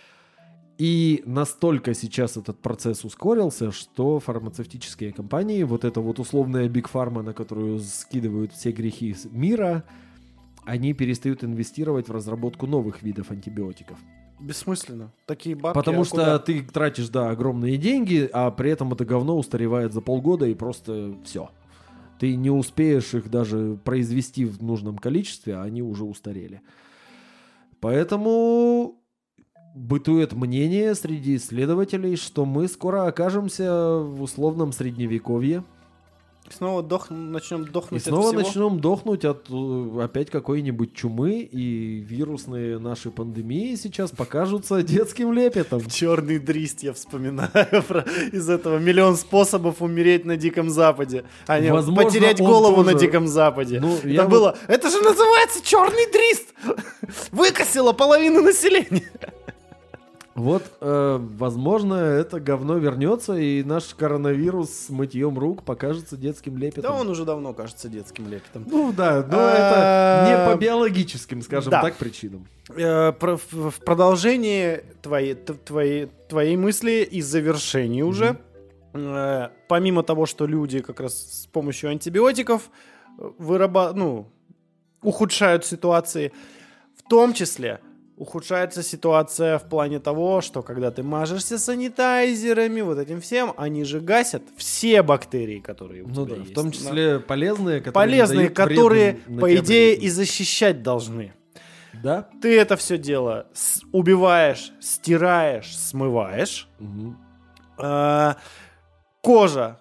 B: И настолько сейчас этот процесс ускорился, что фармацевтические компании, вот эта вот условная Big Pharma, на которую скидывают все грехи мира, они перестают инвестировать в разработку новых видов антибиотиков.
A: Бессмысленно. Такие бабки.
B: Потому
A: а
B: что
A: куда?
B: ты тратишь, да, огромные деньги, а при этом это говно устаревает за полгода и просто все. Ты не успеешь их даже произвести в нужном количестве, а они уже устарели. Поэтому бытует мнение среди исследователей, что мы скоро окажемся в условном средневековье.
A: Снова дох... начнем дохнуть
B: И снова
A: от всего.
B: начнем дохнуть от э, опять какой-нибудь чумы, и вирусные наши пандемии сейчас покажутся детским лепетом.
A: Черный дрист, я вспоминаю про... из этого миллион способов умереть на Диком Западе. А не,
B: Возможно,
A: потерять
B: он
A: голову
B: тоже...
A: на Диком Западе.
B: Ну,
A: это
B: я
A: было. Это же называется черный дрист! Выкосило половину населения.
B: Вот, э, возможно, это говно вернется, и наш коронавирус с мытьем рук покажется детским лепетом.
A: Да он уже давно кажется детским лепетом.
B: Ну да, но это не по биологическим, скажем
A: Да.
B: так, причинам.
A: Э, про- в в продолжении твоей, т- твоей, твоей мысли и завершении уже, э, помимо того, что люди как раз с помощью антибиотиков выраба- ну, ухудшают ситуации, в том числе ухудшается ситуация в плане того, что когда ты мажешься санитайзерами, вот этим всем, они же гасят все бактерии, которые у
B: Ну
A: тебя
B: да,
A: есть.
B: в том числе полезные, которые
A: Полезные,
B: не дают
A: которые,
B: вредным на
A: по
B: тебя
A: идее,
B: вредным.
A: и защищать должны.
B: Да?
A: Ты это все дело с- убиваешь, стираешь, смываешь.
B: Мгм.
A: А, кожа,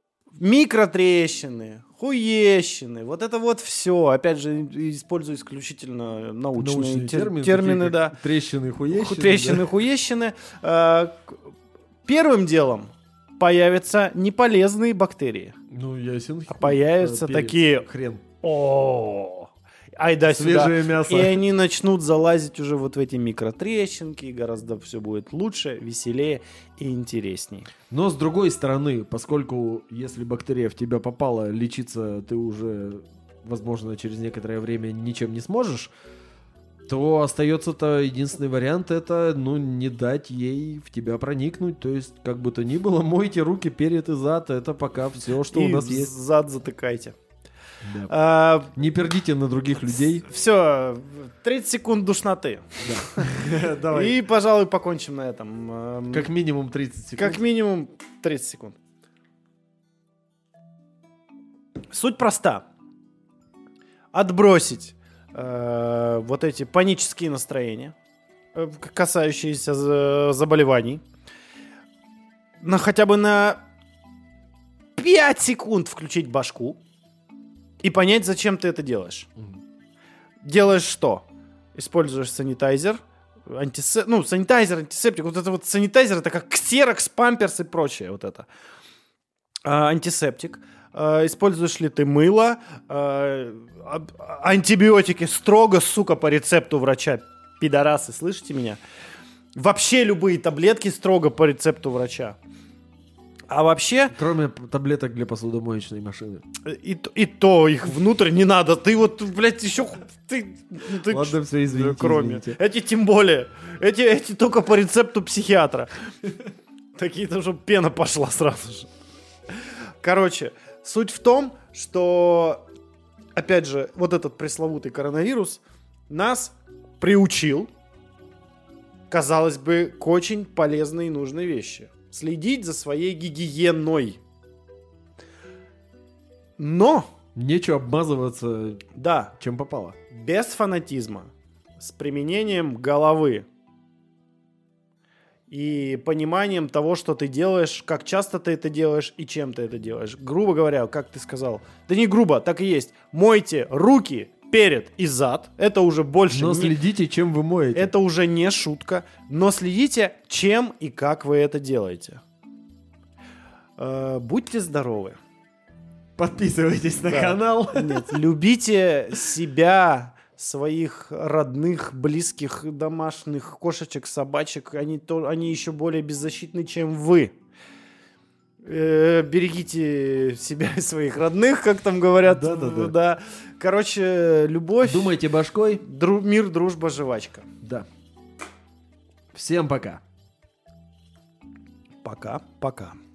A: микротрещины, хуещины, вот это вот все. Опять же, использую исключительно научные,
B: Научные
A: тер-
B: термины,
A: термины,
B: такие
A: да.
B: как трещины, хуещины.
A: Трещины,
B: да.
A: хуещины. А, к- первым делом появятся неполезные бактерии.
B: Ну, ясен.
A: А появятся
B: Э, перец.
A: такие...
B: Хрен.
A: О, ай да сюда.
B: Свежее мясо.
A: И они начнут залазить уже вот в эти микротрещинки, и гораздо все будет лучше, веселее и интересней.
B: Но с другой стороны, поскольку если бактерия в тебя попала, лечиться ты уже, возможно, через некоторое время ничем не сможешь, то остается-то единственный вариант — это, ну, не дать ей в тебя проникнуть. То есть, как бы то ни было, мойте руки перед и зад. Это пока все, что
A: и
B: у нас есть.
A: зад затыкайте.
B: Да.
A: А,
B: Не пердите на других людей.
A: все, тридцать секунд душноты.
B: Давай.
A: И, пожалуй, покончим на этом. Эм,
B: Как минимум тридцать секунд.
A: Как минимум тридцать секунд. Суть проста. Отбросить э, вот эти панические настроения, э, касающиеся за- заболеваний, на хотя бы на пять секунд включить башку и понять, зачем ты это делаешь.
B: Мгм.
A: Делаешь что? Используешь санитайзер, антисе... ну, санитайзер, антисептик. Вот это вот санитайзер, это как ксерокс, памперс и прочее вот это. А, антисептик. А, используешь ли ты мыло? А, об- антибиотики строго, сука, по рецепту врача. Пидорасы, слышите меня? Вообще любые таблетки строго по рецепту врача. А вообще,
B: Кроме п- таблеток для посудомоечной машины.
A: и, т- и то их внутрь не надо. Ты вот, блядь, еще... ху- Ты, ну, ты
B: Ладно,
A: ч-
B: все, извините,
A: Кроме.
B: извините.
A: Эти тем более. Эти, эти только по рецепту психиатра. Такие-то уже пена пошла сразу же. Короче, суть в том, что, опять же, вот этот пресловутый коронавирус нас приучил, казалось бы, к очень полезной и нужной вещи. Следить за своей гигиеной. Но,
B: Нечего обмазываться,
A: да,
B: чем попало.
A: без фанатизма, с применением головы и пониманием того, что ты делаешь, как часто ты это делаешь и чем ты это делаешь. Грубо говоря, как ты сказал, да не грубо, так и есть. Мойте руки перед и зад. Это уже больше
B: Но
A: не...
B: следите, чем вы моете.
A: Это уже не шутка. Но следите, чем и как вы это делаете. Э, будьте здоровы.
B: Подписывайтесь на
A: Да.
B: канал.
A: Нет, любите себя, своих родных, близких, домашних, кошечек, собачек. Они, то, они еще более беззащитны, чем вы. Э, берегите себя и своих родных, как там говорят.
B: Да-да-да.
A: Да. Короче, любовь,
B: Думайте башкой.
A: дру- мир, дружба, жвачка.
B: Да. Всем пока.
A: Пока-пока.